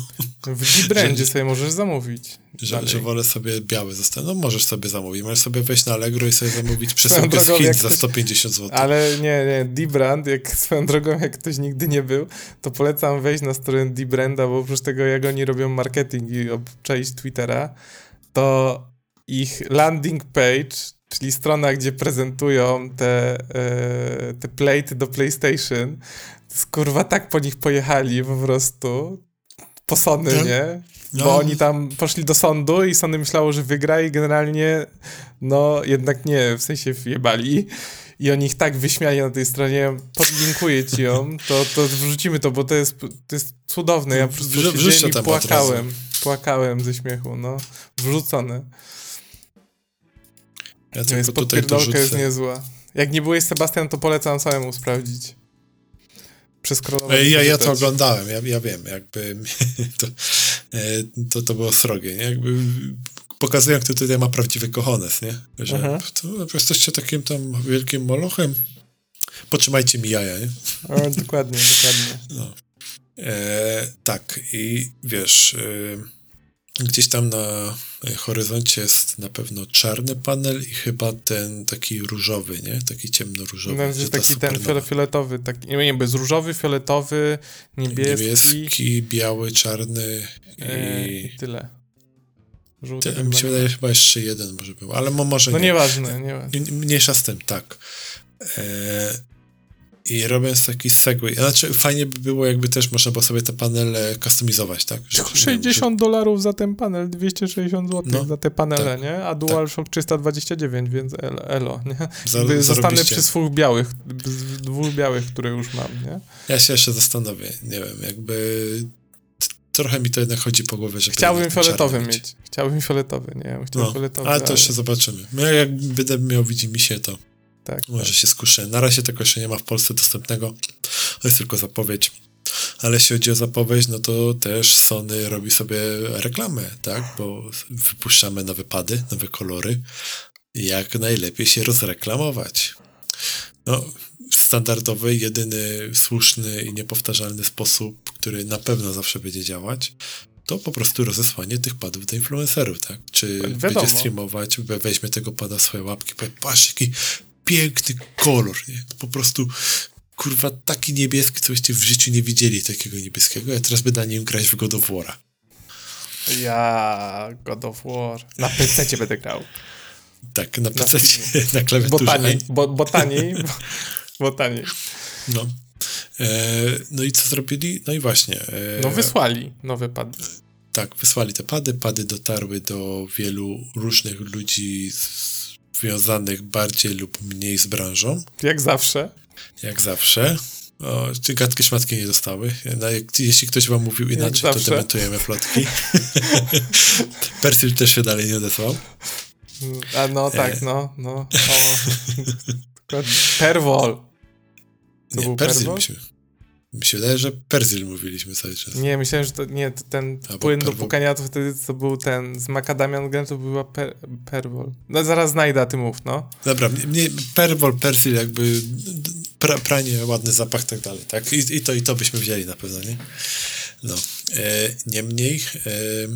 W G-Brandzie że- sobie możesz zamówić. że, dalej. że wolę sobie biały zostawić. No możesz sobie zamówić, możesz sobie wejść na Allegro i sobie zamówić przesyłkę z drogą, Chin jak za ktoś- sto pięćdziesiąt złotych. Ale nie, nie, D-Brand, jak swoją drogą, jak ktoś nigdy nie był, to polecam wejść na stronę D-Branda, bo oprócz tego, jak oni robią marketing i obczaić Twittera, to ich landing page, czyli strona, gdzie prezentują te, e, te plate do PlayStation, to jest, kurwa, tak po nich pojechali po prostu, po Sony, No. nie? Bo No. oni tam poszli do sądu i Sony myślało, że wygra i generalnie, no jednak nie, w sensie wjebali. I oni ich tak wyśmiali na tej stronie, podlinkuję ci ją, to, to wrzucimy to, bo to jest, to jest cudowne. Ja po prostu Wrzu- wrzuć to siedziałem i tam od płakałem. Płakałem ze śmiechu, no. Wrzucone. Ja To jest tylko tutaj podpierdolka, jest dorzucę. niezła. Jak nie byłeś Sebastian, to polecam samemu sprawdzić. Przeskrolować. E, Ja, ja to przeczytać. oglądałem, ja, ja wiem, jakby to, e, to, to było srogie, nie? Jakby pokazują, kto tutaj ma prawdziwy kochones, nie? Że Mhm. to, no, jesteście takim tam wielkim molochem, potrzymajcie mi jaja, nie? O, dokładnie, dokładnie. No. E, tak, i wiesz, e, Gdzieś tam na horyzoncie jest na pewno czarny panel i chyba ten taki różowy, nie? Taki ciemno-różowy. No, jest taki ten fiole, fioletowy, taki, nie wiem, bez różowy, fioletowy, niebieski. Niebieski, biały, czarny i... E, i tyle. Żółty. Ty, mi się wydaje, chyba jeszcze jeden może był, ale może no nie. nieważne, nieważne. Mniejsza z tym, tak. E, I robiąc taki segway, znaczy fajnie by było, jakby też można było sobie te panele kustomizować, tak? Że, sześćdziesiąt dolarów za ten panel, dwieście sześćdziesiąt złotych no, za te panele, tak, nie? A DualShock tak. trzysta dwadzieścia dziewięć, więc elo, nie? Za, zostanę przy dwóch białych, dwóch białych, które już mam, nie? Ja się jeszcze zastanowię, nie wiem, jakby trochę mi to jednak chodzi po głowie, że chciałbym fioletowy mieć. mieć. Chciałbym fioletowy, nie? Ja chciałbym no, fioletowy, ale to jeszcze ale... zobaczymy. No jak będę miał widzimisię, to tak, może tak. się skuszę. Na razie tego jeszcze nie ma w Polsce dostępnego. To jest tylko zapowiedź. Ale jeśli chodzi o zapowiedź, no to też Sony robi sobie reklamę, tak? Bo wypuszczamy nowe pady, nowe kolory. Jak najlepiej się rozreklamować. No, standardowy, jedyny słuszny i niepowtarzalny sposób, który na pewno zawsze będzie działać, to po prostu rozesłanie tych padów do influencerów, tak? Czy Wiadomo. będzie streamować, weźmie tego pada w swoje łapki, powie, patrz, jaki piękny kolor, nie? Po prostu, kurwa, taki niebieski, coście w życiu nie widzieli takiego niebieskiego, ja teraz będę na nim grać w God of War'a. Ja, God of War. Na pececie będę grał. Tak, na pececie, na, na klawiaturze. Bo taniej, bo, bo taniej, bo, bo taniej. No. E, no i co zrobili? No i właśnie. E, no wysłali nowe pady. Tak, wysłali te pady. Pady dotarły do wielu różnych ludzi związanych bardziej lub mniej z branżą. Jak zawsze. Jak zawsze. O, czy gadki szmatki nie dostały? No, jak, jeśli ktoś wam mówił inaczej, to dementujemy plotki. Persil też się dalej nie odesłał. A no tak, e... no, no. O. Perwol. To nie, był Persil mi się, mi się wydaje, że Persil mówiliśmy cały czas. Nie, myślałem, że to nie, to ten Albo płyn perwol. do pukania to wtedy to był ten z Macadamian Glen, to była per, Perwol. No zaraz znajdę, a ty mów, no. Dobra, mnie Perwol, Persil jakby pra, pranie, ładny zapach i tak dalej, tak? I, I to i to byśmy wzięli na pewno, nie? No. E, niemniej e,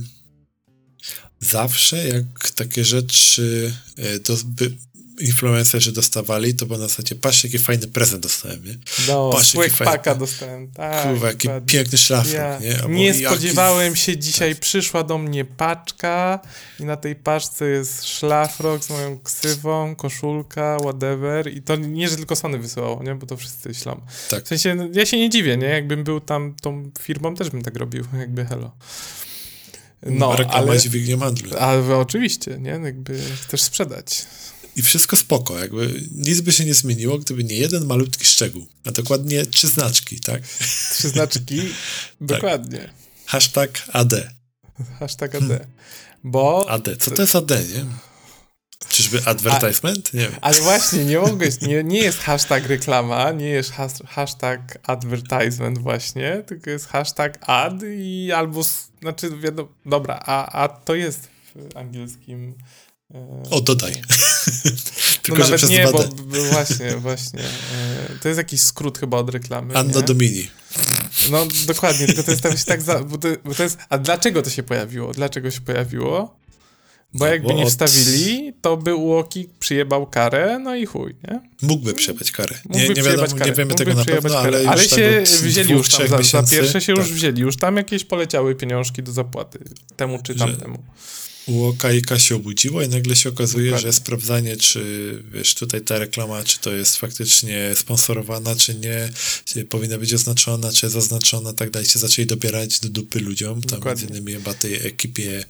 zawsze jak takie rzeczy e, to by influencerzy dostawali, to było na zasadzie, patrz, jaki fajny prezent dostałem, nie? No, Swagpacka dostałem, tak. Kurwa, jaki dokładnie. Piękny szlafrok, ja nie? Albo nie spodziewałem jaki... się, dzisiaj tak. Przyszła do mnie paczka i na tej paczce jest szlafrok z moją ksywą, koszulka, whatever i to nie, że tylko Sony wysyłało, nie? Bo to wszyscy ślą. Tak. W sensie, ja się nie dziwię, nie? Jakbym był tam tą firmą, też bym tak robił, jakby hello. No, reklama ale... dźwignią handlu. Ale oczywiście, nie? Jakby chcesz sprzedać. I wszystko spoko, jakby nic by się nie zmieniło, gdyby nie jeden malutki szczegół, a dokładnie trzy znaczki, tak? Trzy znaczki, dokładnie. Tak. Hashtag A D. Hashtag A D. Bo... A D, co to jest A D, nie? Czyżby advertisement? A, nie wiem. Ale właśnie, nie mogłeś, nie, nie jest hashtag reklama, nie jest has, hashtag advertisement właśnie, tylko jest hashtag ad i albo, znaczy wiadomo, dobra, a, a to jest w angielskim... O, dodaj. Tylko, no że nawet nie, bo, bo właśnie, właśnie. To jest jakiś skrót chyba od reklamy. Anno Domini. No dokładnie, tylko to jest tak, tak za, bo to, bo to jest, a dlaczego to się pojawiło? Dlaczego się pojawiło? Bo no, jakby bo nie od... wstawili, to by Łoki przyjebał karę, no i chuj, nie? Mógłby przyjebać karę. Nie, nie, wiadomo, nie wiemy tego na pewno, karę. ale, ale już się wzięli już tam, za, za pierwsze się tak. już wzięli, już tam jakieś poleciały pieniążki do zapłaty temu czy tamtemu. Łoka i K się obudziło i nagle się okazuje, Dokładnie. że sprawdzanie, czy wiesz, tutaj ta reklama, czy to jest faktycznie sponsorowana, czy nie, czy powinna być oznaczona, czy jest zaznaczona, tak dalej, się zaczęli dobierać do dupy ludziom, tam Dokładnie. między innymi chyba tej ekipie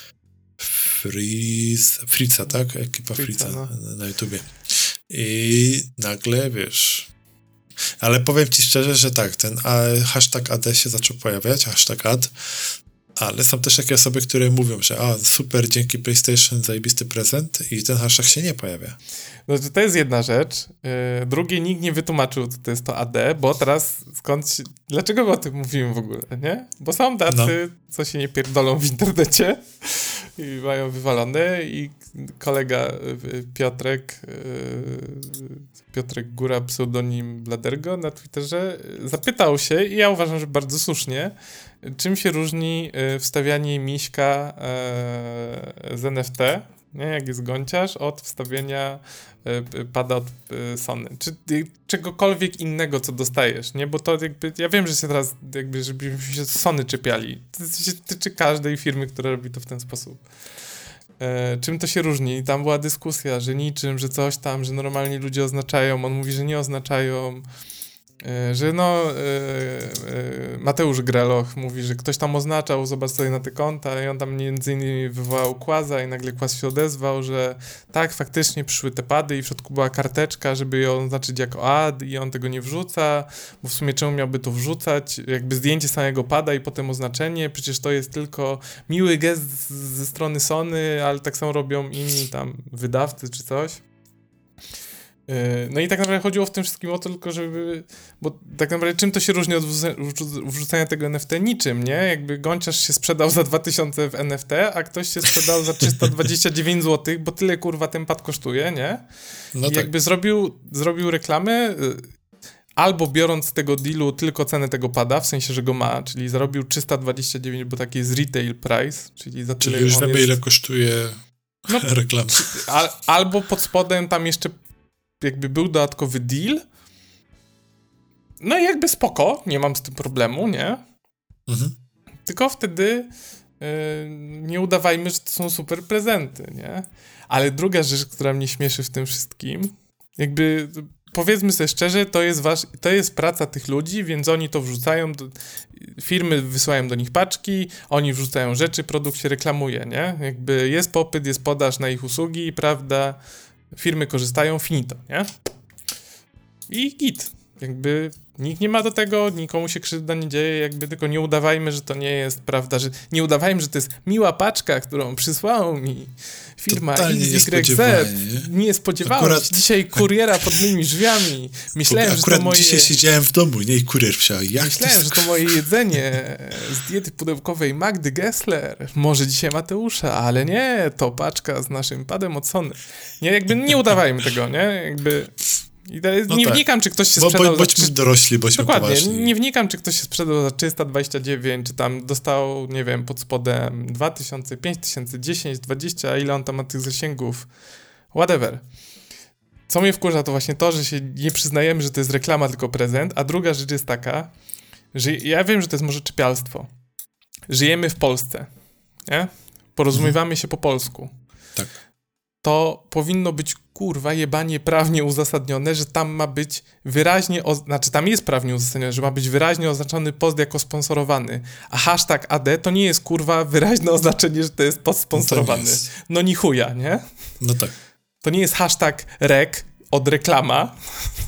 Freeze, Fritza, tak? Ekipa Fritza no. na, na YouTubie. I nagle, wiesz... Ale powiem ci szczerze, że tak, ten a, hashtag A D się zaczął pojawiać, hashtag ad, ale są też takie osoby, które mówią, że a, super, dzięki PlayStation, zajebisty prezent i ten hashtag się nie pojawia. No to, to jest jedna rzecz. Yy, drugie, nikt nie wytłumaczył, co to jest to A D, bo teraz skąd... Się, dlaczego my o tym mówimy w ogóle, nie? Bo są tacy, no. co się nie pierdolą w internecie i mają wywalone i kolega Piotrek yy, Piotrek Góra, pseudonim Bladergo na Twitterze, zapytał się, i ja uważam, że bardzo słusznie, czym się różni wstawianie miśka z N F T, nie, jak jest gąciarz, od wstawienia pada od Sony, czy czegokolwiek innego, co dostajesz, nie, bo to jakby, ja wiem, że się teraz jakby, żebyśmy się Sony czepiali, to się tyczy każdej firmy, która robi to w ten sposób. E, czym to się różni? Tam była dyskusja, że niczym, że coś tam, że normalnie ludzie oznaczają, on mówi, że nie oznaczają, e, że no e, e, Mateusz Greloch mówi, że ktoś tam oznaczał, zobacz sobie na te konta i on tam między innymi wywołał Kłaza i nagle Kłaz się odezwał, że tak, faktycznie przyszły te pady i w środku była karteczka, żeby ją oznaczyć jako ad i on tego nie wrzuca, bo w sumie czemu miałby to wrzucać, jakby zdjęcie samego pada i potem oznaczenie, przecież to jest tylko miły gest ze strony Sony, ale tak samo robią inni tam wydawcy czy coś. No i tak naprawdę chodziło w tym wszystkim o to tylko, żeby, bo tak naprawdę czym to się różni od wrzucania tego N F T? Niczym, nie? Jakby gąciarz się sprzedał za dwa tysiące w N F T, a ktoś się sprzedał za trzysta dwadzieścia dziewięć złotych, bo tyle kurwa ten pad kosztuje, nie? No I tak. Jakby zrobił, zrobił reklamę, albo biorąc z tego dealu tylko cenę tego pada, w sensie, że go ma, czyli zarobił trzysta dwadzieścia dziewięć, bo taki jest retail price, czyli za tyle czyli już wiemy, jest... ile kosztuje no, reklama. Al, albo pod spodem tam jeszcze jakby był dodatkowy deal, no i jakby spoko, nie mam z tym problemu, nie? Mhm. Tylko wtedy yy, nie udawajmy, że to są super prezenty, nie? Ale druga rzecz, która mnie śmieszy w tym wszystkim, jakby powiedzmy sobie szczerze, to jest wasz, to jest praca tych ludzi, więc oni to wrzucają, do, firmy wysyłają do nich paczki, oni wrzucają rzeczy, produkt się reklamuje, nie? Jakby jest popyt, jest podaż na ich usługi, prawda? Firmy korzystają, finito, nie? I git. Jakby nikt nie ma do tego, nikomu się krzywda nie dzieje, jakby tylko nie udawajmy, że to nie jest prawda, że nie udawajmy, że to jest miła paczka, którą przysłała mi firma X Y Z. Nie spodziewałem Akurat... się dzisiaj kuriera pod moimi drzwiami. Myślałem, Akurat że to moje... dzisiaj siedziałem w domu, nie? I kurier wsiał. Jak Myślałem, to... że to moje jedzenie z diety pudełkowej Magdy Gessler. Może dzisiaj Mateusza, ale nie, to paczka z naszym padem od Sony. Nie, jakby nie udawajmy tego, nie? Jakby... I no nie tak. wnikam, czy ktoś się bo, sprzedał... Bo, bądźmy za... dorośli, bośmy Dokładnie, poważni. Nie wnikam, czy ktoś się sprzedał za trzysta dwadzieścia dziewięć, czy tam dostał, nie wiem, pod spodem dwa tysiące, pięć tysięcy, dziesięć, dwadzieścia, ile on tam ma tych zasięgów. Whatever. Co mnie wkurza, to właśnie to, że się nie przyznajemy, że to jest reklama, tylko prezent, a druga rzecz jest taka, że ja wiem, że to jest może czepialstwo. Żyjemy w Polsce, nie? Porozumiewamy mhm. się po polsku. Tak. To powinno być, kurwa, jebanie prawnie uzasadnione, że tam ma być wyraźnie, o... znaczy tam jest prawnie uzasadnione, że ma być wyraźnie oznaczony post jako sponsorowany, a hashtag A D to nie jest, kurwa, wyraźne oznaczenie, że to jest post sponsorowany. No, no ni chuja, nie? No tak. To nie jest hashtag rek od reklama.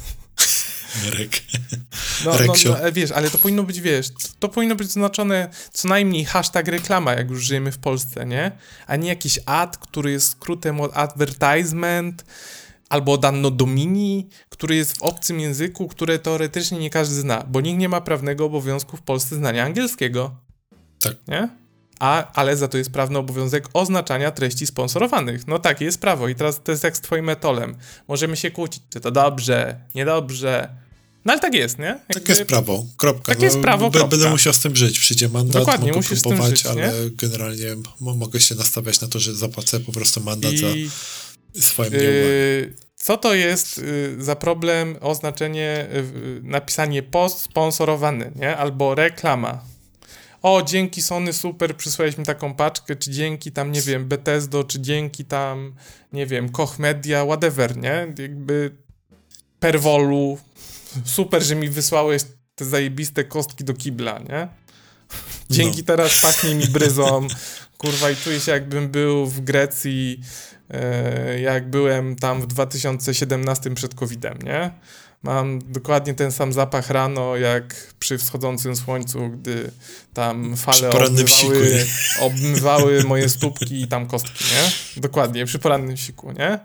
Rek. No, no, no, wiesz, ale to powinno być, wiesz, to powinno być znaczone co najmniej hashtag reklama, jak już żyjemy w Polsce, nie? A nie jakiś ad, który jest skrótem od advertisement, albo od anno domini, który jest w obcym języku, które teoretycznie nie każdy zna, bo nikt nie ma prawnego obowiązku w Polsce znania angielskiego. Tak. Nie? A, ale za to jest prawny obowiązek oznaczania treści sponsorowanych. No takie jest prawo i teraz to jest jak z twoim etolem. Możemy się kłócić, czy to dobrze, niedobrze. No ale tak jest, nie? Jakby... Tak jest prawo, kropka. Tak jest no, prawo, b- kropka. Będę musiał z tym żyć, przyjdzie mandat, Dokładnie, mogę musisz próbować, z tym żyć, ale nie? generalnie m- mogę się nastawiać na to, że zapłacę po prostu mandat I... za swoją nieuwagę. Yy, co to jest yy, za problem oznaczenie, yy, napisanie post sponsorowany, nie? Albo reklama. O, dzięki Sony, super, przysłałeś mi taką paczkę, czy dzięki tam, nie wiem, Bethesdo, czy dzięki tam, nie wiem, Koch Media, whatever, nie? Jakby Perwolu, super, że mi wysłałeś te zajebiste kostki do kibla, nie? Dzięki no. Teraz pachnie mi bryzą, kurwa, i czuję się, jakbym był w Grecji, e, jak byłem tam w dwa tysiące siedemnastym przed kowidem, nie? Mam dokładnie ten sam zapach rano, jak przy wschodzącym słońcu, gdy tam fale obmywały, obmywały moje stópki i tam kostki, nie? Dokładnie, przy porannym siku, nie?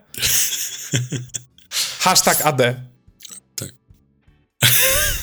Hashtag A D. Tak.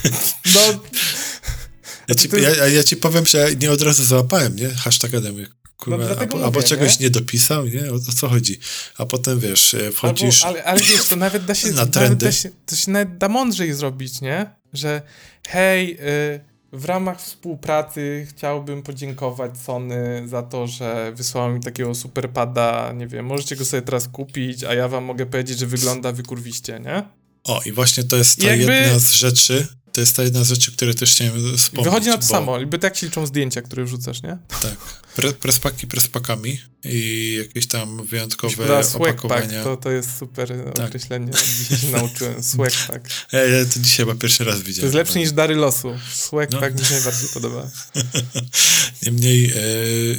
No... Ja ci, ja, ja ci powiem, że nie od razu załapałem, nie? Hashtag A D. kurwa, No, dlatego albo, mówię, albo czegoś nie? nie dopisał, nie? O, o co chodzi? A potem, wiesz, wchodzisz Albo, ale, ale wiesz, to nawet da się, na nawet trendy. da się, to się nawet da mądrzej zrobić, nie? Że hej, y, w ramach współpracy chciałbym podziękować Sony za to, że wysłało mi takiego superpada, nie wiem, możecie go sobie teraz kupić, a ja wam mogę powiedzieć, że wygląda wykurwiście, nie? O, i właśnie to jest ta Jakby- jedna z rzeczy, to jest ta jedna z rzeczy, które też chciałem wspomnieć. Wychodzi na to bo, samo, bo tak się liczą zdjęcia, które wrzucasz, nie? Tak, pre, prespaki prespakami i jakieś tam wyjątkowe Wygląda swagpack, opakowania. to, to jest super Tak. określenie, dzisiaj się nauczyłem, swagpack. Ja, ja to dzisiaj chyba pierwszy raz To widziałem. jest lepsze niż dary losu, swagpack No. mi się najbardziej podoba. Niemniej e,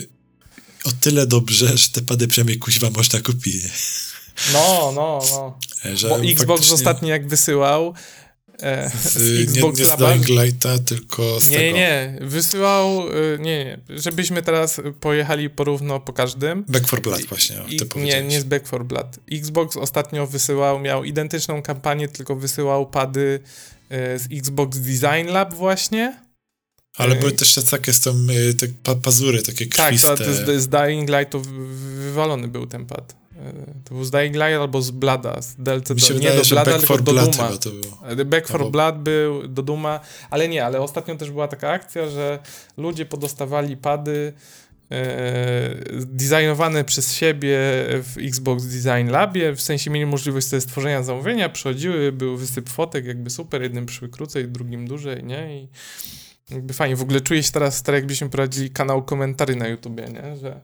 o tyle dobrze, że te pady przynajmniej kuźwa można kupić. Nie? No, no, no. E, Że Bo Xbox faktycznie ostatnio jak wysyłał e, z, z Xbox nie, nie z Laba... Dying Lighta, tylko z Nie, tego. nie, wysyłał... y, Nie, nie, żebyśmy teraz pojechali porówno po każdym. Back for Blood właśnie, o, I, ty nie, powiedziałeś. nie z Back four Blood. Xbox ostatnio wysyłał, miał identyczną kampanię, tylko wysyłał pady e, z Xbox Design Lab właśnie. Ale e, były też te takie z tą, e, te pa, pazury, takie Tak, krwiste. to, to z, z Dying Light to wy- wywalony był ten pad. E, To był z Dying Light albo z Blada, z D L C Mi się do, nie wydaje, do że Blada, Back tylko for do Blood Duma. chyba to było. The Back four Albo- Blood był do Duma, ale nie, ale ostatnio też była taka akcja, że ludzie podostawali pady e, designowane przez siebie w Xbox Design Labie, w sensie mieli możliwość sobie stworzenia zamówienia, przychodziły, był wysyp fotek, jakby super, jednym przyszły krócej, drugim dłużej, nie? I jakby fajnie, w ogóle czuję się teraz tak, jakbyśmy prowadzili kanał komentarzy na YouTubie, nie? Że...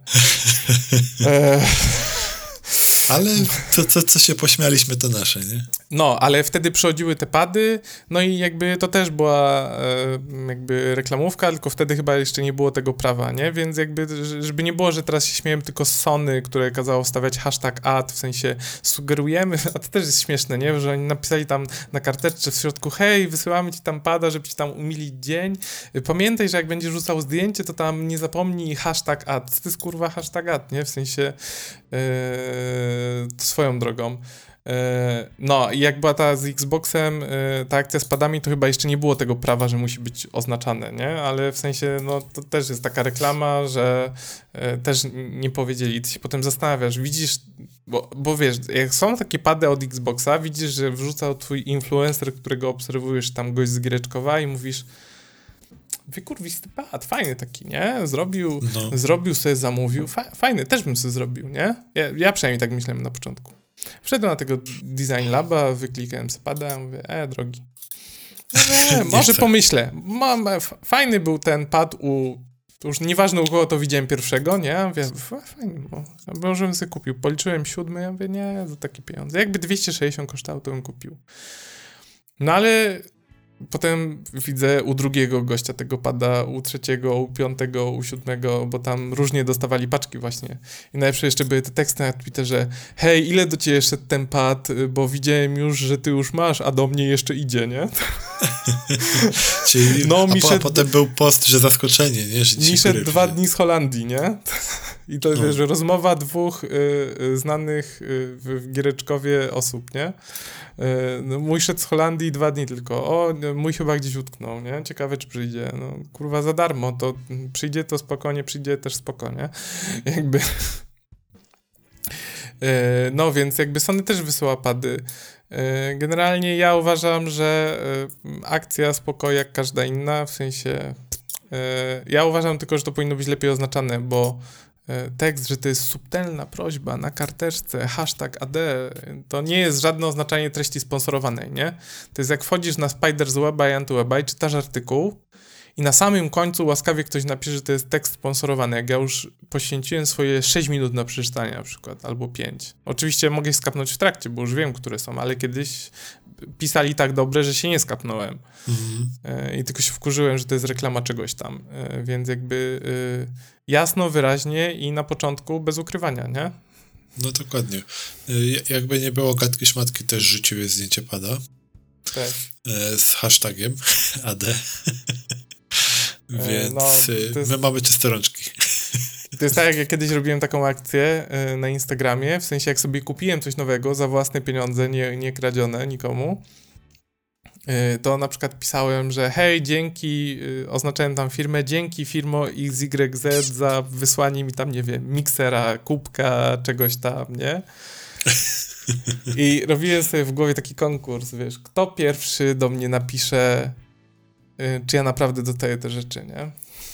E, Ale to, to, co się pośmialiśmy, to nasze, nie? No, ale wtedy przychodziły te pady, no i jakby to też była e, jakby reklamówka, tylko wtedy chyba jeszcze nie było tego prawa, nie? Więc jakby, ż- żeby nie było, że teraz się śmiałem tylko z Sony, które kazało wstawiać hashtag ad, w sensie sugerujemy, a to też jest śmieszne, nie? Że oni napisali tam na karteczce w środku, hej, wysyłamy ci tam pada, żeby ci tam umilić dzień. Pamiętaj, że jak będziesz rzucał zdjęcie, to tam nie zapomnij hashtag ad. Co to jest kurwa hashtag ad, nie? W sensie e, swoją drogą. E, No i jak była ta z Xboxem, e, ta akcja z padami, to chyba jeszcze nie było tego prawa, że musi być oznaczane, nie? Ale w sensie, no to też jest taka reklama, że e, też nie powiedzieli. Ty się potem zastanawiasz, widzisz, bo, bo wiesz, jak są takie pady od Xboxa, widzisz, że wrzucał twój influencer, którego obserwujesz, tam gość z Giereczkowa i mówisz, wykurwisty pad, fajny taki, nie? Zrobił, No. zrobił sobie, zamówił, Fa- fajny, też bym sobie zrobił, nie? Ja, ja przynajmniej tak myślałem na początku. Wszedłem na tego Design Laba, wyklikałem z pada, mówię, e, drogi. Nie, może chcę. pomyślę. Mam, f- fajny był ten pad u, to już nieważne u kogo to widziałem pierwszego, nie? Ja mówię, f- fajny, bo, może bym sobie kupił. Policzyłem siódmy, ja mówię, nie, za takie pieniądze. Jakby dwieście sześćdziesiąt kosztowało, to bym kupił. No ale potem widzę u drugiego gościa tego pada, u trzeciego, u piątego, u siódmego, bo tam różnie dostawali paczki właśnie. I najlepsze jeszcze były te teksty na Twitterze, hej, ile do ciebie szedł ten pad, bo widziałem już, że ty już masz, a do mnie jeszcze idzie, nie? Czyli, No, a, mi po, a szedł- potem był post, że zaskoczenie, nie? Że Mi ci szedł góry dwa przyjdzie. dni z Holandii, nie? I to No. wiesz, rozmowa dwóch y, y, znanych y, w, w Giereczkowie osób, nie? Y, no, mój szedł z Holandii dwa dni tylko. O, mój chyba gdzieś utknął, nie? Ciekawe, czy przyjdzie. No, kurwa, za darmo. To mm, przyjdzie, to spokojnie, przyjdzie też spokojnie. Jakby... Y, no, więc jakby Sony też wysyła pady. Y, Generalnie ja uważam, że y, akcja spoko jak każda inna, w sensie... E, Ja uważam tylko, że to powinno być lepiej oznaczane, bo e, tekst, że to jest subtelna prośba na karteczce, hashtag A D, to nie jest żadne oznaczanie treści sponsorowanej, nie? To jest jak wchodzisz na Spiders Weba i Antyweba i czytasz artykuł i na samym końcu łaskawie ktoś napisze, że to jest tekst sponsorowany, jak ja już poświęciłem swoje sześć minut na przeczytanie na przykład, albo pięć. Oczywiście mogę skapnąć w trakcie, bo już wiem, które są, ale kiedyś pisali tak dobre, że się nie skapnąłem. Mhm. E, I tylko się wkurzyłem, że to jest reklama czegoś tam. E, Więc jakby e, jasno, wyraźnie i na początku bez ukrywania, nie? No dokładnie. Y, Jakby nie było, gadki szmatki też rzuciły zdjęcie pada Tak. y, z hashtagiem A D. Więc no, y, to jest- my mamy czyste rączki. To jest tak, jak ja kiedyś robiłem taką akcję e, na Instagramie, w sensie jak sobie kupiłem coś nowego za własne pieniądze, nie, nie kradzione nikomu, to na przykład pisałem, że hej, dzięki, oznaczałem tam firmę, dzięki firmo X Y Z za wysłanie mi tam, nie wiem, miksera, kubka, czegoś tam, nie? I robiłem sobie w głowie taki konkurs, wiesz, kto pierwszy do mnie napisze, czy ja naprawdę dostaję te rzeczy, nie?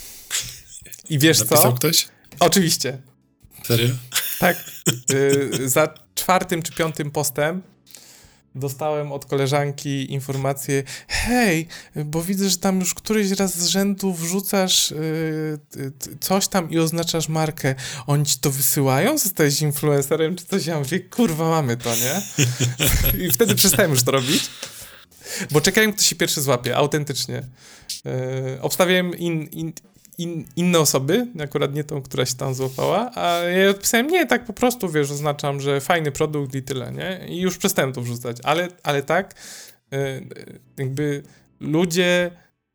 I wiesz Napisał co? ktoś? Oczywiście. Serio? Tak. Y, za czwartym czy piątym postem dostałem od koleżanki informację, hej, bo widzę, że tam już któryś raz z rzędu wrzucasz y, y, coś tam i oznaczasz markę. Oni ci to wysyłają? Zostałeś influencerem czy coś? Ja mówię, kurwa, mamy to, nie? I wtedy przestałem już to robić. Bo czekałem, kto się pierwszy złapie, autentycznie. Yy, obstawiałem in, in, in, inne osoby, akurat nie tą, która się tam złapała, a ja odpisałem, nie, tak po prostu, wiesz, oznaczam, że fajny produkt i tyle, nie? I już przestałem to wrzucać, ale, ale tak, yy, jakby ludzie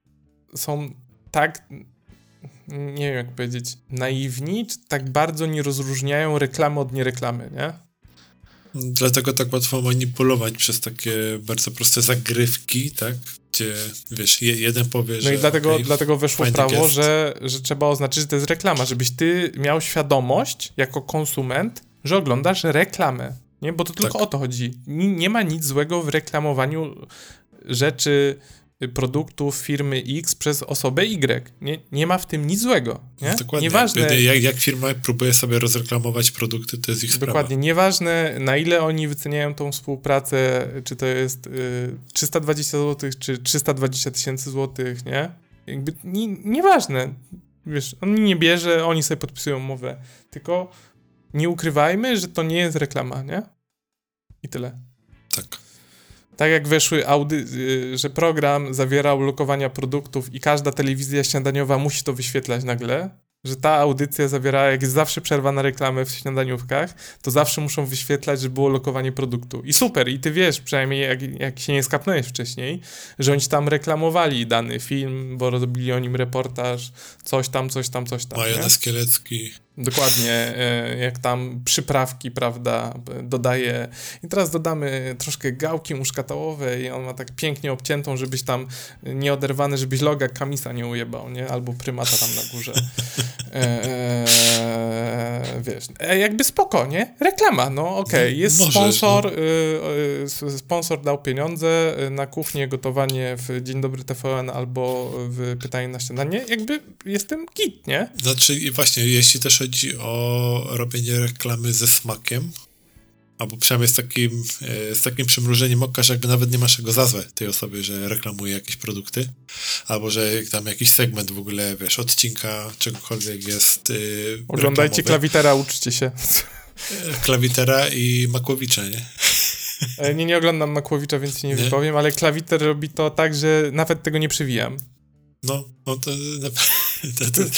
są tak, nie wiem jak powiedzieć, naiwni, czy tak bardzo nie rozróżniają reklamy od niereklamy, nie? Dlatego tak łatwo manipulować przez takie bardzo proste zagrywki, tak? Gdzie, wiesz, je, jeden powie, no że... No i dlatego, okay, dlatego weszło prawo, że, że trzeba oznaczyć, że to jest reklama, żebyś ty miał świadomość jako konsument, że oglądasz reklamę, nie? Bo to tylko tak. o to chodzi. Nie, nie ma nic złego w reklamowaniu rzeczy, produktów firmy X przez osobę Y. Nie, nie ma w tym nic złego. Nie? Dokładnie. Nieważne, jak, jak firma próbuje sobie rozreklamować produkty, to jest ich sprawa. Dokładnie. Nieważne, na ile oni wyceniają tą współpracę, czy to jest y, trzysta dwadzieścia złotych, czy trzysta dwadzieścia tysięcy złotych, nie? Jakby nie, nieważne. Wiesz, on nie bierze, oni sobie podpisują umowę. Tylko nie ukrywajmy, że to nie jest reklama, nie? I tyle. Tak. Tak jak weszły audy, że program zawierał lokowania produktów i każda telewizja śniadaniowa musi to wyświetlać nagle, że ta audycja zawierała, jak jest zawsze przerwa na reklamę w śniadaniówkach, to zawsze muszą wyświetlać, że było lokowanie produktu. I super, i ty wiesz, przynajmniej jak, jak się nie skapnąłeś wcześniej, że oni tam reklamowali dany film, bo robili o nim reportaż, coś tam, coś tam, coś tam. Majonez kielecki. Dokładnie, jak tam przyprawki, prawda, dodaje. I teraz dodamy troszkę gałki muszkatałowej i on ma tak pięknie obciętą, żebyś tam nieoderwany, żebyś loga Kamisa nie ujebał, nie? Albo prymata tam na górze. Eee, wiesz, e, jakby spoko, nie? Reklama, no okej. Okay. Jest Możesz, sponsor, no. y, y, sponsor dał pieniądze na kuchnię, gotowanie w Dzień Dobry T V N albo w Pytanie na śniadanie. Jakby jestem git, nie? Znaczy i właśnie, jeśli też chodzi o robienie reklamy ze smakiem, albo przynajmniej z takim, z takim przymrużeniem oka, że jakby nawet nie masz czego za złe tej osobie, że reklamuje jakieś produkty, albo że tam jakiś segment w ogóle, wiesz, odcinka czegokolwiek jest yy, Oglądajcie reklamowy. Klawitera, uczcie się. Klawitera i Makłowicza, nie? Nie, nie oglądam Makłowicza, więc się nie, nie wypowiem, ale Klawiter robi to tak, że nawet tego nie przewijam. No, no to, to, to, to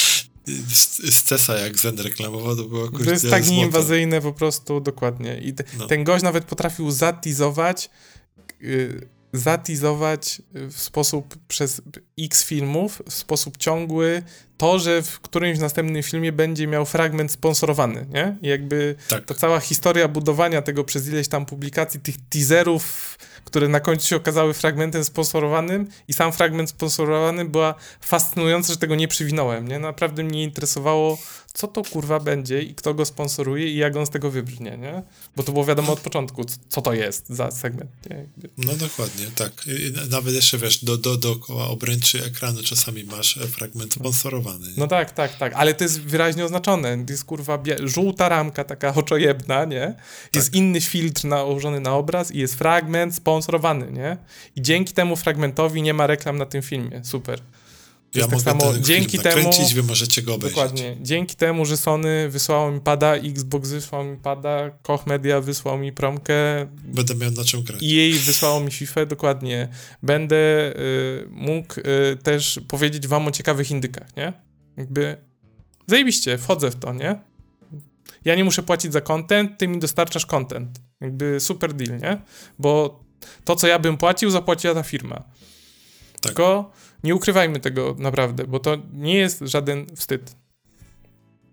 z Cesa jak Zen reklamował, to było kurde, to jest tak nieinwazyjne po prostu, dokładnie. I te, no. Ten gość nawet potrafił zatizować yy, zatizować w sposób przez X filmów, w sposób ciągły to, że w którymś następnym filmie będzie miał fragment sponsorowany, nie? I jakby tak. ta cała historia budowania tego przez ileś tam publikacji, tych teaserów, które na końcu się okazały fragmentem sponsorowanym i sam fragment sponsorowany była fascynująca, że tego nie przywinąłem, nie? Naprawdę mnie interesowało, co to kurwa będzie i kto go sponsoruje i jak on z tego wybrnie, nie? Bo to było wiadomo od początku, co to jest za segment, nie? No dokładnie, tak. I nawet jeszcze, wiesz, do, do, dookoła obręczy ekranu czasami masz fragment sponsorowany. Nie? No tak, tak, tak, ale to jest wyraźnie oznaczone. To jest kurwa bie- żółta ramka, taka oczojebna, nie? Jest tak. Inny filtr nałożony na obraz i jest fragment sponsorowany, nie? I dzięki temu fragmentowi nie ma reklam na tym filmie. Super. Ja tak mogę samo ten dzięki film temu, nakręcić, wy możecie go obejrzeć. Dokładnie. Dzięki temu, że Sony wysłało mi pada, Xbox wysłał mi pada, Koch Media wysłał mi promkę. Będę miał na czym grać. I jej wysłało mi FIFA, dokładnie. Będę y, mógł y, też powiedzieć wam o ciekawych indykach, nie? Jakby zajebiście, wchodzę w to, nie? Ja nie muszę płacić za content, ty mi dostarczasz content. Jakby super deal, nie? Bo to, co ja bym płacił, zapłaciła ta firma. Tak. Tylko nie ukrywajmy tego naprawdę, bo to nie jest żaden wstyd.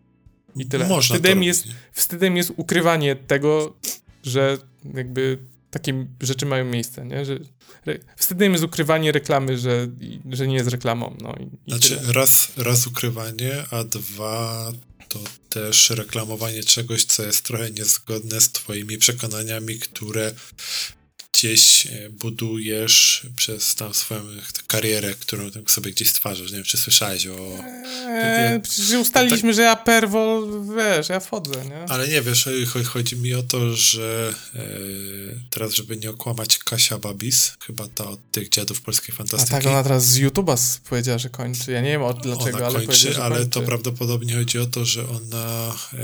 I tyle. Można wstydem, to jest, robić. wstydem jest ukrywanie tego, że jakby takie rzeczy mają miejsce, nie? Że re, wstydem jest ukrywanie reklamy, że, że nie jest reklamą. No, i, i znaczy tyle. raz, raz ukrywanie, a dwa to też reklamowanie czegoś, co jest trochę niezgodne z twoimi przekonaniami, które gdzieś budujesz przez tam swoją karierę, którą tam sobie gdzieś stwarzasz. Nie wiem, czy słyszałeś o... Eee, przecież ustaliliśmy, tak... że ja perwol, wiesz, ja wchodzę, nie? Ale nie, wiesz, chodzi mi o to, że e, teraz, żeby nie okłamać, Kasia Babis, chyba ta od tych dziadów polskiej fantastyki. A tak, ona teraz z YouTube'a powiedziała, że kończy. Ja nie wiem o dlaczego, ona ale kończy, powiedziała, że ale kończy. to prawdopodobnie chodzi o to, że ona e,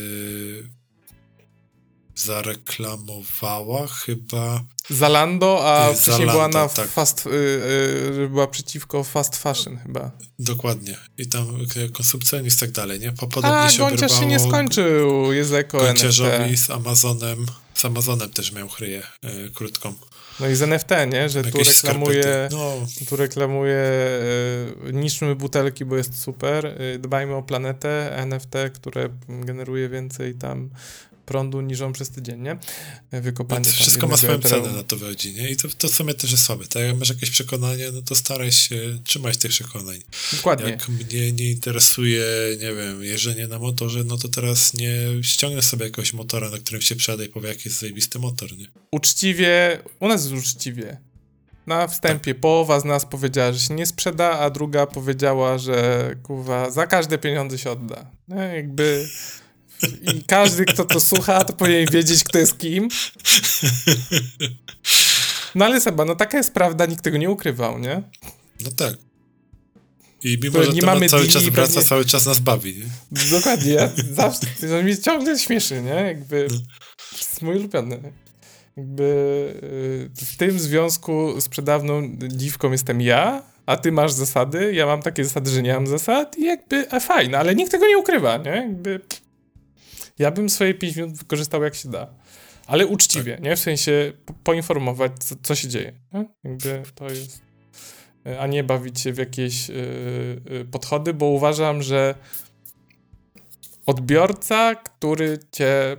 zareklamowała chyba... Zalando, a wcześniej Zalando, była na tak. fast, y, y, była przeciwko fast fashion chyba. Dokładnie. I tam konsumpcjonizm i tak dalej, nie? Podobnie a, się Gonciarz oberwało, się nie skończył, jest jako Gonciarzowi z Amazonem, z Amazonem też miał chryję y, krótką. No i z N F T, nie? Że tu reklamuje, no. tu reklamuje y, niszczmy butelki, bo jest super, y, dbajmy o planetę, N F T, które generuje więcej tam prądu niż on przez tydzień, nie? Wykopanie. No to wszystko ma swoją cenę, na to wychodzi, nie? I to, to w sumie też jest słabe. Tak jak masz jakieś przekonanie, no to staraj się trzymać tych przekonań. Dokładnie. Jak mnie nie interesuje, nie wiem, jeżdżenie na motorze, no to teraz nie ściągnę sobie jakiegoś motora, na którym się przejdę i powie, jaki jest zajebisty motor, nie? Uczciwie, u nas jest uczciwie. Na wstępie tak. Połowa z nas powiedziała, że się nie sprzeda, a druga powiedziała, że kurwa, za każde pieniądze się odda. No, jakby... I każdy, kto to słucha, to powinien wiedzieć, kto jest kim. No ale Seba, no taka jest prawda, nikt tego nie ukrywał, nie? No tak. I mimo, to że nie temat mamy cały czas pewnie... wraca, cały czas nas bawi, nie? Dokładnie, ja zawsze, to mnie ciągle śmieszy, nie? Jakby, to jest mój ulubiony. Jakby w tym związku z przedawną dziwką jestem ja, a ty masz zasady, ja mam takie zasady, że nie mam zasad i jakby, a fajne, ale nikt tego nie ukrywa, nie? Jakby... Ja bym swoje pięć minut wykorzystał jak się da. Ale uczciwie, tak. Nie? W sensie po- poinformować, co, co się dzieje. Nie? Jakby to jest... A nie bawić się w jakieś yy, yy, podchody, bo uważam, że odbiorca, który cię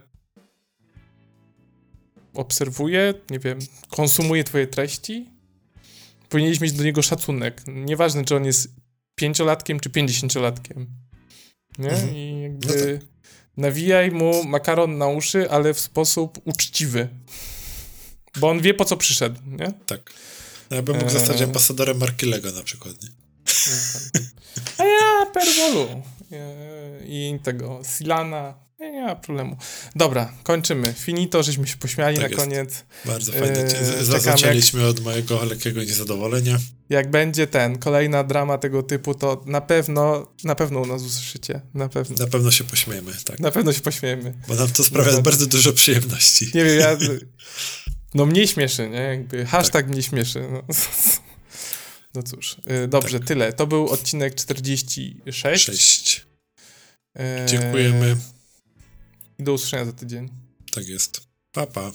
obserwuje, nie wiem, konsumuje twoje treści, powinieneś mieć do niego szacunek. Nieważne, czy on jest pięciolatkiem, czy pięćdziesięciolatkiem. Nie? Mhm. I jakby... No tak. Nawijaj mu makaron na uszy, ale w sposób uczciwy. Bo on wie, po co przyszedł, nie? Tak. No ja bym mógł eee... zostać ambasadorem marki Lego na przykład, nie? A ja Perwolu. I tego Silana. Nie ma problemu. Dobra, kończymy. Finito, żeśmy się pośmiali tak na jest. Koniec. Bardzo fajnie. Eee, Zaczęliśmy jak... od mojego lekkiego niezadowolenia. Jak będzie ten, kolejna drama tego typu, to na pewno, na pewno u nas usłyszycie. Na pewno. Na pewno się pośmiejemy, tak. Na pewno się pośmiejemy. Bo nam to sprawia na bardzo dużo przyjemności. Nie wiem, ja... No mnie śmieszy, nie? Jakby hashtag tak. Mnie śmieszy. No, no cóż. Dobrze, tak. Tyle. To był odcinek czterdziesty szósty. Sześć. Eee... Dziękujemy. I do usłyszenia za tydzień. Tak jest. Pa, pa.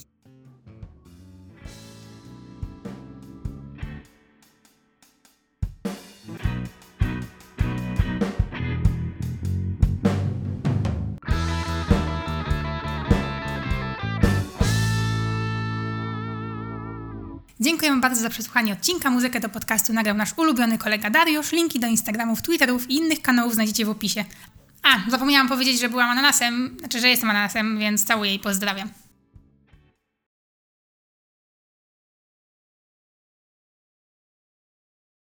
Dziękujemy bardzo za przesłuchanie odcinka. Muzykę do podcastu nagrał nasz ulubiony kolega Dariusz. Linki do Instagramów, Twitterów i innych kanałów znajdziecie w opisie. A, zapomniałam powiedzieć, że byłam ananasem, znaczy, że jestem ananasem, więc całuję i pozdrawiam.